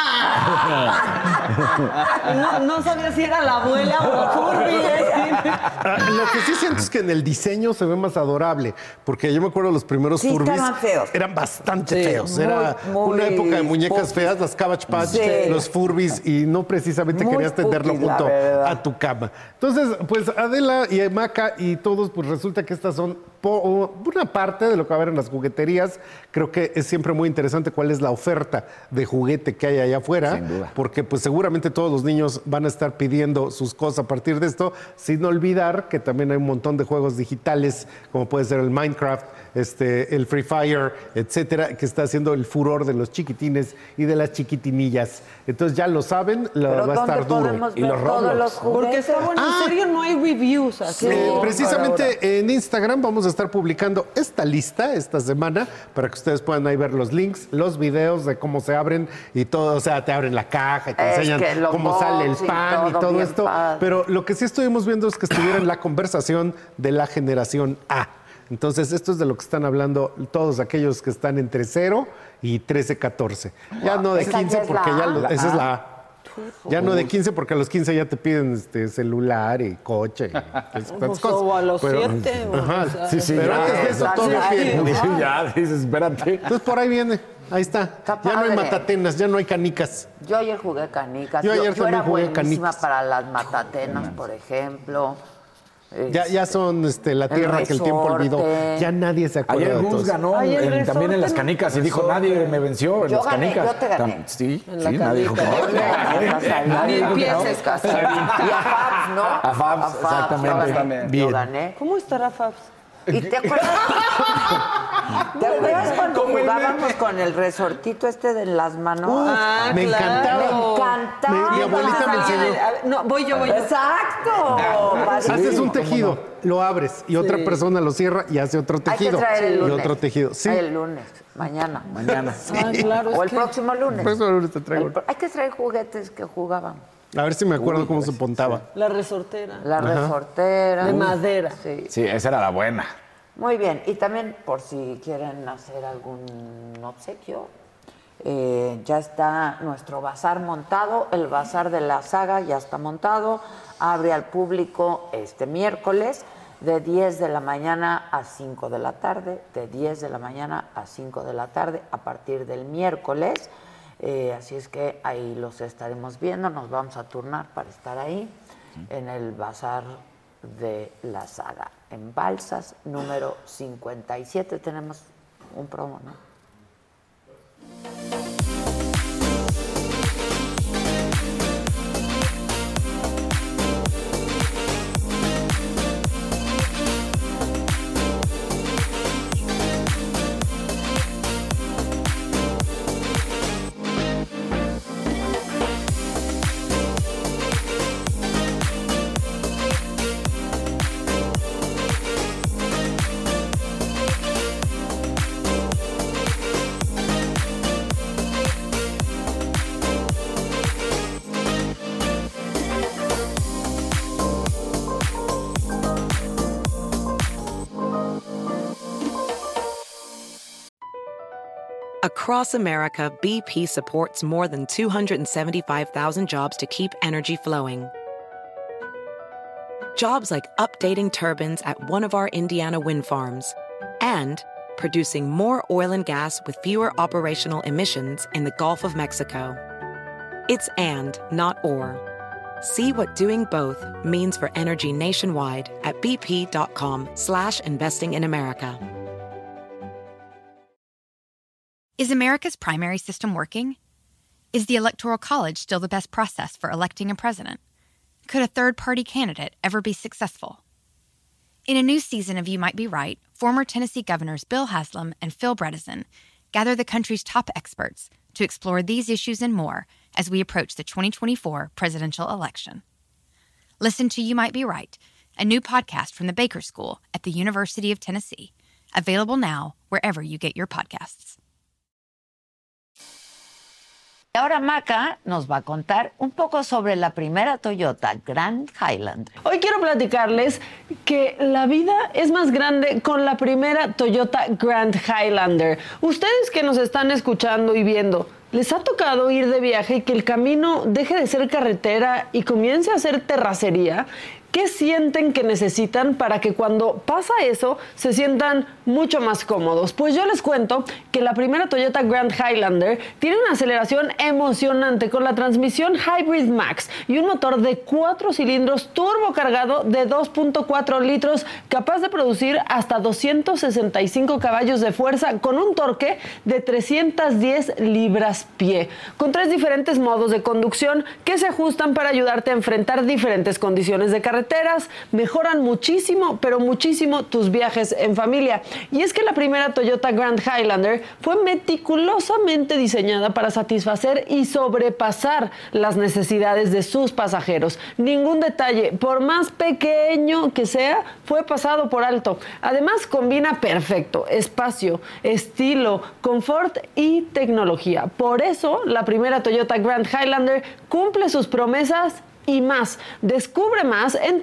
No sabía si era la abuela o la Furby. Lo que sí siento es que en el diseño se ve más adorable, porque yo me acuerdo los primeros Furbies eran bastante feos. Era una época de muñecas feas, las Cabbage Patch, los Furbies, y no precisamente querías tenerlo junto a tu cama. Entonces, pues Adela y Maca y todos, pues resulta que estas son una parte de lo que va a haber en las jugueterías. Creo que es siempre muy interesante cuál es la oferta de juguete que hay allá afuera, sin duda, porque pues seguramente todos los niños van a estar pidiendo sus cosas a partir de esto, sin olvidar que también hay un montón de juegos digitales, como puede ser el Minecraft, el Free Fire, etcétera, que está haciendo el furor de los chiquitines y de las chiquitinillas. Entonces ya lo saben, va a estar duro. Y los Roblox. Porque está bueno, en serio no hay reviews así. Precisamente en Instagram vamos a estar publicando esta lista esta semana para que ustedes puedan ahí ver los links, los videos de cómo se abren y todo. O sea, te abren la caja y te enseñan cómo sale el pan y todo esto. Padre. Pero lo que sí estuvimos viendo es que estuviera en la conversación de la generación A. Entonces, esto es de lo que están hablando todos aquellos que están entre 0 y 13, 14. Ya no de 15 porque ya esa es la A. Ya no de 15 porque a los 15 ya te piden celular y coche y esas cosas. O a los 7. Pero antes de eso todo bien. Ya, dices, espérate. Entonces por ahí viene. Ahí está. Ya no hay matatenas, ya no hay canicas. Yo ayer jugué canicas. Yo ayer también era jugué buenísima canicas. para las matatenas, por ejemplo. Ya son la tierra que el tiempo olvidó. Ya nadie se acuerda Ayer de Gus todos. ganó también en las canicas y dijo, nadie me venció en Yo las gané, canicas. yo te gané. Sí, En la nadie dijo que no. Nadie dijo que no. empieces, Casi. Y a Fabs, ¿no? A Fabs, exactamente. Yo gané. ¿Cómo estará Fabs? ¿Y te acuerdas? ¿Te acuerdas cuando jugábamos con el resortito de las manos? Me encantaba. Me encantaba. Mi abuelita me enseñó. No, voy yo. Exacto. Haces un tejido, lo abres y otra persona lo cierra y hace otro Hay que tejido. traer el lunes. Y otro tejido. Sí. El lunes, mañana. Claro, O el próximo lunes. El próximo lunes te traigo. Hay que traer juguetes que jugábamos. A ver si me acuerdo cómo se montaba. La resortera. La resortera. De madera. Sí. Sí, esa era la buena. Muy bien. Y también, por si quieren hacer algún obsequio, ya está nuestro bazar montado. El bazar de la saga ya está montado. Abre al público este miércoles de 10 de la mañana a 5 de la tarde. De 10 de la mañana a 5 de la tarde a partir del miércoles. Así es que ahí los estaremos viendo. Nos vamos a turnar para estar ahí en el bazar de la saga. En Balsas, número 57, tenemos un promo, ¿no? Across America, BP supports more than 275,000 jobs to keep energy flowing. Jobs like updating turbines at one of our Indiana wind farms and producing more oil and gas with fewer operational emissions in the Gulf of Mexico. It's and, not or. See what doing both means for energy nationwide at bp.com/investing in America. Is America's primary system working? Is the Electoral College still the best process for electing a president? Could a third-party candidate ever be successful? In a new season of You Might Be Right, former Tennessee governors Bill Haslam and Phil Bredesen gather the country's top experts to explore these issues and more as we approach the 2024 presidential election. Listen to You Might Be Right, a new podcast from the Baker School at the University of Tennessee, available now wherever you get your podcasts. Ahora Maca nos va a contar un poco sobre la primera Toyota Grand Highlander. Hoy quiero platicarles que la vida es más grande con la primera Toyota Grand Highlander. Ustedes que nos están escuchando y viendo, ¿les ha tocado ir de viaje y que el camino deje de ser carretera y comience a ser terracería? ¿Qué sienten que necesitan para que cuando pasa eso se sientan mucho más cómodos? Pues yo les cuento que la primera Toyota Grand Highlander tiene una aceleración emocionante con la transmisión Hybrid Max y un motor de 4 cilindros turbo cargado de 2.4 litros capaz de producir hasta 265 caballos de fuerza con un torque de 310 libras-pie, con 3 diferentes modos de conducción que se ajustan para ayudarte a enfrentar diferentes condiciones de carretera. carreteras, mejoran muchísimo, pero muchísimo tus viajes en familia. Y es que la primera Toyota Grand Highlander fue meticulosamente diseñada para satisfacer y sobrepasar las necesidades de sus pasajeros. Ningún detalle, por más pequeño que sea, fue pasado por alto. Además, combina perfecto espacio, estilo, confort y tecnología. Por eso, la primera Toyota Grand Highlander cumple sus promesas y más. Descubre más en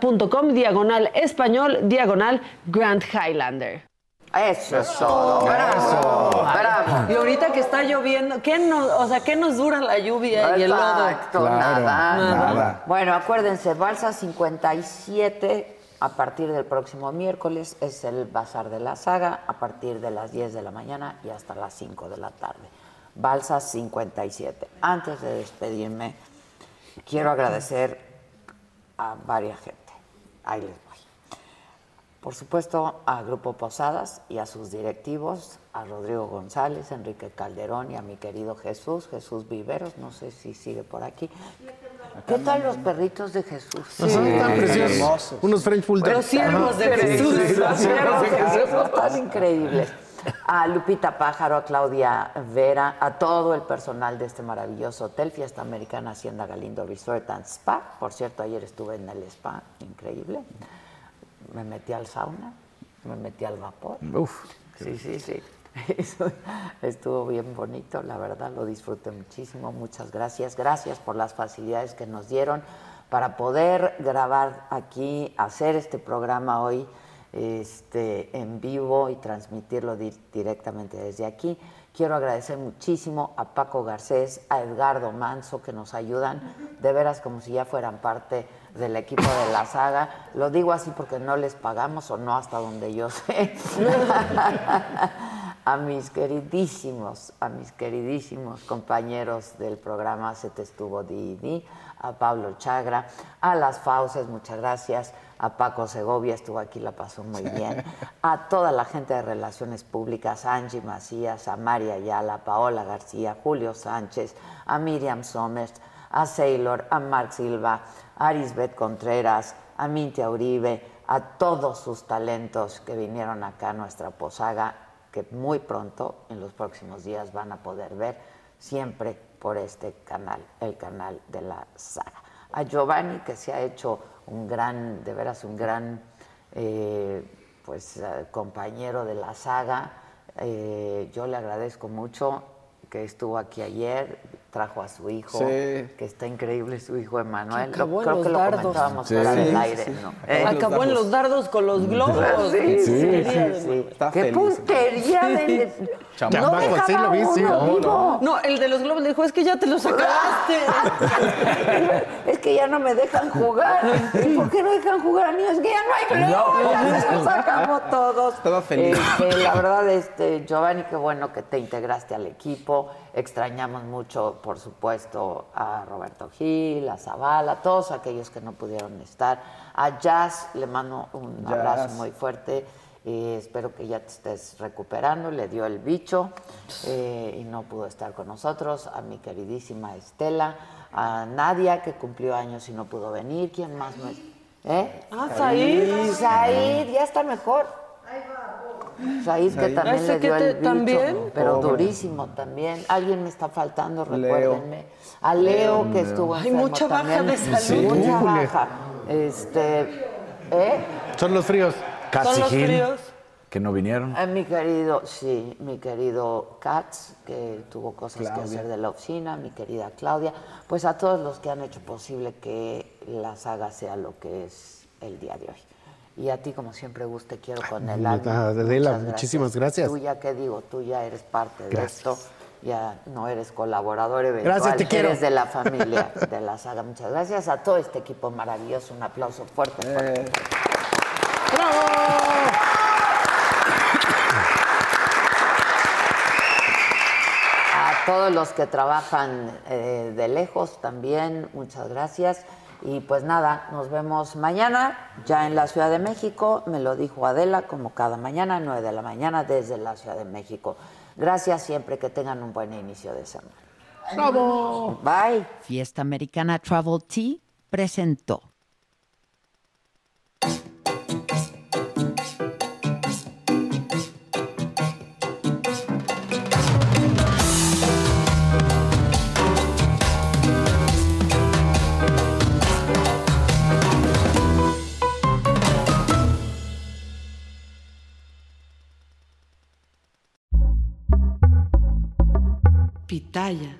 toyota.com/español/Grand Highlander. Eso es todo. Bravo. Bravo. Y ahorita que está lloviendo, ¿qué nos dura la lluvia y el lodo? Exacto, nada. Bueno, acuérdense, Balsa 57 a partir del próximo miércoles es el Bazar de la Saga a partir de las 10 de la mañana y hasta las 5 de la tarde. Balsa 57. Antes de despedirme, quiero agradecer a varias gente. Ahí les voy. Por supuesto, a Grupo Posadas y a sus directivos, a Rodrigo González, Enrique Calderón y a mi querido Jesús Viveros, no sé si sigue por aquí. ¿Qué tal los perritos de Jesús? Sí, están preciosos. Hermosos. Unos French Bulldogs. Los siervos de Jesús. Los siervos de Jesús están increíbles. A Lupita Pájaro, a Claudia Vera, a todo el personal de este maravilloso hotel, Fiesta Americana Hacienda Galindo Resort and Spa. Por cierto, ayer estuve en el spa, increíble. Me metí al sauna, me metí al vapor. Uf. Sí. Eso estuvo bien bonito, la verdad, lo disfruté muchísimo. Muchas gracias. Gracias por las facilidades que nos dieron para poder grabar aquí, hacer este programa hoy en vivo y transmitirlo directamente desde aquí. Quiero agradecer muchísimo a Paco Garcés, a Edgardo Manso, que nos ayudan de veras como si ya fueran parte del equipo de la saga. Lo digo así porque no les pagamos, o no hasta donde yo sé. A mis queridísimos compañeros del programa Se Te Estuvo Didi, a Pablo Chagra, a las Fauces, muchas gracias, a Paco Segovia, estuvo aquí, la pasó muy bien, a toda la gente de Relaciones Públicas, a Angie Macías, a María Ayala, a Paola García, Julio Sánchez, a Miriam Somers, a Sailor, a Marc Silva, a Arisbeth Contreras, a Mintia Uribe, a todos sus talentos que vinieron acá a nuestra Posaga, que muy pronto, en los próximos días, van a poder ver siempre por este canal, el canal de la saga. A Giovanni, que se ha hecho un gran compañero de la saga. Yo le agradezco mucho que estuvo aquí ayer, trajo a su hijo, que está increíble, su hijo Emanuel. Creo que lo comentábamos fuera del aire, ¿no? Acabó en los dardos con los globos. Sí. ¡Qué puntería! No dejaba uno vivo. No, el de los globos le dijo, es que ya te los acabaste. Es que ya no me dejan jugar. ¿Y por qué no dejan jugar a niños? Es que ya no hay globos, ya se los acabó todos. Estaba feliz. La verdad, Giovanni, qué bueno que te integraste al equipo. Extrañamos mucho, por supuesto, a Roberto Gil, a Zavala, a todos aquellos que no pudieron estar. A Jazz le mando un abrazo muy fuerte. Espero que ya te estés recuperando. Le dio el bicho y no pudo estar con nosotros. A mi queridísima Estela, a Nadia, que cumplió años y no pudo venir. ¿Quién más no es? Said. Said, ya está mejor. Said, que también le dio el bicho, pero durísimo también. Alguien me está faltando, recuérdenme. A Leo, que estuvo enfermo. Hay mucha baja de salud. Mucha baja. Son los fríos. Son los fríos. Que no vinieron. Mi querido Katz, que tuvo cosas que hacer de la oficina, mi querida Claudia, pues a todos los que han hecho posible que la saga sea lo que es el día de hoy. Y a ti, como siempre, Gus, te quiero con el alma. Adela, muchísimas gracias. Tú ya, ¿qué digo? Tú ya eres parte de esto. Ya no eres colaborador eventual. Gracias, te quiero. Eres de la familia de la saga. Muchas gracias a todo este equipo maravilloso. Un aplauso fuerte. ¡Bravo! A todos los que trabajan de lejos también, muchas gracias. Y pues nada, nos vemos mañana ya en la Ciudad de México. Me lo dijo Adela, como cada mañana, 9 de la mañana desde la Ciudad de México. Gracias siempre, que tengan un buen inicio de semana. ¡Bravo! Bye. Fiesta Americana Travel Tea presentó. Pitaya.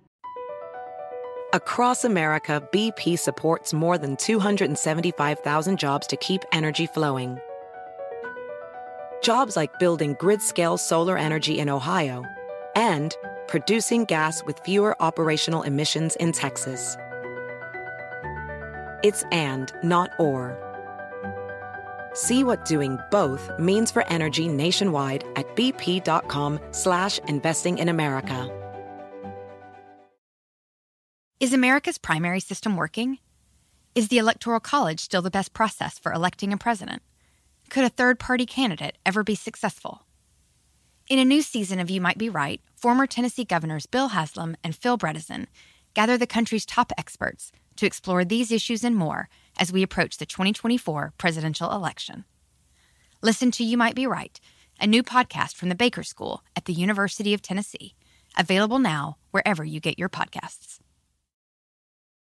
Across America, BP supports more than 275,000 jobs to keep energy flowing. Jobs like building grid-scale solar energy in Ohio and producing gas with fewer operational emissions in Texas. It's and, not or. See what doing both means for energy nationwide at bp.com/investing in America. Is America's primary system working? Is the Electoral College still the best process for electing a president? Could a third-party candidate ever be successful? In a new season of You Might Be Right, former Tennessee governors Bill Haslam and Phil Bredesen gather the country's top experts to explore these issues and more as we approach the 2024 presidential election. Listen to You Might Be Right, a new podcast from the Baker School at the University of Tennessee, available now wherever you get your podcasts.